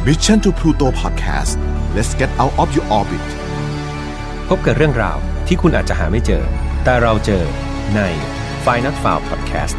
Mission to Pluto Podcast let's get out of your orbit พบกับเรื่องราวที่คุณอาจจะหาไม่เจอแต่เราเจอใน Find Not Found Podcast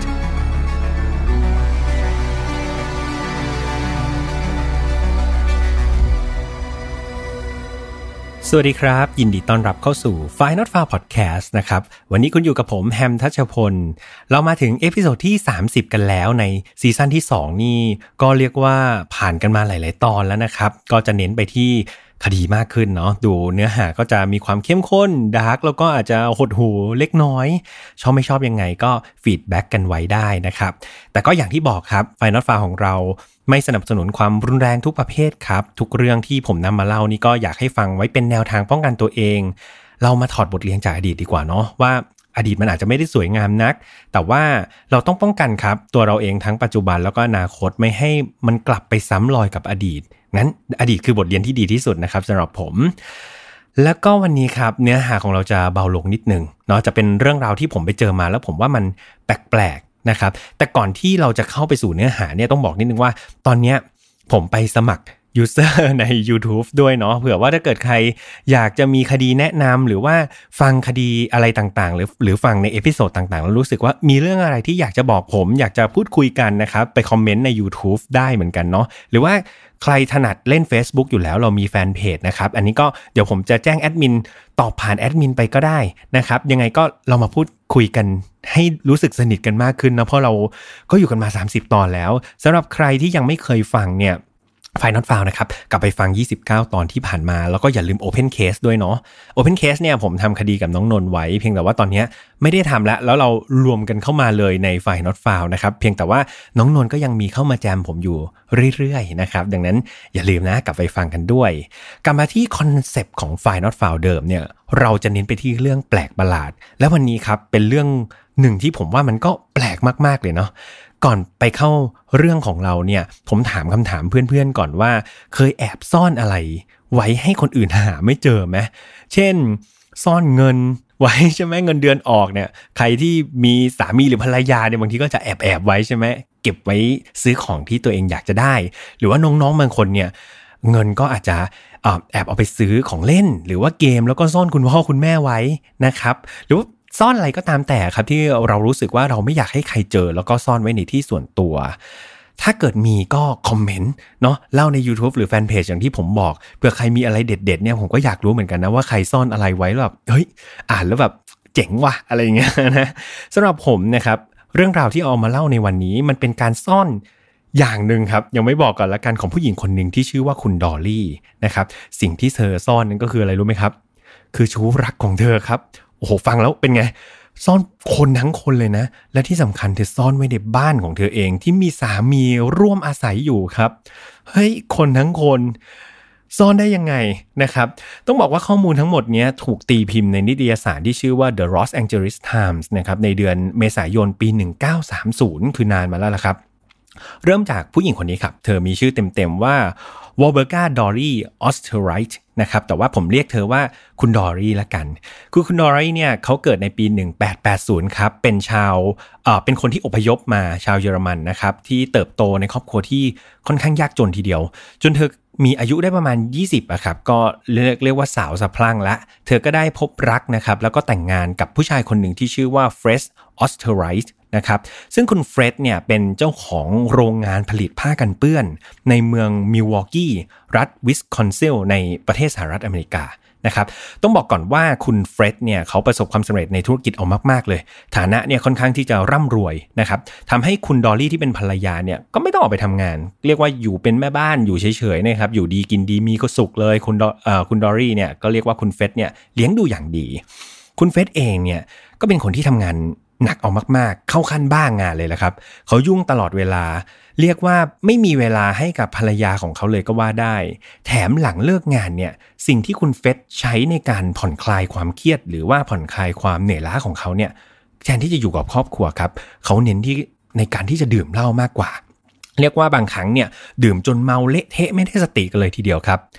สวัสดีครับยินดีต้อนรับเข้าสู่ Find Not Found Podcast นะครับวันนี้คุณอยู่กับผมแฮมทัชพลเรามาถึงเอพิโซดที่30กันแล้วในซีซั่นที่2นี่ก็เรียกว่าผ่านกันมาหลายๆตอนแล้วนะครับก็จะเน้นไปที่คดีมากขึ้นเนาะดูเนื้อหาก็จะมีความเข้มข้นดาร์กแล้วก็อาจจะหดหู่เล็กน้อยชอบไม่ชอบยังไงก็ฟีดแบ็กกันไว้ได้นะครับแต่ก็อย่างที่บอกครับ Find Not Found ของเราไม่สนับสนุนความรุนแรงทุกประเภทครับทุกเรื่องที่ผมนำมาเล่านี่ก็อยากให้ฟังไว้เป็นแนวทางป้องกันตัวเองเรามาถอดบทเรียนจากอดีตดีกว่าเนาะว่าอดีตมันอาจจะไม่ได้สวยงามนักแต่ว่าเราต้องป้องกันครับตัวเราเองทั้งปัจจุบันแล้วก็อนาคตไม่ให้มันกลับไปซ้ำรอยกับอดีตงั้นอดีตคือบทเรียนที่ดีที่สุดนะครับสำหรับผมแล้วก็วันนี้ครับเนื้อหาของเราจะเบาลงนิดนึงเนาะจะเป็นเรื่องราวที่ผมไปเจอมาแล้วผมว่ามันแปลกนะครับแต่ก่อนที่เราจะเข้าไปสู่เนื้อหาเนี่ยต้องบอกนิดนึงว่าตอนนี้ผมไปสมัครยูเซอร์ใน YouTube ด้วยเนาะเผื่อว่าถ้าเกิดใครอยากจะมีคดีแนะนำหรือว่าฟังคดีอะไรต่างๆหรือฟังในเอพิโซดต่างๆแล้วรู้สึกว่ามีเรื่องอะไรที่อยากจะบอกผมอยากจะพูดคุยกันนะครับไปคอมเมนต์ใน YouTube ได้เหมือนกันเนาะหรือว่าใครถนัดเล่น Facebook อยู่แล้วเรามีแฟนเพจนะครับอันนี้ก็เดี๋ยวผมจะแจ้งแอดมินตอบผ่านแอดมินไปก็ได้นะครับยังไงก็เรามาพูดคุยกันให้รู้สึกสนิทกันมากขึ้นนะเพราะเราก็อยู่กันมา30ตอนแล้วสำหรับใครที่ยังไม่เคยฟังเนี่ยFind Not Found นะครับกลับไปฟัง29ตอนที่ผ่านมาแล้วก็อย่าลืม Open Case ด้วยเนาะ Open Case เนี่ยผมทำคดีกับน้องนนท์ไว้เพียงแต่ว่าตอนนี้ไม่ได้ทำแล้วเรารวมกันเข้ามาเลยใน Find Not Found นะครับเพียงแต่ว่าน้องนนท์ก็ยังมีเข้ามาแจมผมอยู่เรื่อยๆนะครับดังนั้นอย่าลืมนะกลับไปฟังกันด้วยกลับมาที่คอนเซปต์ของ Find Not Found เดิมเนี่ยเราจะเน้นไปที่เรื่องแปลกประหลาดและวันนี้ครับเป็นเรื่องหนึ่งที่ผมว่ามันก็แปลกมากๆเลยเนาะก่อนไปเข้าเรื่องของเราเนี่ยผมถามคำถามเพื่อนๆก่อนว่าเคยแอบซ่อนอะไรไว้ให้คนอื่นหาไม่เจอไหมเช่นซ่อนเงินไว้ใช่ไหมเงินเดือนออกเนี่ยใครที่มีสามีหรือภรรยาเนี่ยบางทีก็จะแอบไว้ใช่ไหมเก็บไว้ซื้อของที่ตัวเองอยากจะได้หรือว่าน้องๆบางคนเนี่ยเงินก็อาจจะแอบเอาไปซื้อของเล่นหรือว่าเกมแล้วก็ซ่อนคุณพ่อคุณแม่ไว้นะครับหรือว่าซ่อนอะไรก็ตามแต่ครับที่เรารู้สึกว่าเราไม่อยากให้ใครเจอแล้วก็ซ่อนไว้ในที่ส่วนตัวถ้าเกิดมีก็คอมเมนต์เนาะเล่าใน YouTube หรือแฟนเพจอย่างที่ผมบอกเผื่อใครมีอะไรเด็ดๆเนี่ยผมก็อยากรู้เหมือนกันนะว่าใครซ่อนอะไรไว้แบบเฮ้ยอ่านแล้วแบบเจ๋งว่ะอะไรอย่างเงี้ยนะสำหรับผมนะครับเรื่องราวที่เอามาเล่าในวันนี้มันเป็นการซ่อนอย่างนึงครับยังไม่บอกก่อนละกันของผู้หญิงคนหนึ่งที่ชื่อว่าคุณดอลลี่นะครับสิ่งที่เธอซ่อนนั่นก็คืออะไรรู้ไหมครับคือชู้รักของเธอครับโอ้โหฟังแล้วเป็นไงซ่อนคนทั้งคนเลยนะและที่สำคัญเธอซ่อนไว้ในบ้านของเธอเองที่มีสามีร่วมอาศัยอยู่ครับเฮ้ยคนทั้งคนซ่อนได้ยังไงนะครับต้องบอกว่าข้อมูลทั้งหมดนี้ถูกตีพิมพ์ในนิตยสารที่ชื่อว่า The Los Angeles Times นะครับในเดือนเมษายนปี1930คือนานมาแล้วล่ะครับเริ่มจากผู้หญิงคนนี้ครับเธอมีชื่อเต็มๆว่าวอลเบอร์กาดอรี่ออสเทอไรท์นะครับแต่ว่าผมเรียกเธอว่าคุณดอรี่ละกันคือคุณดอรี่เนี่ยเขาเกิดในปี1880ครับเป็นคนที่อพยพมาชาวเยอรมันนะครับที่เติบโตในครอบครัวที่ค่อนข้างยากจนทีเดียวจนเธอมีอายุได้ประมาณ20อะครับก็เรียกว่าสาวสะพรั่งละเธอก็ได้พบรักนะครับแล้วก็แต่งงานกับผู้ชายคนหนึ่งที่ชื่อว่าเฟรดออสเทอไรท์นะครับซึ่งคุณเฟร็ดเนี่ยเป็นเจ้าของโรงงานผลิตผ้ากันเปื้อนในเมืองมิลวอกกี้รัฐวิสคอนซินในประเทศสหรัฐอเมริกานะครับต้องบอกก่อนว่าคุณเฟร็ดเนี่ยเขาประสบความสำเร็จในธุรกิจเอามากๆเลยฐานะเนี่ยค่อนข้างที่จะร่ำรวยนะครับทำให้คุณดอลลี่ที่เป็นภรรยาเนี่ยก็ไม่ต้องออกไปทำงานเรียกว่าอยู่เป็นแม่บ้านอยู่เฉยๆนะครับอยู่ดีกินดีมีก็สุขเลยคุณดอลลี่เนี่ยก็เรียกว่าคุณเฟร็ดเนี่ยเลี้ยงดูอย่างดีคุณเฟร็ดเองเนี่ยก็เป็นคนที่ทำงานหนักเอามากๆเข้าขั้นบ้างงานเลยแหละครับเขายุ่งตลอดเวลาเรียกว่าไม่มีเวลาให้กับภรรยาของเขาเลยก็ว่าได้แถมหลังเลิกงานเนี่ยสิ่งที่คุณเฟร็ดใช้ในการผ่อนคลายความเครียดหรือว่าผ่อนคลายความเหนื่อยล้าของเขาเนี่ยแทนที่จะอยู่กับครอบครัวครับเขาเน้นที่ในการที่จะดื่มเหล้ามากกว่าเรียกว่าบางครั้งเนี่ยดื่มจนเมาเละเทะไม่ได้สติกันเลยทีเดียวครับ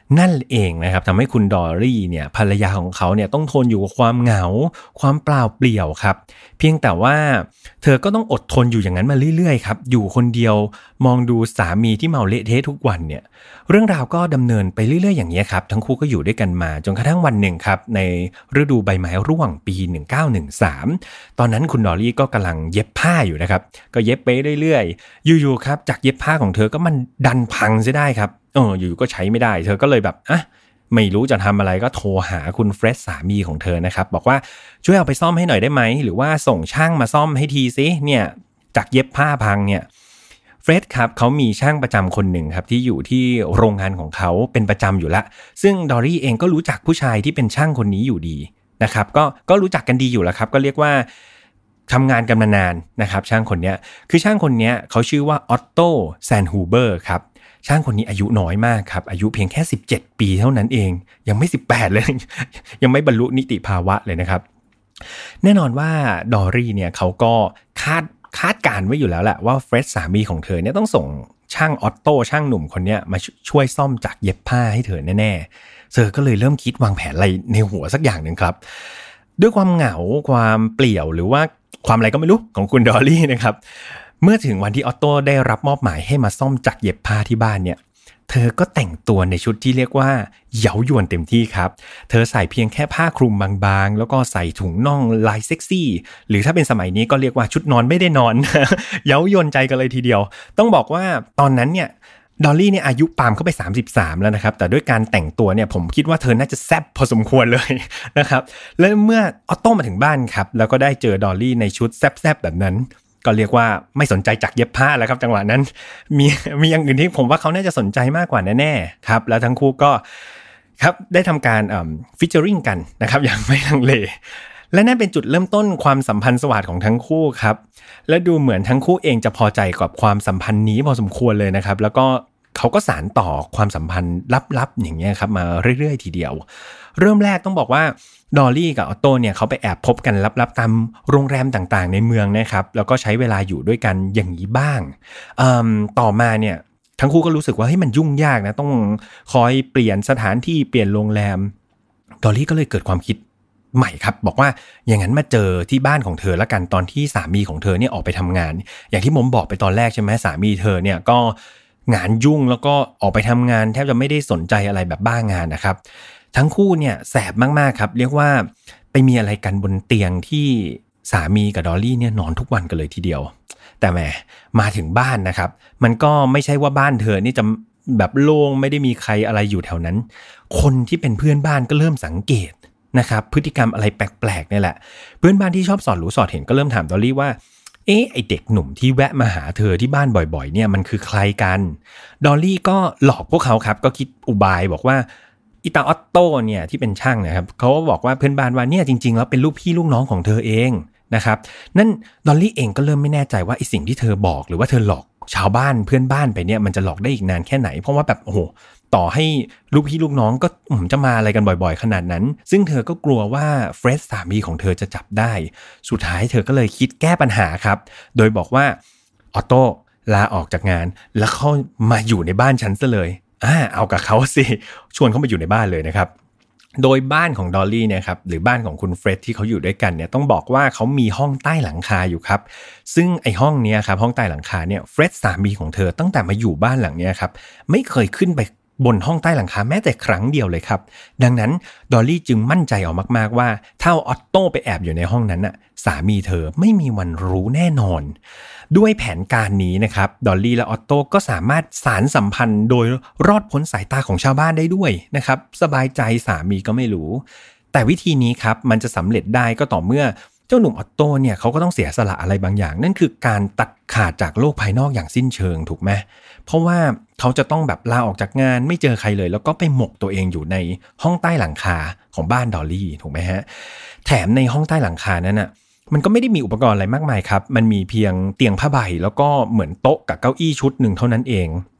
นั่นเองนะครับทำให้คุณดอรี่เนี่ยภรรยาของเขาเนี่ยต้องทนอยู่กับความเหงาความเปล่าเปลี่ยวครับเพียงแต่ว่าเธอก็ต้องอดทนอยู่อย่างนั้นมาเรื่อยๆครับอยู่คนเดียวมองดูสามีที่เมาเละเทะทุกวันเนี่ยเรื่องราวก็ดำเนินไปเรื่อยๆอย่างนี้ครับทั้งคู่ก็อยู่ด้วยกันมาจนกระทั่งวันหนึ่งครับในฤดูใบไม้ร่วงปี1913ตอนนั้นคุณดอรี่ก็กำลังเย็บผ้าอยู่นะครับก็เย็บไปเรื่อยๆอยู่ๆครับจากเย็บผ้าของเธอก็มันดันพังเสียได้ครับอยู่ก็ใช้ไม่ได้เธอก็เลยแบบไม่รู้จะทำอะไรก็โทรหาคุณเฟร็ดสามีของเธอนะครับบอกว่าช่วยเอาไปซ่อมให้หน่อยได้ไหมหรือว่าส่งช่างมาซ่อมให้ทีซิเนี่ยจากเย็บผ้าพังเนี่ยเฟร็ดครับเขามีช่างประจำคนหนึ่งครับที่อยู่ที่โรงงานของเขาเป็นประจำอยู่ละซึ่งดอรี่เองก็รู้จักผู้ชายที่เป็นช่างคนนี้อยู่ดีนะครับก็รู้จักกันดีอยู่แล้วครับก็เรียกว่าทำงานกันมานานนะครับช่างคนนี้คือช่างคนนี้เขาชื่อว่าออตโตแซนฮูเบอร์ครับช่างคนนี้อายุน้อยมากครับอายุเพียงแค่17 ปีเท่านั้นเองยังไม่18เลย ยังไม่บรรลุนิติภาวะเลยนะครับแน่นอนว่าดอรี่เนี่ยเขาก็คาดการไว้อยู่แล้วแหละว่าเฟร็ดสามีของเธอเนี่ยต้องส่งช่างออตโต้ช่างหนุ่มคนนี้มาช่วยซ่อมจากเย็บผ้าให้เธอแน่ๆเธอก็เลยเริ่มคิดวางแผนอะไรในหัวสักอย่างหนึ่งครับด้วยความเหงาความเปลี่ยวหรือว่าความอะไรก็ไม่รู้ของคุณดอรี่นะครับเมื่อถึงวันที่ออตโต้ได้รับมอบหมายให้มาซ่อมจักรเย็บผ้าที่บ้านเนี่ยเธอก็แต่งตัวในชุดที่เรียกว่าเย้ายวนเต็มที่ครับเธอใส่เพียงแค่ผ้าคลุมบางๆแล้วก็ใส่ถุงน่องลายเซ็กซี่หรือถ้าเป็นสมัยนี้ก็เรียกว่าชุดนอนไม่ได้นอน เย้ายวนใจกันเลยทีเดียวต้องบอกว่าตอนนั้นเนี่ยดอลลี่เนี่ยอายุปามเข้าไป33แล้วนะครับแต่ด้วยการแต่งตัวเนี่ยผมคิดว่าเธอน่าจะแซ่บพอสมควรเลยนะครับและเมื่อออตโต้มาถึงบ้านครับแล้วก็ได้เจอดอลลี่ในชุดแซ่บๆแบบนั้นก็เรียกว่าไม่สนใจจักเย็บผ้าแล้วครับจังหวะนั้นมีอย่างอื่นที่ผมว่าเขาน่าจะสนใจมากกว่าแน่ๆครับแล้วทั้งคู่ก็ครับได้ทำการฟีเจอริงกันนะครับอย่างไม่ลังเลและนั่นเป็นจุดเริ่มต้นความสัมพันธ์สวัสดิ์ของทั้งคู่ครับและดูเหมือนทั้งคู่เองจะพอใจกับความสัมพันธ์นี้พอสมควรเลยนะครับแล้วก็เขาก็สานต่อความสัมพันธ์ลับๆอย่างเงี้ยครับมาเรื่อยๆทีเดียวเริ่มแรกต้องบอกว่าดอลลี่กับออตโต้เนี่ยเขาไปแอบพบกันลับๆตามโรงแรมต่างๆในเมืองนะครับแล้วก็ใช้เวลาอยู่ด้วยกันอย่างนี้บ้างต่อมาเนี่ยทั้งคู่ก็รู้สึกว่าเฮ้ยมันยุ่งยากนะต้องคอยเปลี่ยนสถานที่เปลี่ยนโรงแรมดอลลี่ก็เลยเกิดความคิดใหม่ครับบอกว่าอย่างนั้นมาเจอที่บ้านของเธอละกันตอนที่สามีของเธอเนี่ยออกไปทำงานอย่างที่ผมบอกไปตอนแรกใช่ไหมสามีเธอเนี่ยก็งานยุ่งแล้วก็ออกไปทำงานแทบจะไม่ได้สนใจอะไรแบบบ้างานนะครับทั้งคู่เนี่ยแสบมากๆครับเรียกว่าไปมีอะไรกันบนเตียงที่สามีกับดอลลี่เนี่ยนอนทุกวันกันเลยทีเดียวแต่แหมมาถึงบ้านนะครับมันก็ไม่ใช่ว่าบ้านเธอนี่จะแบบโล่งไม่ได้มีใครอะไรอยู่แถวนั้นคนที่เป็นเพื่อนบ้านก็เริ่มสังเกตนะครับพฤติกรรมอะไรแปลกๆนี่แหละเพื่อนบ้านที่ชอบสอดรู้สอดเห็นก็เริ่มถามดอลลี่ว่าไอเด็กหนุ่มที่แวะมาหาเธอที่บ้านบ่อยๆเนี่ยมันคือใครกันดอลลี่ก็หลอกพวกเขาครับก็คิดอุบายบอกว่าอิตาออตโต้เนี่ยที่เป็นช่างนะครับเขาก็บอกว่าเพื่อนบ้านว่าเนี่ยจริงๆแล้วเป็นลูกพี่ลูกน้องของเธอเองนะครับนั่นดอลลี่เองก็เริ่มไม่แน่ใจว่าไอสิ่งที่เธอบอกหรือว่าเธอหลอกชาวบ้านเพื่อนบ้านไปเนี่ยมันจะหลอกได้อีกนานแค่ไหนเพราะว่าแบบโอ้โหต่อให้ลูกพี่ลูกน้องก็จะมาอะไรกันบ่อยๆขนาดนั้นซึ่งเธอก็กลัวว่าเฟร็ดสามีของเธอจะจับได้สุดท้ายเธอก็เลยคิดแก้ปัญหาครับโดยบอกว่าออตโต้ลาออกจากงานแล้วเข้ามาอยู่ในบ้านฉันซะเลยเอากับเขาสิชวนเขามาอยู่ในบ้านเลยนะครับโดยบ้านของดอลลี่เนี่ยครับหรือบ้านของคุณเฟร็ดที่เขาอยู่ด้วยกันเนี่ยต้องบอกว่าเขามีห้องใต้หลังคาอยู่ครับซึ่งไอ้ห้องเนี้ยครับห้องใต้หลังคาเนี่ยเฟร็ดสามีของเธอตั้งแต่มาอยู่บ้านหลังเนี้ยครับไม่เคยขึ้นไปบนห้องใต้หลังคาแม้แต่ครั้งเดียวเลยครับดังนั้นดอลลี่จึงมั่นใจออกมากๆว่าถ้าออตโต้ไปแอบอยู่ในห้องนั้นน่ะสามีเธอไม่มีวันรู้แน่นอนด้วยแผนการนี้นะครับดอลลี่และออตโต้ก็สามารถสานสัมพันธ์โดยรอดพ้นสายตาของชาวบ้านได้ด้วยนะครับสบายใจสามีก็ไม่รู้แต่วิธีนี้ครับมันจะสำเร็จได้ก็ต่อเมื่อเจ้าหนุ่มออตโต้เนี่ยเขาก็ต้องเสียสละอะไรบางอย่างนั่นคือการตัดขาดจากโลกภายนอกอย่างสิ้นเชิงถูกไหมเพราะว่าเขาจะต้องแบบลาออกจากงานไม่เจอใครเลยแล้วก็ไปหมกตัวเองอยู่ในห้องใต้หลังคาของบ้านดอลลี่ถูกไหมฮะแถมในห้องใต้หลังคานั้นน่ะมันก็ไม่ได้มีอุปกรณ์อะไรมากมายครับมันมีเพียงเตียงผ้าใบแล้วก็เหมือนโต๊ะกับเก้าอี้ชุดหนึ่งเท่านั้นเอง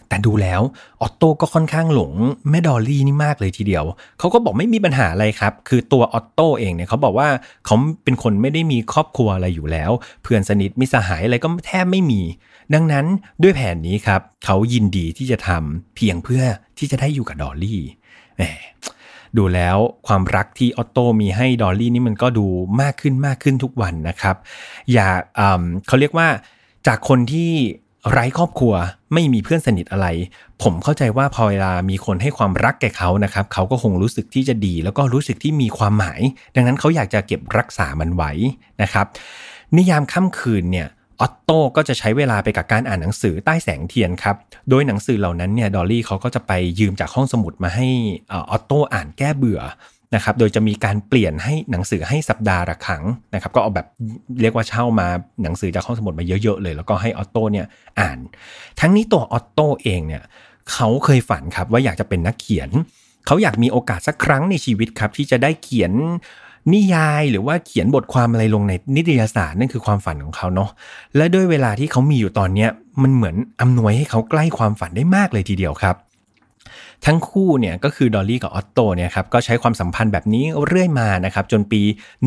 แต่ดูแล้วออตโต้ก็ค่อนข้างหลงแม่ดอลลี่นี่มากเลยทีเดียวเขาก็บอกไม่มีปัญหาอะไรครับคือตัวออตโต้เองเนี่ยเขาบอกว่าเขาเป็นคนไม่ได้มีครอบครัวอะไรอยู่แล้วเพื่อนสนิทมิตรสหายอะไรก็แทบไม่มีดังนั้นด้วยแผนนี้ครับเขายินดีที่จะทำเพียงเพื่อที่จะได้อยู่กับดอลลี่ดูแล้วความรักที่ออตโต้มีให้ดอลลี่นี่มันก็ดูมากขึ้นทุกวันนะครับเขาเรียกว่าจากคนที่ไร้ครอบครัวไม่มีเพื่อนสนิทอะไรผมเข้าใจว่าพอเวลามีคนให้ความรักแก่เขานะครับเขาก็คงรู้สึกที่จะดีแล้วก็รู้สึกที่มีความหมายดังนั้นเขาอยากจะเก็บรักษามันไว้นะครับนิยามค่ำคืนเนี่ยออตโต้ก็จะใช้เวลาไปกับการอ่านหนังสือใต้แสงเทียนครับโดยหนังสือเหล่านั้นเนี่ยดอลลี่เขาก็จะไปยืมจากห้องสมุดมาให้ออตโต้อ่านแก้เบื่อนะครับโดยจะมีการเปลี่ยนให้หนังสือให้สัปดาห์ละครั้งนะครับก็เอาแบบเรียกว่าเช่ามาหนังสือจากห้องสมุดมาเยอะๆเลยแล้วก็ให้ออตโต้เนี่ยอ่านทั้งนี้ตัวออตโต้เองเนี่ยเขาเคยฝันครับว่าอยากจะเป็นนักเขียนเขาอยากมีโอกาสสักครั้งในชีวิตครับที่จะได้เขียนนิยายหรือว่าเขียนบทความอะไรลงในนิตยสารนั่นคือความฝันของเขาเนาะและด้วยเวลาที่เขามีอยู่ตอนนี้มันเหมือนอำนวยให้เขาใกล้ความฝันได้มากเลยทีเดียวครับทั้งคู่เนี่ยก็คือดอลลี่กับออตโต้เนี่ยครับก็ใช้ความสัมพันธ์แบบนี้เรื่อยมานะครับจนปี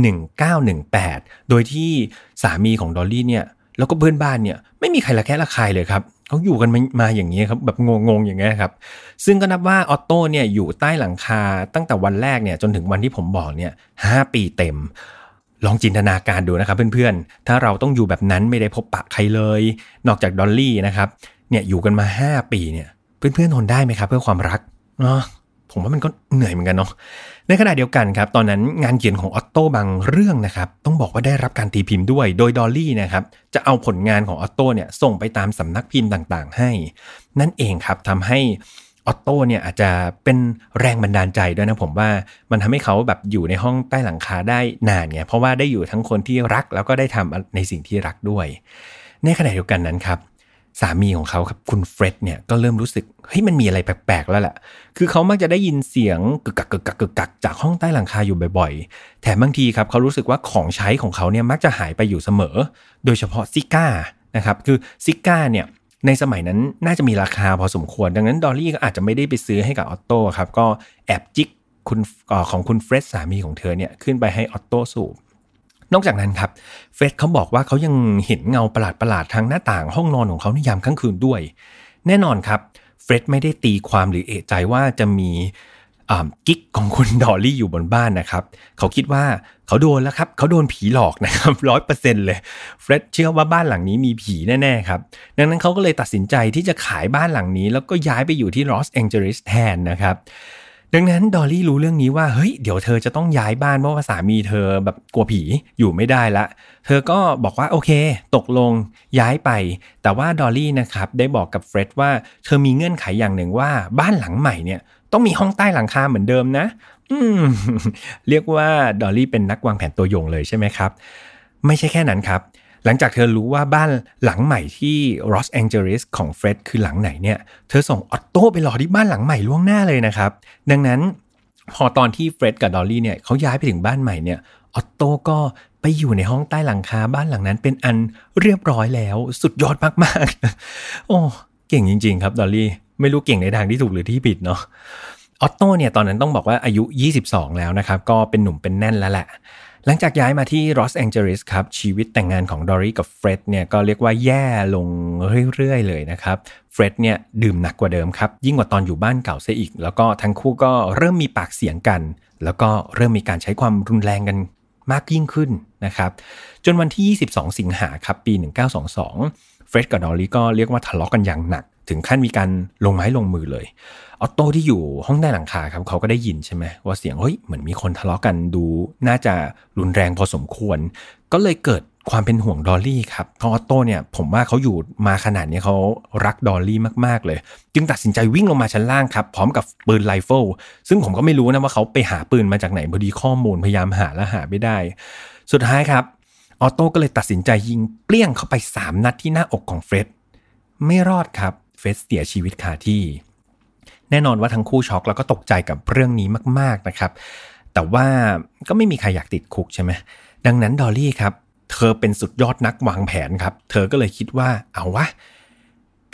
1918โดยที่สามีของดอลลี่เนี่ยแล้วก็เพื่อนบ้านเนี่ยไม่มีใครละแคะละคายเลยครับเขาอยู่กันมาอย่างนี้ครับแบบงงๆอย่างเงี้ยครับซึ่งก็นับว่าออตโต้เนี่ยอยู่ใต้หลังคาตั้งแต่วันแรกเนี่ยจนถึงวันที่ผมบอกเนี่ย5 ปีเต็มลองจินตนาการดูนะครับเพื่อนๆถ้าเราต้องอยู่แบบนั้นไม่ได้พบปะใครเลยนอกจากดอลลี่นะครับเนี่ยอยู่กันมา5 ปีเนี่ยเพื่อนๆทนได้ไหมครับเพื่อความรักเนาะผมว่ามันก็เหนื่อยเหมือนกันเนาะในขณะเดียวกันครับตอนนั้นงานเขียนของออตโต้บางเรื่องนะครับต้องบอกว่าได้รับการตีพิมพ์ด้วยโดยดอลลี่นะครับจะเอาผลงานของออตโต้เนี่ยส่งไปตามสำนักพิมพ์ต่างๆให้นั่นเองครับทำให้ออตโต้เนี่ยอาจจะเป็นแรงบันดาลใจด้วยนะผมว่ามันทำให้เขาแบบอยู่ในห้องใต้หลังคาได้นานไงเพราะว่าได้อยู่ทั้งคนที่รักแล้วก็ได้ทำในสิ่งที่รักด้วยในขณะเดียวกันนั้นครับสามีของเขาครับคุณเฟร็ดเนี่ยก็เริ่มรู้สึกเฮ้ยมันมีอะไรแปลกๆแล้วแหละคือเขามักจะได้ยินเสียงกึกกักจากห้องใต้หลังคาอยู่บ่อยๆแถมบางทีครับเขารู้สึกว่าของใช้ของเขาเนี่ยมักจะหายไปอยู่เสมอโดยเฉพาะซิก้านะครับคือซิก้าเนี่ยในสมัยนั้นน่าจะมีราคาพอสมควรดังนั้นดอลลี่ก็อาจจะไม่ได้ไปซื้อให้กับออตโต้ครับก็แอบจิกของคุณเฟร็ดสามีของเธอเนี่ยขึ้นไปให้ออตโต้สูบนอกจากนั้นครับเฟร็ดเขาบอกว่าเขายังเห็นเงาประหลาดๆทางหน้าต่างห้องนอนของเขาในยามค่ำคืนด้วยแน่นอนครับเฟร็ดไม่ได้ตีความหรือเอะใจว่าจะมีกิ๊กของคุณดอลลี่อยู่บนบ้านนะครับเขาคิดว่าเขาโดนแล้วครับเขาโดนผีหลอกนะครับ 100% เลยเฟร็ดเชื่อว่าบ้านหลังนี้มีผีแน่ๆครับดังนั้นเขาก็เลยตัดสินใจที่จะขายบ้านหลังนี้แล้วก็ย้ายไปอยู่ที่ลอสแองเจลิสแทนนะครับดังนั้นดอลลี่รู้เรื่องนี้ว่าเฮ้ยเดี๋ยวเธอจะต้องย้ายบ้านเพราะว่าสามีเธอแบบกลัวผีอยู่ไม่ได้ละเธอก็บอกว่าโอเคตกลงย้ายไปแต่ว่าดอลลี่นะครับได้บอกกับเฟร็ดว่าเธอมีเงื่อนไขอย่างหนึ่งว่าบ้านหลังใหม่เนี่ยต้องมีห้องใต้หลังคาเหมือนเดิมนะเรียกว่าดอลลี่เป็นนักวางแผนตัวยงเลยใช่ไหมครับไม่ใช่แค่นั้นครับหลังจากเธอรู้ว่าบ้านหลังใหม่ที่ลอสแองเจลิสของเฟร็ดคือหลังไหนเนี่ยเธอส่งออตโต้ไปรอที่บ้านหลังใหม่ล่วงหน้าเลยนะครับดังนั้นพอตอนที่เฟร็ดกับดอลลี่เนี่ยเขาย้ายไปถึงบ้านใหม่เนี่ยออตโต้ก็ไปอยู่ในห้องใต้หลังคาบ้านหลังนั้นเป็นอันเรียบร้อยแล้วสุดยอดมากๆโอ้เก่งจริงๆครับดอลลี่ไม่รู้เก่งในทางที่ถูกหรือที่ผิดเนาะออตโต้เนี่ยตอนนั้นต้องบอกว่าอายุ22แล้วนะครับก็เป็นหนุ่มเป็นแน่นแล้วแหละหลังจากย้ายมาที่ลอสแองเจลิสครับชีวิตแต่งงานของดอรี่กับเฟร็ดเนี่ยก็เรียกว่าแย่ลงเรื่อยๆเลยนะครับเฟร็ดเนี่ยดื่มหนักกว่าเดิมครับยิ่งกว่าตอนอยู่บ้านเก่าซะอีกแล้วก็ทั้งคู่ก็เริ่มมีปากเสียงกันแล้วก็เริ่มมีการใช้ความรุนแรงกันมากยิ่งขึ้นนะครับจนวันที่22สิงหาครับปี1922เฟร็ดกับดอรี่ก็เรียกว่าทะเลาะกันอย่างหนักถึงขั้นมีการลงไม้ลงมือเลยออตโต้ที่อยู่ห้องใต้หลังคาครับเขาก็ได้ยินใช่ไหมว่าเสียงเฮ้ยเหมือนมีคนทะเลาะกันดูน่าจะรุนแรงพอสมควรก็เลยเกิดความเป็นห่วงดอลลี่ครับเพราะออตโต้เนี่ยผมว่าเขาอยู่มาขนาดนี้เขารักดอลลี่มากๆเลยจึงตัดสินใจวิ่งลงมาชั้นล่างครับพร้อมกับปืนไรเฟิลซึ่งผมก็ไม่รู้นะว่าเขาไปหาปืนมาจากไหนพอดีข้อมูลพยายามหาแล้วหาไม่ได้สุดท้ายครับออตโต้ก็เลยตัดสินใจยิงเปรี้ยงเข้าไป3 นัดที่หน้าอกของเฟร็ดไม่รอดครับเฟร็ดเสียชีวิตคาที่แน่นอนว่าทั้งคู่ช็อกแล้วก็ตกใจกับเรื่องนี้มากๆนะครับแต่ว่าก็ไม่มีใครอยากติดคุกใช่ไหมดังนั้นดอลลี่ครับเธอเป็นสุดยอดนักวางแผนครับเธอก็เลยคิดว่าเอาวะ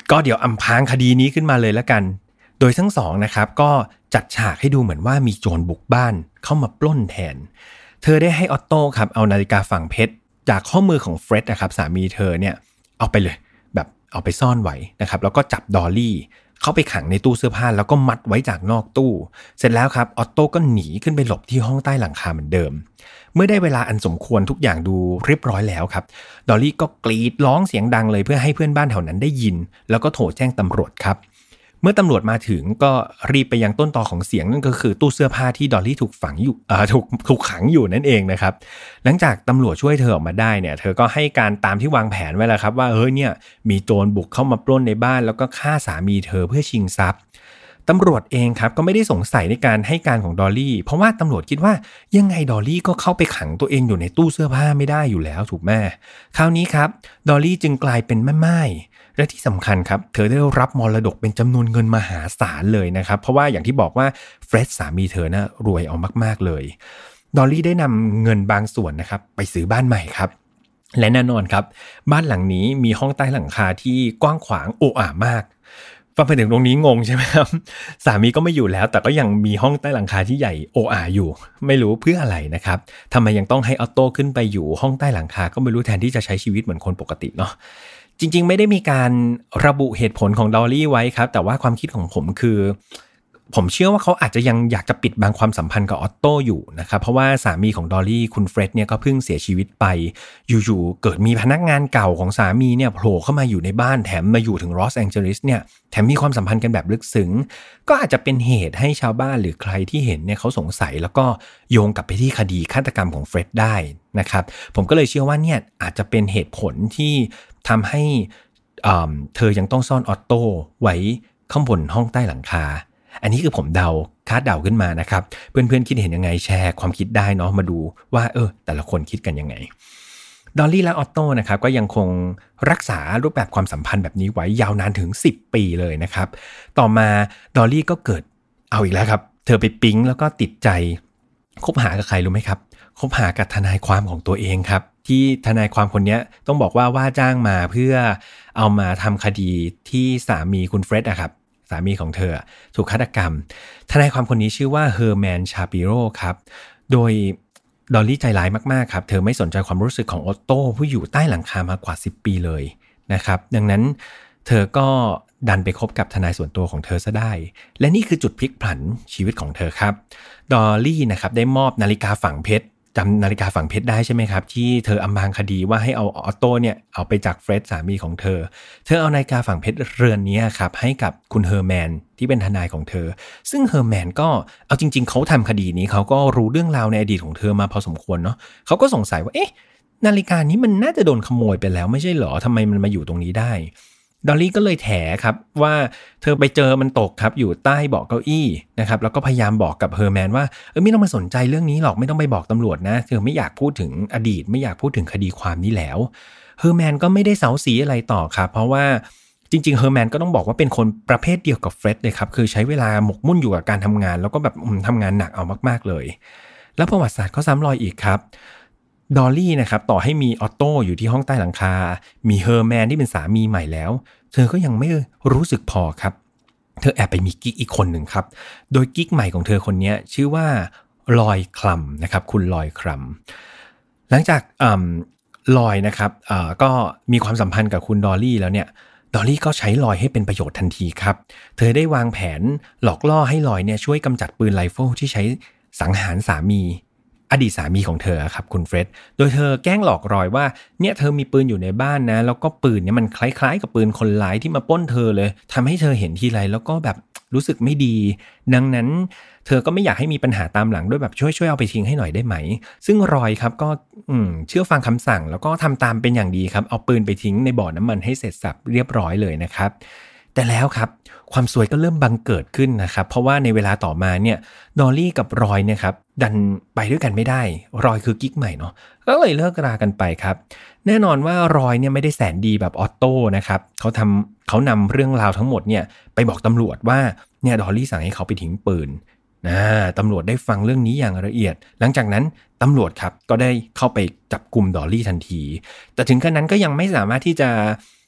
ก็เดี๋ยวอำพรางคดีนี้ขึ้นมาเลยละกันโดยทั้งสองนะครับก็จัดฉากให้ดูเหมือนว่ามีโจรบุกบ้านเข้ามาปล้นแทนเธอได้ให้ออตโต้ครับเอานาฬิกาฝังเพชรจากข้อมือของเฟร็ดนะครับสามีเธอเนี่ยเอาไปเลยแบบเอาไปซ่อนไว้นะครับแล้วก็จับดอลลี่เข้าไปขังในตู้เสื้อผ้าแล้วก็มัดไว้จากนอกตู้เสร็จแล้วครับออตโต้ก็หนีขึ้นไปหลบที่ห้องใต้หลังคาเหมือนเดิมเมื่อได้เวลาอันสมควรทุกอย่างดูเรียบร้อยแล้วครับดอลลี่ก็กรีดร้องเสียงดังเลยเพื่อให้เพื่อนบ้านแถวนั้นได้ยินแล้วก็โทรแจ้งตำรวจครับเมื่อตำรวจมาถึงก็รีบไปยังต้นตอของเสียงนั่นก็คือตู้เสื้อผ้าที่ดอลลี่ถูกฝังอยู่ถูกขังอยู่นั่นเองนะครับหลังจากตำรวจช่วยเธอออกมาได้เนี่ยเธอก็ให้การตามที่วางแผนไว้แล้วครับว่าเนี่ยมีโจรบุกเข้ามาปล้นในบ้านแล้วก็ฆ่าสามีเธอเพื่อชิงทรัพย์ตำรวจเองครับก็ไม่ได้สงสัยในการให้การของดอลลี่เพราะว่าตำรวจคิดว่ายังไงดอลลี่ก็เข้าไปขังตัวเองอยู่ในตู้เสื้อผ้าไม่ได้อยู่แล้วถูกไหมคราวนี้ครับดอลลี่จึงกลายเป็นแม่ไม้และที่สำคัญครับเธอได้รับมรดกเป็นจำนวนเงินมหาศาลเลยนะครับเพราะว่าอย่างที่บอกว่าเฟร็ดสามีเธอนะรวยเอามากๆเลยดอลลี่ได้นำเงินบางส่วนนะครับไปซื้อบ้านใหม่ครับและแน่นอนครับบ้านหลังนี้มีห้องใต้หลังคาที่กว้างขวางโอ้อามากฟังไปถึงตรงนี้งงใช่ไหมครับสามีก็ไม่อยู่แล้วแต่ก็ยังมีห้องใต้หลังคาที่ใหญ่โอ้อาอยู่ไม่รู้เพื่ออะไรนะครับทำไมยังต้องให้ออตโต้ขึ้นไปอยู่ห้องใต้หลังคาก็ไม่รู้แทนที่จะใช้ชีวิตเหมือนคนปกติเนาะจริงๆไม่ได้มีการระบุเหตุผลของดอลลี่ไว้ครับแต่ว่าความคิดของผมคือผมเชื่อว่าเขาอาจจะยังอยากจะปิดบังความสัมพันธ์กับออตโต้อยู่นะครับเพราะว่าสามีของดอลลี่คุณเฟร็ดเนี่ยก็เพิ่งเสียชีวิตไปอยู่ๆเกิดมีพนักงานเก่าของสามีเนี่ยโผล่เข้ามาอยู่ในบ้านแถมมาอยู่ถึงลอสแองเจลิสเนี่ยแถมมีความสัมพันธ์กันแบบลึกซึ้งก็อาจจะเป็นเหตุให้ชาวบ้านหรือใครที่เห็นเนี่ยเขาสงสัยแล้วก็โยงกลับไปที่คดีฆาตกรรมของเฟร็ดได้นะครับผมก็เลยเชื่อว่าเนี่ยอาจจะเป็นเหตุผลที่ทำให้เธอยังต้องซ่อนออตโต้ไว้ข้างบนห้องใต้หลังคาอันนี้คือผมคาดเดาขึ้นมานะครับเพื่อนๆคิดเห็นยังไงแชร์ความคิดได้เนาะมาดูว่าแต่ละคนคิดกันยังไงดอลลี่และออตโต้นะครับก็ยังคงรักษารูปแบบความสัมพันธ์แบบนี้ไว้ยาวนานถึง10ปีเลยนะครับต่อมาดอลลี่ก็เกิดเอาอีกแล้วครับเธอไปปิ๊งแล้วก็ติดใจคบหากับใครรู้ไหมครับคบหากับทนายความของตัวเองครับที่ทนายความคนนี้ต้องบอกว่าจ้างมาเพื่อเอามาทำคดีที่สามีคุณเฟร็ดอะครับสามีของเธอถูกฆาตกรรมทนายความคนนี้ชื่อว่าเฮอร์แมนชาปิโร่ครับโดยดอลลี่ใจร้ายมากๆครับเธอไม่สนใจความรู้สึกของออตโต้ผู้อยู่ใต้หลังคามากว่า10ปีเลยนะครับดังนั้นเธอก็ดันไปคบกับทนายส่วนตัวของเธอซะได้และนี่คือจุดพลิกผันชีวิตของเธอครับดอลลี่นะครับได้มอบนาฬิกาฝังเพชรจำนาฬิกาฝังเพชรได้ใช่ไหมครับที่เธออำพรางคดีว่าให้เอาออตโต้เนี่ยเอาไปจากเฟร็ดสามีของเธอเอานาฬิกาฝังเพชรเรือนนี้ครับให้กับคุณเฮอร์แมนที่เป็นทนายของเธอซึ่งเฮอร์แมนก็เอาจริงๆเขาทำคดีนี้เขาก็รู้เรื่องราวในอดีตของเธอมาพอสมควรเนาะเขาก็สงสัยว่านาฬิกานี้มันน่าจะโดนขโมยไปแล้วไม่ใช่หรอทำไมมันมาอยู่ตรงนี้ได้ดอลลี่ก็เลยแถครับว่าเธอไปเจอมันตกครับอยู่ใต้เบาะเก้าอี้นะครับแล้วก็พยายามบอกกับเฮอร์แมนว่าไม่ต้องมาสนใจเรื่องนี้หรอกไม่ต้องไปบอกตำรวจนะเธอไม่อยากพูดถึงอดีตไม่อยากพูดถึงคดีความนี้แล้วเฮอร์แมนก็ไม่ได้เซาซีอะไรต่อครับเพราะว่าจริงๆเฮอร์แมนก็ต้องบอกว่าเป็นคนประเภทเดียวกับเฟร็ดเลยครับคือใช้เวลาหมกมุ่นอยู่กับการทำงานแล้วก็แบบทำงานหนักเอามากๆเลยแล้วประวัติศาสตร์ก็ซ้ำรอยอีกครับดอลลี่นะครับต่อให้มีออตโต้อยู่ที่ห้องใต้หลังคามีเฮอร์แมนที่เป็นสามีใหม่แล้วเธอก็ยังไม่รู้สึกพอครับเธอแอบไปมีกิ๊กอีกคนหนึ่งครับโดยกิ๊กใหม่ของเธอคนนี้ชื่อว่าลอยคลัมนะครับคุณลอยคลัมหลังจากลอยนะครับก็มีความสัมพันธ์กับคุณดอลลี่แล้วเนี่ยดอลลี่ก็ใช้ลอยให้เป็นประโยชน์ทันทีครับเธอได้วางแผนหลอกล่อให้ลอยเนี่ยช่วยกำจัดปืนไรเฟิลที่ใช้สังหารสามีอดีตสามีของเธอครับคุณเฟร็ดโดยเธอแกล้งหลอกลอยว่าเนี่ยเธอมีปืนอยู่ในบ้านนะแล้วก็ปืนเนี่ยมันคล้ายๆกับปืนคนร้ายที่มาปล้นเธอเลยทำให้เธอเห็นทีไรแล้วก็แบบรู้สึกไม่ดีดังนั้นเธอก็ไม่อยากให้มีปัญหาตามหลังด้วยแบบช่วยเอาไปทิ้งให้หน่อยได้ไหมซึ่งรอยครับก็เชื่อฟังคำสั่งแล้วก็ทำตามเป็นอย่างดีครับเอาปืนไปทิ้งในบ่อน้ำมันให้เสร็จสับเรียบร้อยเลยนะครับแต่แล้วครับความซวยก็เริ่มบังเกิดขึ้นนะครับเพราะว่าในเวลาต่อมาเนี่ยดอลลี่กับรอยเนี่ยครับดันไปด้วยกันไม่ได้รอยคือกิ๊กใหม่เนาะก็เลยเลิกรากันไปครับแน่นอนว่ารอยเนี่ยไม่ได้แสนดีแบบออตโต้นะครับเขานำเรื่องราวทั้งหมดเนี่ยไปบอกตำรวจว่าเนี่ยดอลลี่สั่งให้เขาไปทิ้งปืนตำรวจได้ฟังเรื่องนี้อย่างละเอียดหลังจากนั้นตำรวจครับก็ได้เข้าไปจับกุมดอลลี่ทันทีแต่ถึงขนาดนั้นก็ยังไม่สามารถที่จะ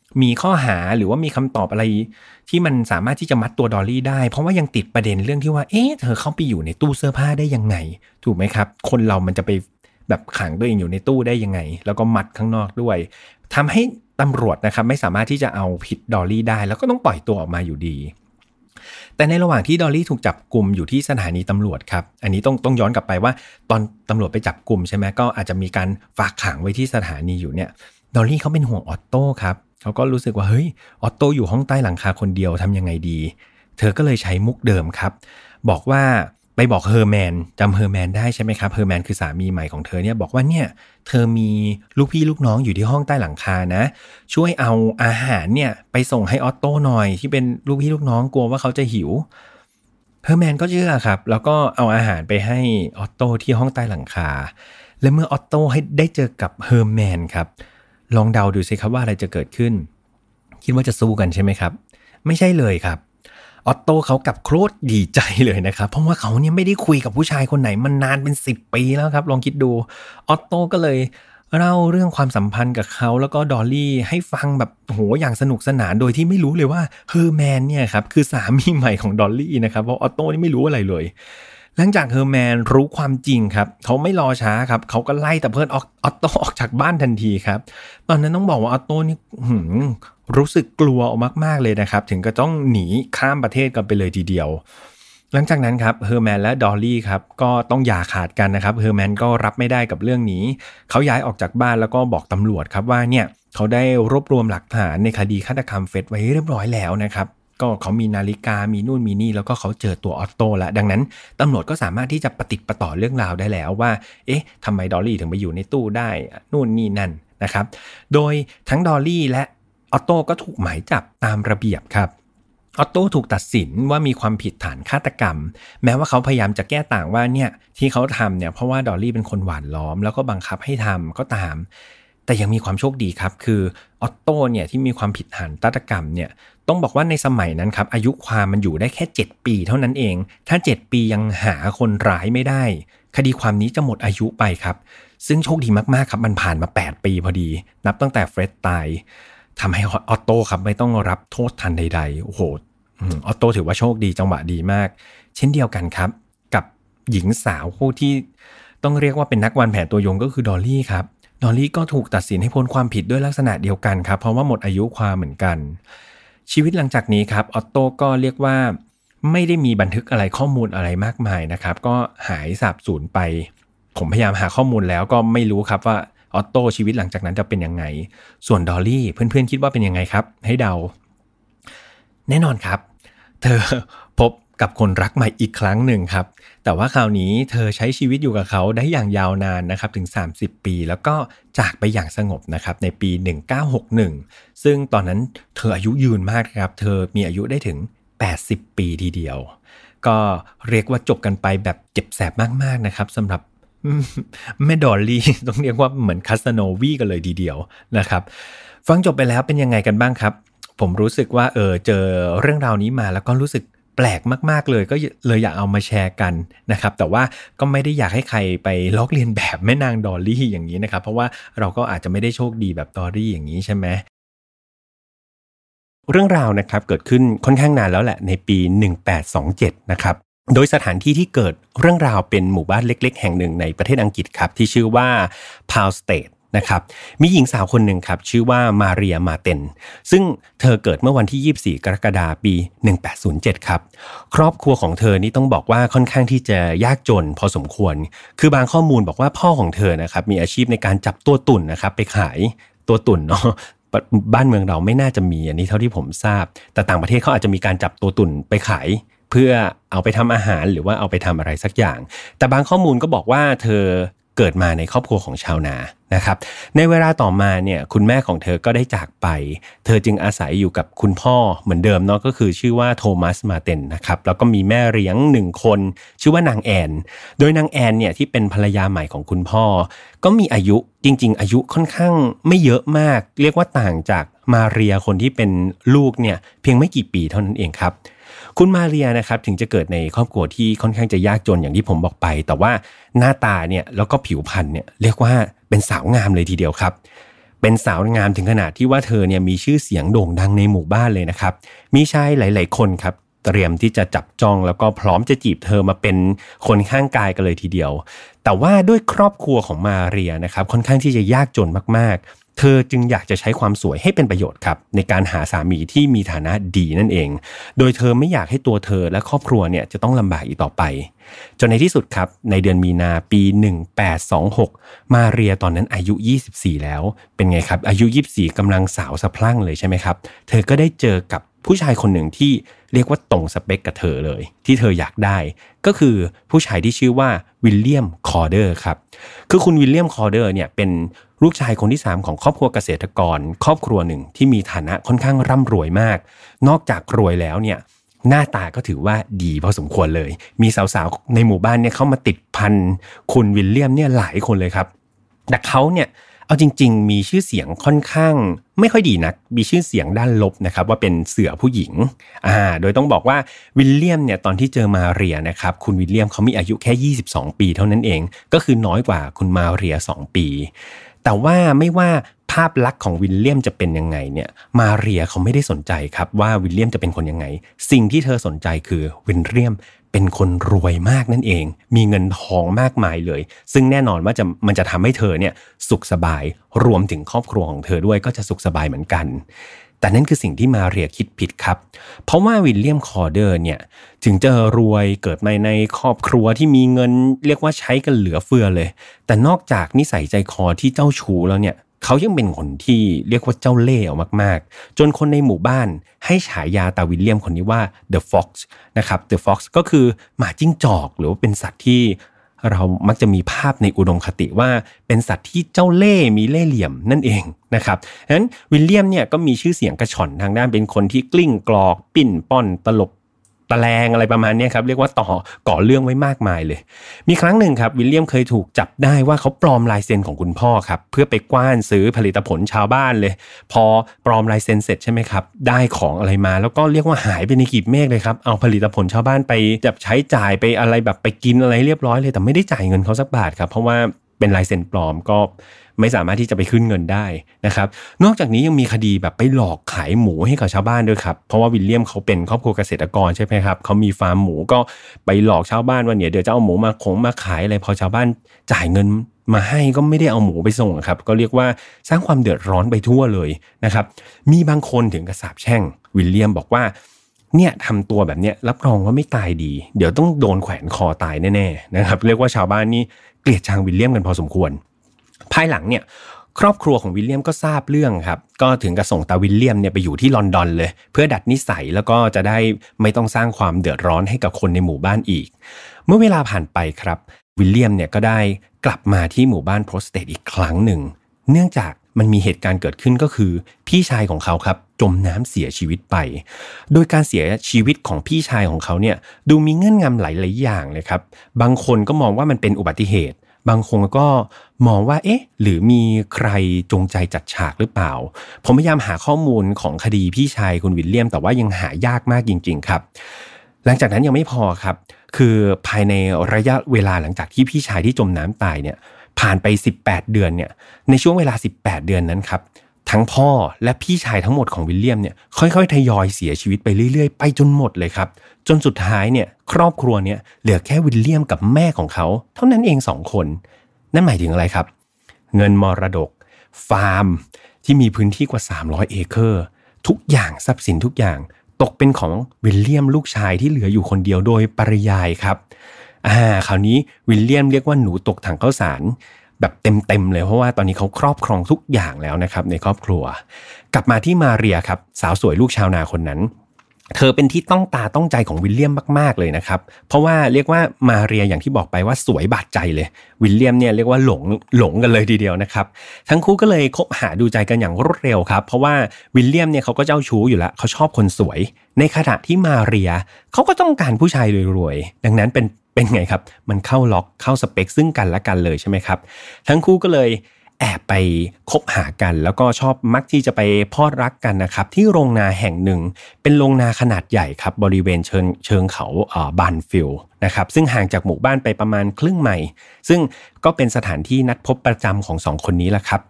มีข้อหาหรือว่ามีคำตอบอะไรที่มันสามารถที่จะมัดตัวดอลลี่ได้เพราะว่ายังติดประเด็นเรื่องที่ว่าเธอเข้าไปอยู่ในตู้เสื้อผ้าได้ยังไงถูกไหมครับคนเรามันจะไปแบบขังตัวเองอยู่ในตู้ได้ยังไงแล้วก็มัดข้างนอกด้วยทำให้ตำรวจนะครับไม่สามารถที่จะเอาผิดดอลลี่ได้แล้วก็ต้องปล่อยตัวออกมาอยู่ดีแต่ในระหว่างที่ดอลลี่ถูกจับกุมอยู่ที่สถานีตำรวจครับอันนี้ต้องย้อนกลับไปว่าตอนตำรวจไปจับกุมใช่ไหมก็อาจจะมีการฝากขังไว้ที่สถานีอยู่เนี่ยดอลลี่เขาเป็นห่วงออตโต้ครับเขาก็รู้สึกว่าเฮ้ยออตโต้อยู่ห้องใต้หลังคาคนเดียวทำยังไงดีเธอก็เลยใช้มุกเดิมครับบอกว่าไปบอกเฮอร์แมนจำเฮอร์แมนได้ใช่ไหมครับเฮอร์แมนคือสามีใหม่ของเธอเนี่ยบอกว่าเนี่ยเธอมีลูกพี่ลูกน้องอยู่ที่ห้องใต้หลังคานะช่วยเอาอาหารเนี่ยไปส่งให้ออตโต้หน่อยที่เป็นลูกพี่ลูกน้องกลัวว่าเขาจะหิวเฮอร์แมนก็เชื่อครับแล้วก็เอาอาหารไปให้ออตโต้ที่ห้องใต้หลังคาและเมื่อออตโต้ให้ได้เจอกับเฮอร์แมนครับลองเดาดูสิครับว่าอะไรจะเกิดขึ้นคิดว่าจะสู้กันใช่ไหมครับไม่ใช่เลยครับออตโต้เขากลับโคตรดีใจเลยนะครับเพราะว่าเขาเนี่ยไม่ได้คุยกับผู้ชายคนไหนมานานเป็น10 ปีแล้วครับลองคิดดูออตโต้ก็เลยเล่าเรื่องความสัมพันธ์กับเขาแล้วก็ดอลลี่ให้ฟังแบบโหอย่างสนุกสนานโดยที่ไม่รู้เลยว่าเฮอร์แมนเนี่ยครับคือสามีใหม่ของดอลลี่นะครับเพราะออตโต้นี่ไม่รู้อะไรเลยหลังจากเฮอร์แมนรู้ความจริงครับเขาไม่รอช้าครับเขาก็ไล่แต่เพื่อนออตโต้ออกจากบ้านทันทีครับตอนนั้นต้องบอกว่าออตโต้นี่รู้สึกกลัวมากๆเลยนะครับถึงก็ต้องหนีข้ามประเทศกันไปเลยทีเดียวหลังจากนั้นครับเฮอร์แมนและดอลลี่ครับก็ต้องอย่าขาดกันนะครับเฮอร์แมนก็รับไม่ได้กับเรื่องนี้เขาย้ายออกจากบ้านแล้วก็บอกตำรวจครับว่าเนี่ยเขาได้รวบรวมหลักฐานในคดีฆาตกรรมเฟร็ดไว้เรียบร้อยแล้วนะครับก็เขามีนาฬิกามีนู่นมีนี่แล้วก็เขาเจอตัวออตโต้แล้วดังนั้นตำรวจก็สามารถที่จะประติดประต่อเรื่องราวได้แล้วว่าทำไมดอลลี่ถึงไปอยู่ในตู้ได้นู่นนี่นั่นนะครับโดยทั้งดอลลี่และออตโต้ก็ถูกหมายจับตามระเบียบครับออตโต้ถูกตัดสินว่ามีความผิดฐานฆาตกรรมแม้ว่าเขาพยายามจะแก้ต่างว่าเนี่ยที่เขาทำเนี่ยเพราะว่าดอลลี่เป็นคนหวานล้อมแล้วก็บังคับให้ทำก็ตามแต่ยังมีความโชคดีครับคือออตโต้เนี่ยที่มีความผิดฐานฆาตกรรมเนี่ยต้องบอกว่าในสมัยนั้นครับอายุความมันอยู่ได้แค่7 ปีเท่านั้นเองถ้า7 ปียังหาคนร้ายไม่ได้คดีความนี้จะหมดอายุไปครับซึ่งโชคดีมากๆครับมันผ่านมา8 ปีพอดีนับตั้งแต่เฟร็ดตายทำให้ออตโต้ครับไม่ต้องรับโทษทันใดๆโอ้โหออตโต้ถือว่าโชคดีจังหวะดีมากเช่นเดียวกันครับกับหญิงสาวผู้ที่ต้องเรียกว่าเป็นนักวางแผนตัวยงก็คือดอลลี่ครับดอลลี่ก็ถูกตัดสินให้พ้นความผิดด้วยลักษณะเดียวกันครับเพราะว่าหมดอายุความเหมือนกันชีวิตหลังจากนี้ครับออตโต้ก็เรียกว่าไม่ได้มีบันทึกอะไรข้อมูลอะไรมากมายนะครับก็หายสาบสูญไปผมพยายามหาข้อมูลแล้วก็ไม่รู้ครับว่าออตโต้ชีวิตหลังจากนั้นจะเป็นยังไงส่วนดอลลี่เพื่อนๆคิดว่าเป็นยังไงครับให้เดาแน่นอนครับเธอพบกับคนรักใหม่อีกครั้งหนึ่งครับแต่ว่าคราวนี้เธอใช้ชีวิตอยู่กับเขาได้อย่างยาวนานนะครับถึง30 ปีแล้วก็จากไปอย่างสงบนะครับในปี1961ซึ่งตอนนั้นเธออายุยืนมากครับเธอมีอายุได้ถึง80 ปีทีเดียวก็เรียกว่าจบกันไปแบบเจ็บแสบมากๆนะครับสำหรับแม่ดอลลี่ต้องเรียกว่าเหมือนคาสโนวีกันเลยทีเดียวนะครับฟังจบไปแล้วเป็นยังไงกันบ้างครับผมรู้สึกว่าเจอเรื่องราวนี้มาแล้วก็รู้สึกแปลกมากๆเลยก็เลยอยากเอามาแชร์กันนะครับแต่ว่าก็ไม่ได้อยากให้ใครไปลอกเลียนแบบแม่นางดอลลี่อย่างนี้นะครับเพราะว่าเราก็อาจจะไม่ได้โชคดีแบบดอลลี่อย่างนี้ใช่ไหมเรื่องราวนะครับเกิดขึ้นค่อนข้างนานแล้วแหละในปี1827นะครับโดยสถานที่ที่เกิดเรื่องราวเป็นหมู่บ้านเล็กๆแห่งหนึ่งในประเทศอังกฤษครับที่ชื่อว่าพาวสเตทนะครับมีหญิงสาวคนหนึ่งครับชื่อว่ามาเรียมาเตนซึ่งเธอเกิดเมื่อวันที่24 กรกฎาคมปี1807ครับครอบครัวของเธอนี่ต้องบอกว่าค่อนข้างที่จะยากจนพอสมควรคือบางข้อมูลบอกว่าพ่อของเธอนะครับมีอาชีพในการจับตัวตุ่นนะครับไปขายตัวตุ่นเนาะบ้านเมืองเราไม่น่าจะมีอันนี้เท่าที่ผมทราบแต่ต่างประเทศเขาอาจจะมีการจับตัวตุ่นไปขายเพื่อเอาไปทำอาหารหรือว่าเอาไปทำอะไรสักอย่างแต่บางข้อมูลก็บอกว่าเธอเกิดมาในครอบครัวของชาวนานะครับในเวลาต่อมาเนี่ยคุณแม่ของเธอก็ได้จากไปเธอจึงอาศัยอยู่กับคุณพ่อเหมือนเดิมเนาะก็คือชื่อว่าโทมัสมาเตนนะครับแล้วก็มีแม่เลี้ยง1 คนชื่อว่านางแอนโดยนางแอนเนี่ยที่เป็นภรรยาใหม่ของคุณพ่อก็มีอายุจริงๆอายุค่อนข้างไม่เยอะมากเรียกว่าต่างจากมาเรียคนที่เป็นลูกเนี่ยเพียงไม่กี่ปีเท่านั้นเองครับคุณมาเรียนะครับถึงจะเกิดในครอบครัวที่ค่อนข้างจะยากจนอย่างที่ผมบอกไปแต่ว่าหน้าตาเนี่ยแล้วก็ผิวพรรณเนี่ยเรียกว่าเป็นสาวงามเลยทีเดียวครับเป็นสาวงามถึงขนาดที่ว่าเธอเนี่ยมีชื่อเสียงโด่งดังในหมู่บ้านเลยนะครับมีชายหลายๆคนครับเตรียมที่จะจับจ้องแล้วก็พร้อมจะจีบเธอมาเป็นคนข้างกายกันเลยทีเดียวแต่ว่าด้วยครอบครัวของมาเรียนะครับค่อนข้างที่จะยากจนมากๆเธอจึงอยากจะใช้ความสวยให้เป็นประโยชน์ครับในการหาสามีที่มีฐานะดีนั่นเองโดยเธอไม่อยากให้ตัวเธอและครอบครัวเนี่ยจะต้องลำบากอีกต่อไปจนในที่สุดครับในเดือนมีนาปี1826มาเรียตอนนั้นอายุ24แล้วเป็นไงครับอายุ24กำลังสาวสะพรั่งเลยใช่ไหมครับเธอก็ได้เจอกับผู้ชายคนหนึ่งที่เรียกว่าตรงสเปคกับเธอเลยที่เธออยากได้ก็คือผู้ชายที่ชื่อว่าวิลเลียมคอร์เดอร์ครับคือคุณวิลเลียมคอร์เดอร์เนี่ยเป็นลูกชายคนที่3ของครอบครัวเกษตรกรครอบครัวหนึ่งที่มีฐานะค่อนข้างร่ำรวยมากนอกจากรวยแล้วเนี่ยหน้าตาก็ถือว่าดีพอสมควรเลยมีสาวๆในหมู่บ้านเนี่ยเข้ามาติดพันคุณวิลเลียมเนี่ยหลายคนเลยครับแต่เขาเนี่ยเอาจริงๆมีชื่อเสียงค่อนข้างไม่ค่อยดีนักมีชื่อเสียงด้านลบนะครับว่าเป็นเสือผู้หญิงโดยต้องบอกว่าวิลเลียมเนี่ยตอนที่เจอมาเรียนะครับคุณวิลเลียมเขามีอายุแค่22ปีเท่านั้นเองก็คือน้อยกว่าคุณมาเรีย2ปีแต่ว่าไม่ว่าภาพลักษณ์ของวิลเลียมจะเป็นยังไงเนี่ยมาเรียเขาไม่ได้สนใจครับว่าวิลเลียมจะเป็นคนยังไงสิ่งที่เธอสนใจคือวิลเลียมเป็นคนรวยมากนั่นเองมีเงินทองมากมายเลยซึ่งแน่นอนว่ามันจะทำให้เธอเนี่ยสุขสบายรวมถึงครอบครัวของเธอด้วยก็จะสุขสบายเหมือนกันแต่นั่นคือสิ่งที่มาเรียคิดผิดครับเพราะว่าวิลเลียมคอร์เดอร์เนี่ยถึงจะรวยเกิดมาในครอบครัวที่มีเงินเรียกว่าใช้กันเหลือเฟือเลยแต่นอกจากนิสัยใจคอที่เจ้าชู้แล้วเนี่ยเขายังเป็นคนที่เรียกว่าเจ้าเล่ห์มากๆจนคนในหมู่บ้านให้ฉายาตาวิลเลียมคนนี้ว่า The Fox นะครับ The Fox ก็คือหมาจิ้งจอกหรือว่าเป็นสัตว์ที่เรามักจะมีภาพในอุดมคติว่าเป็นสัตว์ที่เจ้าเล่ห์มีเล่ห์เหลี่ยมนั่นเองนะครับฉะนั้นวิลเลียมเนี่ยก็มีชื่อเสียงกระฉ่อนทางด้านเป็นคนที่กลิ้งกลอกปิ้นป้อนตลบตะแลงอะไรประมาณนี้ครับเรียกว่าก่อเรื่องไว้มากมายเลยมีครั้งหนึ่งครับวิลเลียมเคยถูกจับได้ว่าเขาปลอมลายเซ็นของคุณพ่อครับเพื่อไปกว้านซื้อผลิตผลชาวบ้านเลยพอปลอมลายเซ็นเสร็จใช่ไหมครับได้ของอะไรมาแล้วก็เรียกว่าหายไปในกีบเมฆเลยครับเอาผลิตผลชาวบ้านไปจับใช้จ่ายไปอะไรแบบไปกินอะไรเรียบร้อยเลยแต่ไม่ได้จ่ายเงินเขาสักบาทครับเพราะว่าเป็นลายเซ็นปลอมก็ไม่สามารถที่จะไปขึ้นเงินได้นะครับนอกจากนี้ยังมีคดีแบบไปหลอกขายหมูให้กับชาวบ้านด้วยครับเพราะว่าวิลเลียมเขาเป็นครอบครัวเกษตรกรใช่ไหมครับเขามีฟาร์มหมูก็ไปหลอกชาวบ้านว่าเนี่ยเดี๋ยวจะเอาหมูมาขายอะไรพอชาวบ้านจ่ายเงินมาให้ก็ไม่ได้เอาหมูไปส่งครับก็เรียกว่าสร้างความเดือดร้อนไปทั่วเลยนะครับมีบางคนถึงกระสาบแช่งวิลเลียมบอกว่าเนี่ยทำตัวแบบเนี้ยรับรองว่าไม่ตายดีเดี๋ยวต้องโดนแขวนคอตายแน่ๆนะครับเรียกว่าชาวบ้านนี่เกลียดชังวิลเลียมกันพอสมควรภายหลังเนี่ยครอบครัวของวิลเลียมก็ทราบเรื่องครับก็ถึงกับส่งตาวิลเลียมเนี่ยไปอยู่ที่ลอนดอนเลยเพื่อดัดนิสัยแล้วก็จะได้ไม่ต้องสร้างความเดือดร้อนให้กับคนในหมู่บ้านอีกเมื่อเวลาผ่านไปครับวิลเลียมเนี่ยก็ได้กลับมาที่หมู่บ้านโพรสเตทอีกครั้งหนึ่งเนื่องจากมันมีเหตุการณ์เกิดขึ้นก็คือพี่ชายของเขาครับจมน้ำเสียชีวิตไปโดยการเสียชีวิตของพี่ชายของเขาเนี่ยดูมีเงื่อนงำหลายๆอย่างเลยครับบางคนก็มองว่ามันเป็นอุบัติเหตุบางคนก็มองว่าหรือมีใครจงใจจัดฉากหรือเปล่าผมพยายามหาข้อมูลของคดีพี่ชายคุณวิลเลียมแต่ว่ายังหายากมากจริงๆครับหลังจากนั้นยังไม่พอครับคือภายในระยะเวลาหลังจากที่พี่ชายที่จมน้ำตายเนี่ยผ่านไป18เดือนเนี่ยในช่วงเวลา18เดือนนั้นครับทั้งพ่อและพี่ชายทั้งหมดของวิลเลียมเนี่ยค่อยๆทยอยเสียชีวิตไปเรื่อยๆไปจนหมดเลยครับจนสุดท้ายเนี่ยครอบครัวเนี่ยเหลือแค่วิลเลียมกับแม่ของเขาเท่านั้นเอง2คนนั่นหมายถึงอะไรครับเงินมรดกฟาร์มที่มีพื้นที่กว่า300 เอเคอร์ทุกอย่างทรัพย์สินทุกอย่างตกเป็นของวิลเลียมลูกชายที่เหลืออยู่คนเดียวโดยปริยายครับคราวนี้วิลเลียมเรียกว่าหนูตกถังข้าวสารแบบเต็มเลยเพราะว่าตอนนี้เขาครอบครองทุกอย่างแล้วนะครับในครอบครัวกลับมาที่มาเรียครับสาวสวยลูกชาวนาคนนั้นเธอเป็นที่ต้องตาต้องใจของวิลเลียมมากๆเลยนะครับเพราะว่าเรียกว่ามาเรียอย่างที่บอกไปว่าสวยบาดใจเลยวิลเลียมเนี่ยเรียกว่าหลงกันเลยทีเดียวนะครับทั้งคู่ก็เลยคบหาดูใจกันอย่างรวดเร็วครับเพราะว่าวิลเลียมเนี่ยเขาก็เจ้าชู้อยู่แล้วเขาชอบคนสวยในขณะที่มาเรียเขาก็ต้องการผู้ชายรวยๆดังนั้นเป็นไงครับมันเข้าล็อกเข้าสเปคซึ่งกันและกันเลยใช่ไหมครับทั้งคู่ก็เลยแอบไปคบหากันแล้วก็ชอบมักที่จะไปพลอดรักกันนะครับที่โรงนาแห่งหนึ่งเป็นโรงนาขนาดใหญ่ครับบริเวณเชิงเขาบันฟิลด์นะครับซึ่งห่างจากหมู่บ้านไปประมาณครึ่งไมล์ซึ่งก็เป็นสถานที่นัดพบประจำของ2คนนี้แหละครับ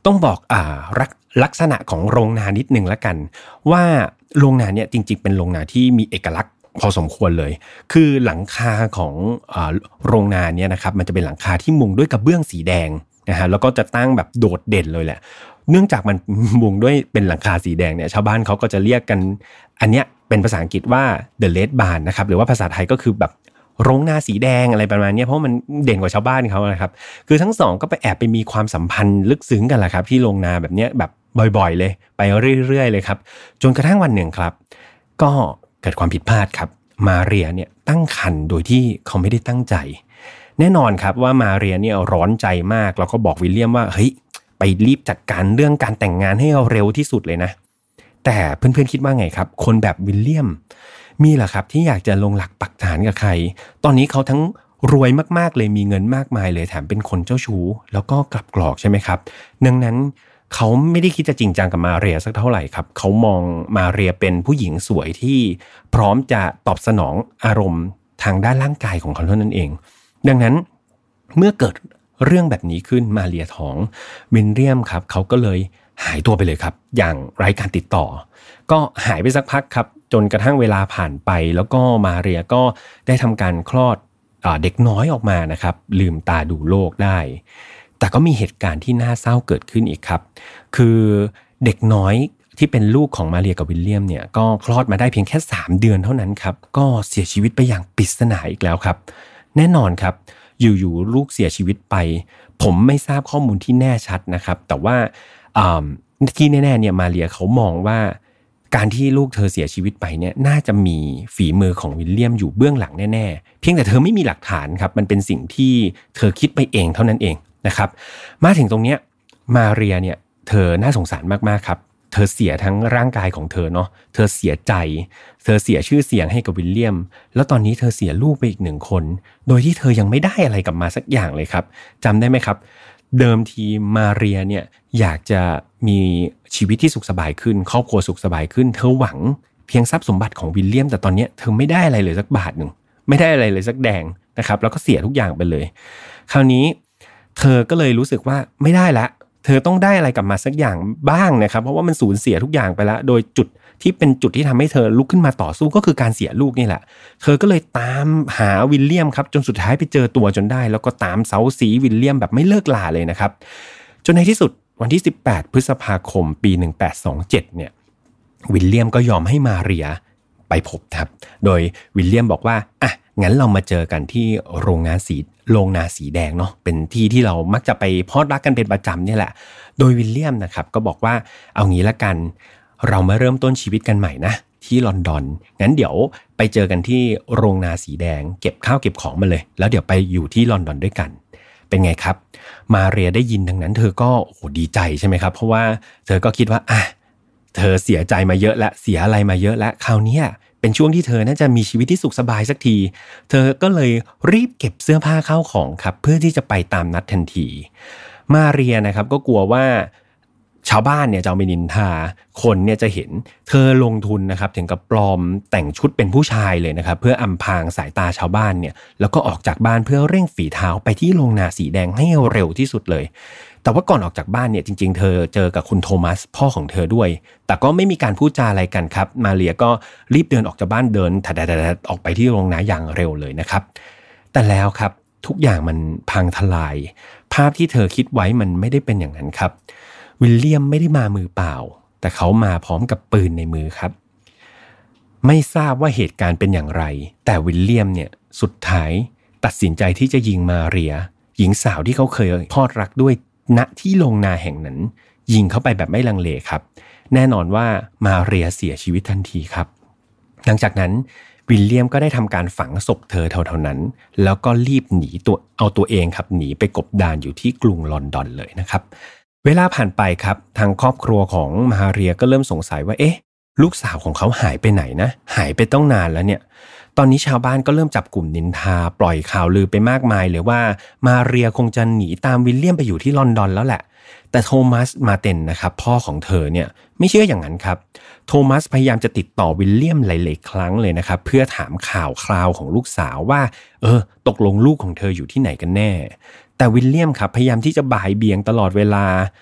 ต้องบอกลักษณะของโรงนานิดนึงละกันว่าโรงนาเนี่ยจริงๆเป็นโรงนาที่มีเอกลักษณ์พอสมควรเลยคือหลังคาของโรงนาเนี่ยนะครับมันจะเป็นหลังคาที่มุงด้วยกระเบื้องสีแดงนะฮะแล้วก็จะตั้งแบบโดดเด่นเลยแหละเนื่องจากมันมุงด้วยเป็นหลังคาสีแดงเนี่ยชาวบ้านเขาก็จะเรียกกันอันเนี้ยเป็นภาษาอังกฤษว่า the red barn นะครับหรือว่าภาษาไทยก็คือแบบโรงนาสีแดงอะไรประมาณนี้เพราะมันเด่นกว่าชาวบ้านเขานะครับคือทั้งสองก็ไปแอบไปมีความสัมพันธ์ลึกซึ้งกันแหละครับที่โรงนาแบบเนี้ยแบบบ่อยๆเลยไปเรื่อยๆเลยครับจนกระทั่งวันหนึ่งครับก็เกิดความผิดพลาดครับมาเรียเนี่ยตั้งครรภ์โดยที่เขาไม่ได้ตั้งใจแน่นอนครับว่ามาเรียเนี่ยร้อนใจมากแล้วก็บอกวิลเลียมว่าเฮ้ยไปรีบจัดการเรื่องการแต่งงานให้เร็วที่สุดเลยนะแต่เพื่อนๆคิดว่าไงครับคนแบบวิลเลียมมีเหรอครับที่อยากจะลงหลักปักฐานกับใครตอนนี้เขาทั้งรวยมากๆเลยมีเงินมากมายเลยแถมเป็นคนเจ้าชู้แล้วก็กลับกรอกใช่ไหมครับดังนั้นเขาไม่ได้คิดจะจริงจังกับมาเรียสักเท่าไหร่ครับเขามองมาเรียเป็นผู้หญิงสวยที่พร้อมจะตอบสนองอารมณ์ทางด้านร่างกายของเขาเท่านั้นเองดังนั้นเมื่อเกิดเรื่องแบบนี้ขึ้นมาเรียท้องวิลเลียมครับเขาก็เลยหายตัวไปเลยครับอย่างไร้การติดต่อก็หายไปสักพักครับจนกระทั่งเวลาผ่านไปแล้วก็มาเรียก็ได้ทำการคลอดเด็กน้อยออกมานะครับลืมตาดูโลกได้แต่ก็มีเหตุการณ์ที่น่าเศร้าเกิดขึ้นอีกครับคือเด็กน้อยที่เป็นลูกของมาเรียกับวิลเลียมเนี่ยก็คลอดมาได้เพียงแค่3เดือนเท่านั้นครับก็เสียชีวิตไปอย่างปริศนาอีกแล้วครับแน่นอนครับอยู่ๆลูกเสียชีวิตไปผมไม่ทราบข้อมูลที่แน่ชัดนะครับแต่ว่าที่แน่ๆเนี่ยมาเรียเขามองว่าการที่ลูกเธอเสียชีวิตไปเนี่ยน่าจะมีฝีมือของวิลเลียมอยู่เบื้องหลังแน่ๆเพียงแต่เธอไม่มีหลักฐานครับมันเป็นสิ่งที่เธอคิดไปเองเท่านั้นเองนะครับมาถึงตรงเนี้ยมาเรียเนี่ยเธอน่าสงสารมากๆครับเธอเสียทั้งร่างกายของเธอเนาะเธอเสียใจเธอเสียชื่อเสียงให้กับวิลเลียมแล้วตอนนี้เธอเสียลูกไปอีก1คนโดยที่เธอยังไม่ได้อะไรกลับมาสักอย่างเลยครับจำได้ไหมครับเดิมทีมาเรียเนี่ยอยากจะมีชีวิตที่สุขสบายขึ้นครอบครัวสุขสบายขึ้นเธอหวังเพียงทรัพย์สมบัติของวิลเลียมแต่ตอนนี้เธอไม่ได้อะไรเลยสักบาทนึงไม่ได้อะไรเลยสักแดงนะครับแล้วก็เสียทุกอย่างไปเลยคราวนี้เธอก็เลยรู้สึกว่าไม่ได้ละเธอต้องได้อะไรกลับมาสักอย่างบ้างนะครับเพราะว่ามันสูญเสียทุกอย่างไปแล้วโดยจุดที่เป็นจุดที่ทำให้เธอลุกขึ้นมาต่อสู้ก็คือการเสียลูกนี่แหละเธอก็เลยตามหาวิลเลียมครับจนสุดท้ายไปเจอตัวจนได้แล้วก็ตามเซ้าซีวิลเลียมแบบไม่เลิกลาเลยนะครับจนในที่สุดวันที่18พฤษภาคมปี1827เนี่ยวิลเลียมก็ยอมให้มาเรียไปพบครับโดยวิลเลียมบอกว่าอ่ะงั้นเรามาเจอกันที่โรงนาสีแดงเนาะเป็นที่ที่เรามักจะไปพลอดรักกันเป็นประจำเนี่ยแหละโดยวิลเลียมนะครับก็บอกว่าเอางี้ละกันเรามาเริ่มต้นชีวิตกันใหม่นะที่ลอนดอนงั้นเดี๋ยวไปเจอกันที่โรงนาสีแดงเก็บข้าวเก็บของมาเลยแล้วเดี๋ยวไปอยู่ที่ลอนดอนด้วยกันเป็นไงครับมาเรียได้ยินดังนั้นเธอก็โอ้โหดีใจใช่ไหมครับเพราะว่าเธอก็คิดว่าอ่ะเธอเสียใจมาเยอะแล้วเสียอะไรมาเยอะแล้วคราวนี้เป็นช่วงที่เธอน่าจะมีชีวิตที่สุขสบายสักทีเธอก็เลยรีบเก็บเสื้อผ้าเข้าของครับเพื่อที่จะไปตามนัดทันทีมาเรียนะครับก็กลัวว่าชาวบ้านเนี่ยจะเอาไปนินทาคนเนี่ยจะเห็นเธอลงทุนนะครับถึงกับปลอมแต่งชุดเป็นผู้ชายเลยนะครับเพื่ออำพรางสายตาชาวบ้านเนี่ยแล้วก็ออกจากบ้านเพื่อเร่งฝีเท้าไปที่โรงนาสีแดงให้เร็วที่สุดเลยแต่ว่าก่อนออกจากบ้านเนี่ยจริงๆเธอเจอกับคุณโทมัสพ่อของเธอด้วยแต่ก็ไม่มีการพูดจาอะไรกันครับมาเรียก็รีบเดินออกจากบ้านเดินถัดๆออกไปที่โรงนาอย่างเร็วเลยนะครับแต่แล้วครับทุกอย่างมันพังทลายภาพที่เธอคิดไว้มันไม่ได้เป็นอย่างนั้นครับวิลเลียมไม่ได้มามือเปล่าแต่เขามาพร้อมกับปืนในมือครับไม่ทราบว่าเหตุการณ์เป็นอย่างไรแต่วิลเลียมเนี่ยสุดท้ายตัดสินใจที่จะยิงมาเรียหญิงสาวที่เขาเคยพลอดรักด้วยณที่โรงนาแห่งนั้นยิงเข้าไปแบบไม่ลังเลครับแน่นอนว่ามาเรียเสียชีวิตทันทีครับหลังจากนั้นวิลเลียมก็ได้ทำการฝังศพเธอเท่านั้นแล้วก็รีบหนีเอาตัวเองครับหนีไปกบดานอยู่ที่กรุงลอนดอนเลยนะครับเวลาผ่านไปครับทางครอบครัวของมาเรียก็เริ่มสงสัยว่าเอ๊ะลูกสาวของเขาหายไปไหนนะหายไปต้องนานแล้วเนี่ยตอนนี้ชาวบ้านก็เริ่มจับกลุ่มนินทาปล่อยข่าวลือไปมากมายเลยว่ามาเรียคงจะหนีตามวิลเลียมไปอยู่ที่ลอนดอนแล้วแหละแต่โทมัสมาเตนนะครับพ่อของเธอเนี่ยไม่เชื่ออย่างนั้นครับโทมัสพยายามจะติดต่อวิลเลียมหลายๆครั้งเลยนะครับเพื่อถามข่าวคราวของลูกสาวว่าตกลงลูกของเธออยู่ที่ไหนกันแน่แต่วิลเลียมครับพยายามที่จะบ่ายเบี่ยงตลอดเวลา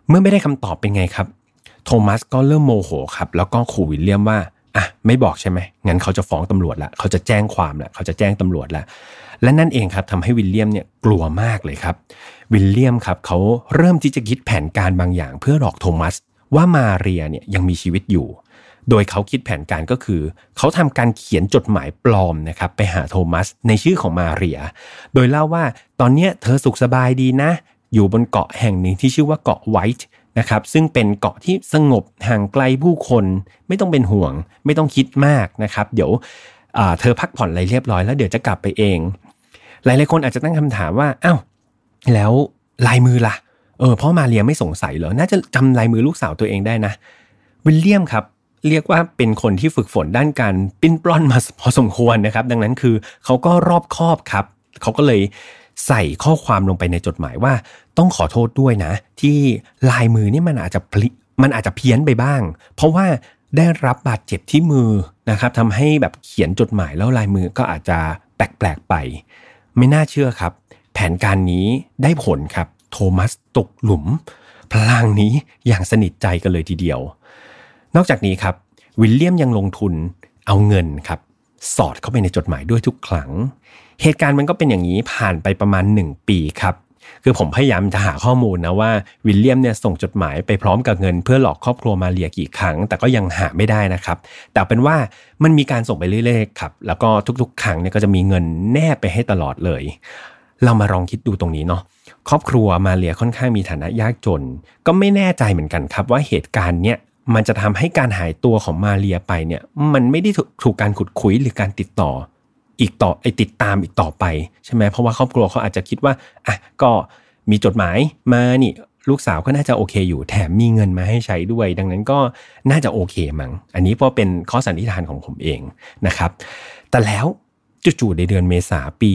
เมื่อไม่ได้คำตอบเป็นไงครับโทมัสก็เริ่มโมโหครับแล้วก็ขู่วิลเลียมว่าไม่บอกใช่ไหมงั้นเขาจะฟ้องตำรวจละเขาจะแจ้งความละเขาจะแจ้งตำรวจละและนั่นเองครับทำให้วิลเลียมเนี่ยกลัวมากเลยครับวิลเลียมครับเขาเริ่มที่จะคิดแผนการบางอย่างเพื่อหลอกโทมัสว่ามาเรียเนี่ยยังมีชีวิตอยู่โดยเขาคิดแผนการก็คือเขาทำการเขียนจดหมายปลอมนะครับไปหาโทมัสในชื่อของมาเรียโดยเล่าว่าตอนนี้เธอสุขสบายดีนะอยู่บนเกาะแห่งหนึ่งที่ชื่อว่าเกาะไวท์นะครับซึ่งเป็นเกาะที่สงบห่างไกลผู้คนไม่ต้องเป็นห่วงไม่ต้องคิดมากนะครับเดี๋ยวเธอพักผ่อนอะไรเรียบร้อยแล้วเดี๋ยวจะกลับไปเองหลายๆคนอาจจะตั้งคำถามว่าอ้าวแล้วลายมือล่ะเพราะมาเรียไม่สงสัยเหรอน่าจะจำลายมือลูกสาวตัวเองได้นะวิลเลียมครับเรียกว่าเป็นคนที่ฝึกฝนด้านการปิ้นปล้อนมาพอสมควรนะครับดังนั้นคือเขาก็รอบคอบครับเขาก็เลยใส่ข้อความลงไปในจดหมายว่าต้องขอโทษด้วยนะที่ลายมือนี่มันอาจจะเพี้ยนไปบ้างเพราะว่าได้รับบาดเจ็บที่มือนะครับทำให้แบบเขียนจดหมายแล้วลายมือก็อาจจะแปลกๆไปไม่น่าเชื่อครับแผนการนี้ได้ผลครับโทมัสตกหลุมพลางนี้อย่างสนิทใจกันเลยทีเดียวนอกจากนี้ครับวิลเลียมยังลงทุนเอาเงินครับสอดเข้าไปในจดหมายด้วยทุกครั้งเหตุการณ์มันก็เป็นอย่างนี้ผ่านไปประมาณ1 ปีครับคือผมพยายามจะหาข้อมูลนะว่าวิลเลียมเนี่ยส่งจดหมายไปพร้อมกับเงินเพื่อหลอกครอบครัวมาเรียกี่ครั้งแต่ก็ยังหาไม่ได้นะครับแต่เป็นว่ามันมีการส่งไปเรื่อยๆครับแล้วก็ทุกๆครั้งเนี่ยก็จะมีเงินแนบไปให้ตลอดเลยเรามาลองคิดดูตรงนี้เนาะครอบครัวมาเรียค่อนข้างมีฐานะยากจนก็ไม่แน่ใจเหมือนกันครับว่าเหตุการณ์เนี้ยมันจะทำให้การหายตัวของมาเรียไปเนี่ยมันไม่ได้ถูกการขุดคุยหรือการติดตามอีกต่อไปใช่ไหมเพราะว่าครอบครัวเขาอาจจะคิดว่าก็มีจดหมายมานี่ลูกสาวก็น่าจะโอเคอยู่แถมมีเงินมาให้ใช้ด้วยดังนั้นก็น่าจะโอเคมั้งอันนี้เพราะเป็นข้อสันนิษฐานของผมเองนะครับแต่แล้วจู่ๆในเดือนเมษายนปี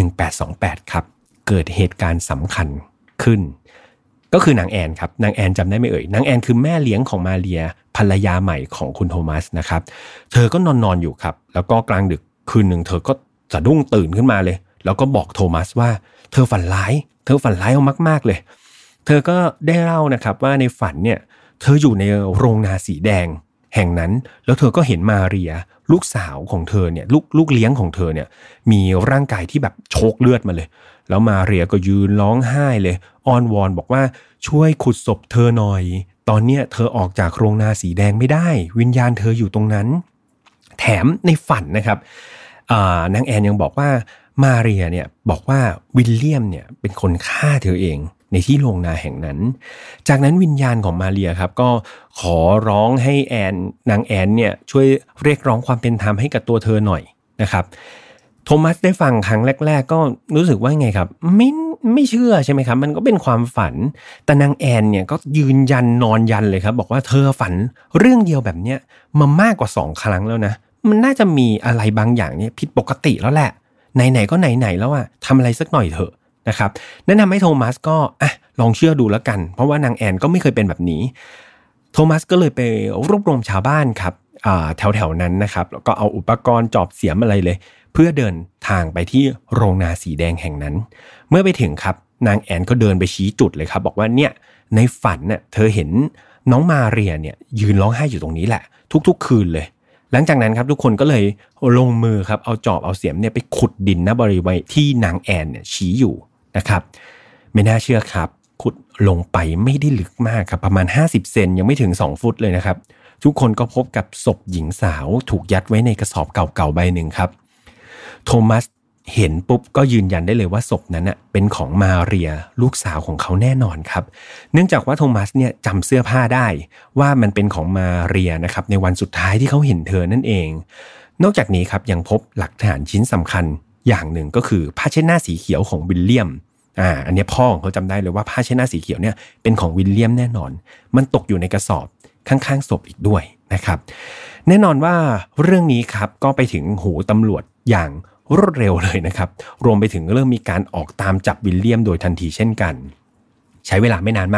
1828ครับเกิดเหตุการณ์สำคัญขึ้นก็คือนางแอนครับนางแอนจำได้ไหมเอ่ยนางแอนคือแม่เลี้ยงของมาเรียภรรยาใหม่ของคุณโทมัสนะครับเธอก็นอนอยู่ครับแล้วก็กลางดึกคืนหนึ่งเธอก็สะดุ้งตื่นขึ้นมาเลยแล้วก็บอกโทมัสว่าเธอฝันร้ายเอามากๆเลยเธอก็ได้เล่านะครับว่าในฝันเนี่ยเธออยู่ในโรงนาสีแดงแห่งนั้นแล้วเธอก็เห็นมาเรียลูกสาวของเธอเนี่ยลูกเลี้ยงของเธอเนี่ยมีร่างกายที่แบบโชกเลือดมาเลยแล้วมาเรียก็ยืนร้องไห้เลยอ้อนวอนบอกว่าช่วยขุดศพเธอหน่อยตอนเนี้ยเธอออกจากโรงนาสีแดงไม่ได้วิญญาณเธออยู่ตรงนั้นแถมในฝันนะครับนางแอนยังบอกว่ามาเรียเนี่ยบอกว่าวิลเลียมเนี่ยเป็นคนฆ่าเธอเองในที่โรงนาแห่งนั้นจากนั้นวิญญาณของมาเรียครับก็ขอร้องให้นางแอนเนี่ยช่วยเรียกร้องความเป็นธรรมให้กับตัวเธอหน่อยนะครับโทมัสได้ฟังครั้งแรกๆก็รู้สึกว่าไงครับไม่เชื่อใช่ไหมครับมันก็เป็นความฝันแต่นางแอนเนี่ยก็ยืนยันนอนยันเลยครับบอกว่าเธอฝันเรื่องเดียวแบบเนี้ยมามากกว่า2 ครั้งแล้วนะมันน่าจะมีอะไรบางอย่างเนี่ยผิดปกติแล้วแหละไหนๆก็ไหนๆแล้วอะทำอะไรสักหน่อยเถอะนะครับแนะนำให้โทมัสก็ลองเชื่อดูแล้วกันเพราะว่านางแอนก็ไม่เคยเป็นแบบนี้โทมัสก็เลยไปรวบรวมชาวบ้านครับแถวๆนั้นนะครับแล้วก็เอาอุปกรณ์จอบเสียมอะไรเลยเพื่อเดินทางไปที่โรงนาสีแดงแห่งนั้นเมื่อไปถึงครับนางแอนก็เดินไปชี้จุดเลยครับบอกว่าเนี่ยในฝันเนี่ยเธอเห็นน้องมาเรียเนี่ยยืนร้องไห้อยู่ตรงนี้แหละทุกๆคืนเลยหลังจากนั้นครับทุกคนก็เลยลงมือครับเอาจอบเอาเสียมเนี่ยไปขุดดินณบริเวณที่นางแอนเนี่ยชี้อยู่นะครับไม่น่าเชื่อครับขุดลงไปไม่ได้ลึกมากครับประมาณ50 เซนยังไม่ถึง2 ฟุตเลยนะครับทุกคนก็พบกับศพหญิงสาวถูกยัดไว้ในกระสอบเก่าๆใบหนึ่งครับโทมัสเห็นปุ๊บก็ยืนยันได้เลยว่าศพนั้นเป็นของมาเรียลูกสาวของเขาแน่นอนครับเนื่องจากว่าโทมัสเนี่ยจำเสื้อผ้าได้ว่ามันเป็นของมาเรียนะครับในวันสุดท้ายที่เขาเห็นเธอนั่นเองนอกจากนี้ครับยังพบหลักฐานชิ้นสำคัญอย่างหนึ่งก็คือผ้าเช็ดหน้าสีเขียวของวิลเลียมอันนี้พ่อของเขาจำได้เลยว่าผ้าเช็ดหน้าสีเขียวเนี่ยเป็นของวิลเลียมแน่นอนมันตกอยู่ในกระสอบข้างๆศพอีกด้วยนะครับแน่นอนว่าเรื่องนี้ครับก็ไปถึงหูตำรวจอย่างรวดเร็วเลยนะครับรวมไปถึงเริ่มมีการออกตามจับวิลเลียมโดยทันทีเช่นกันใช้เวลาไม่นานมาก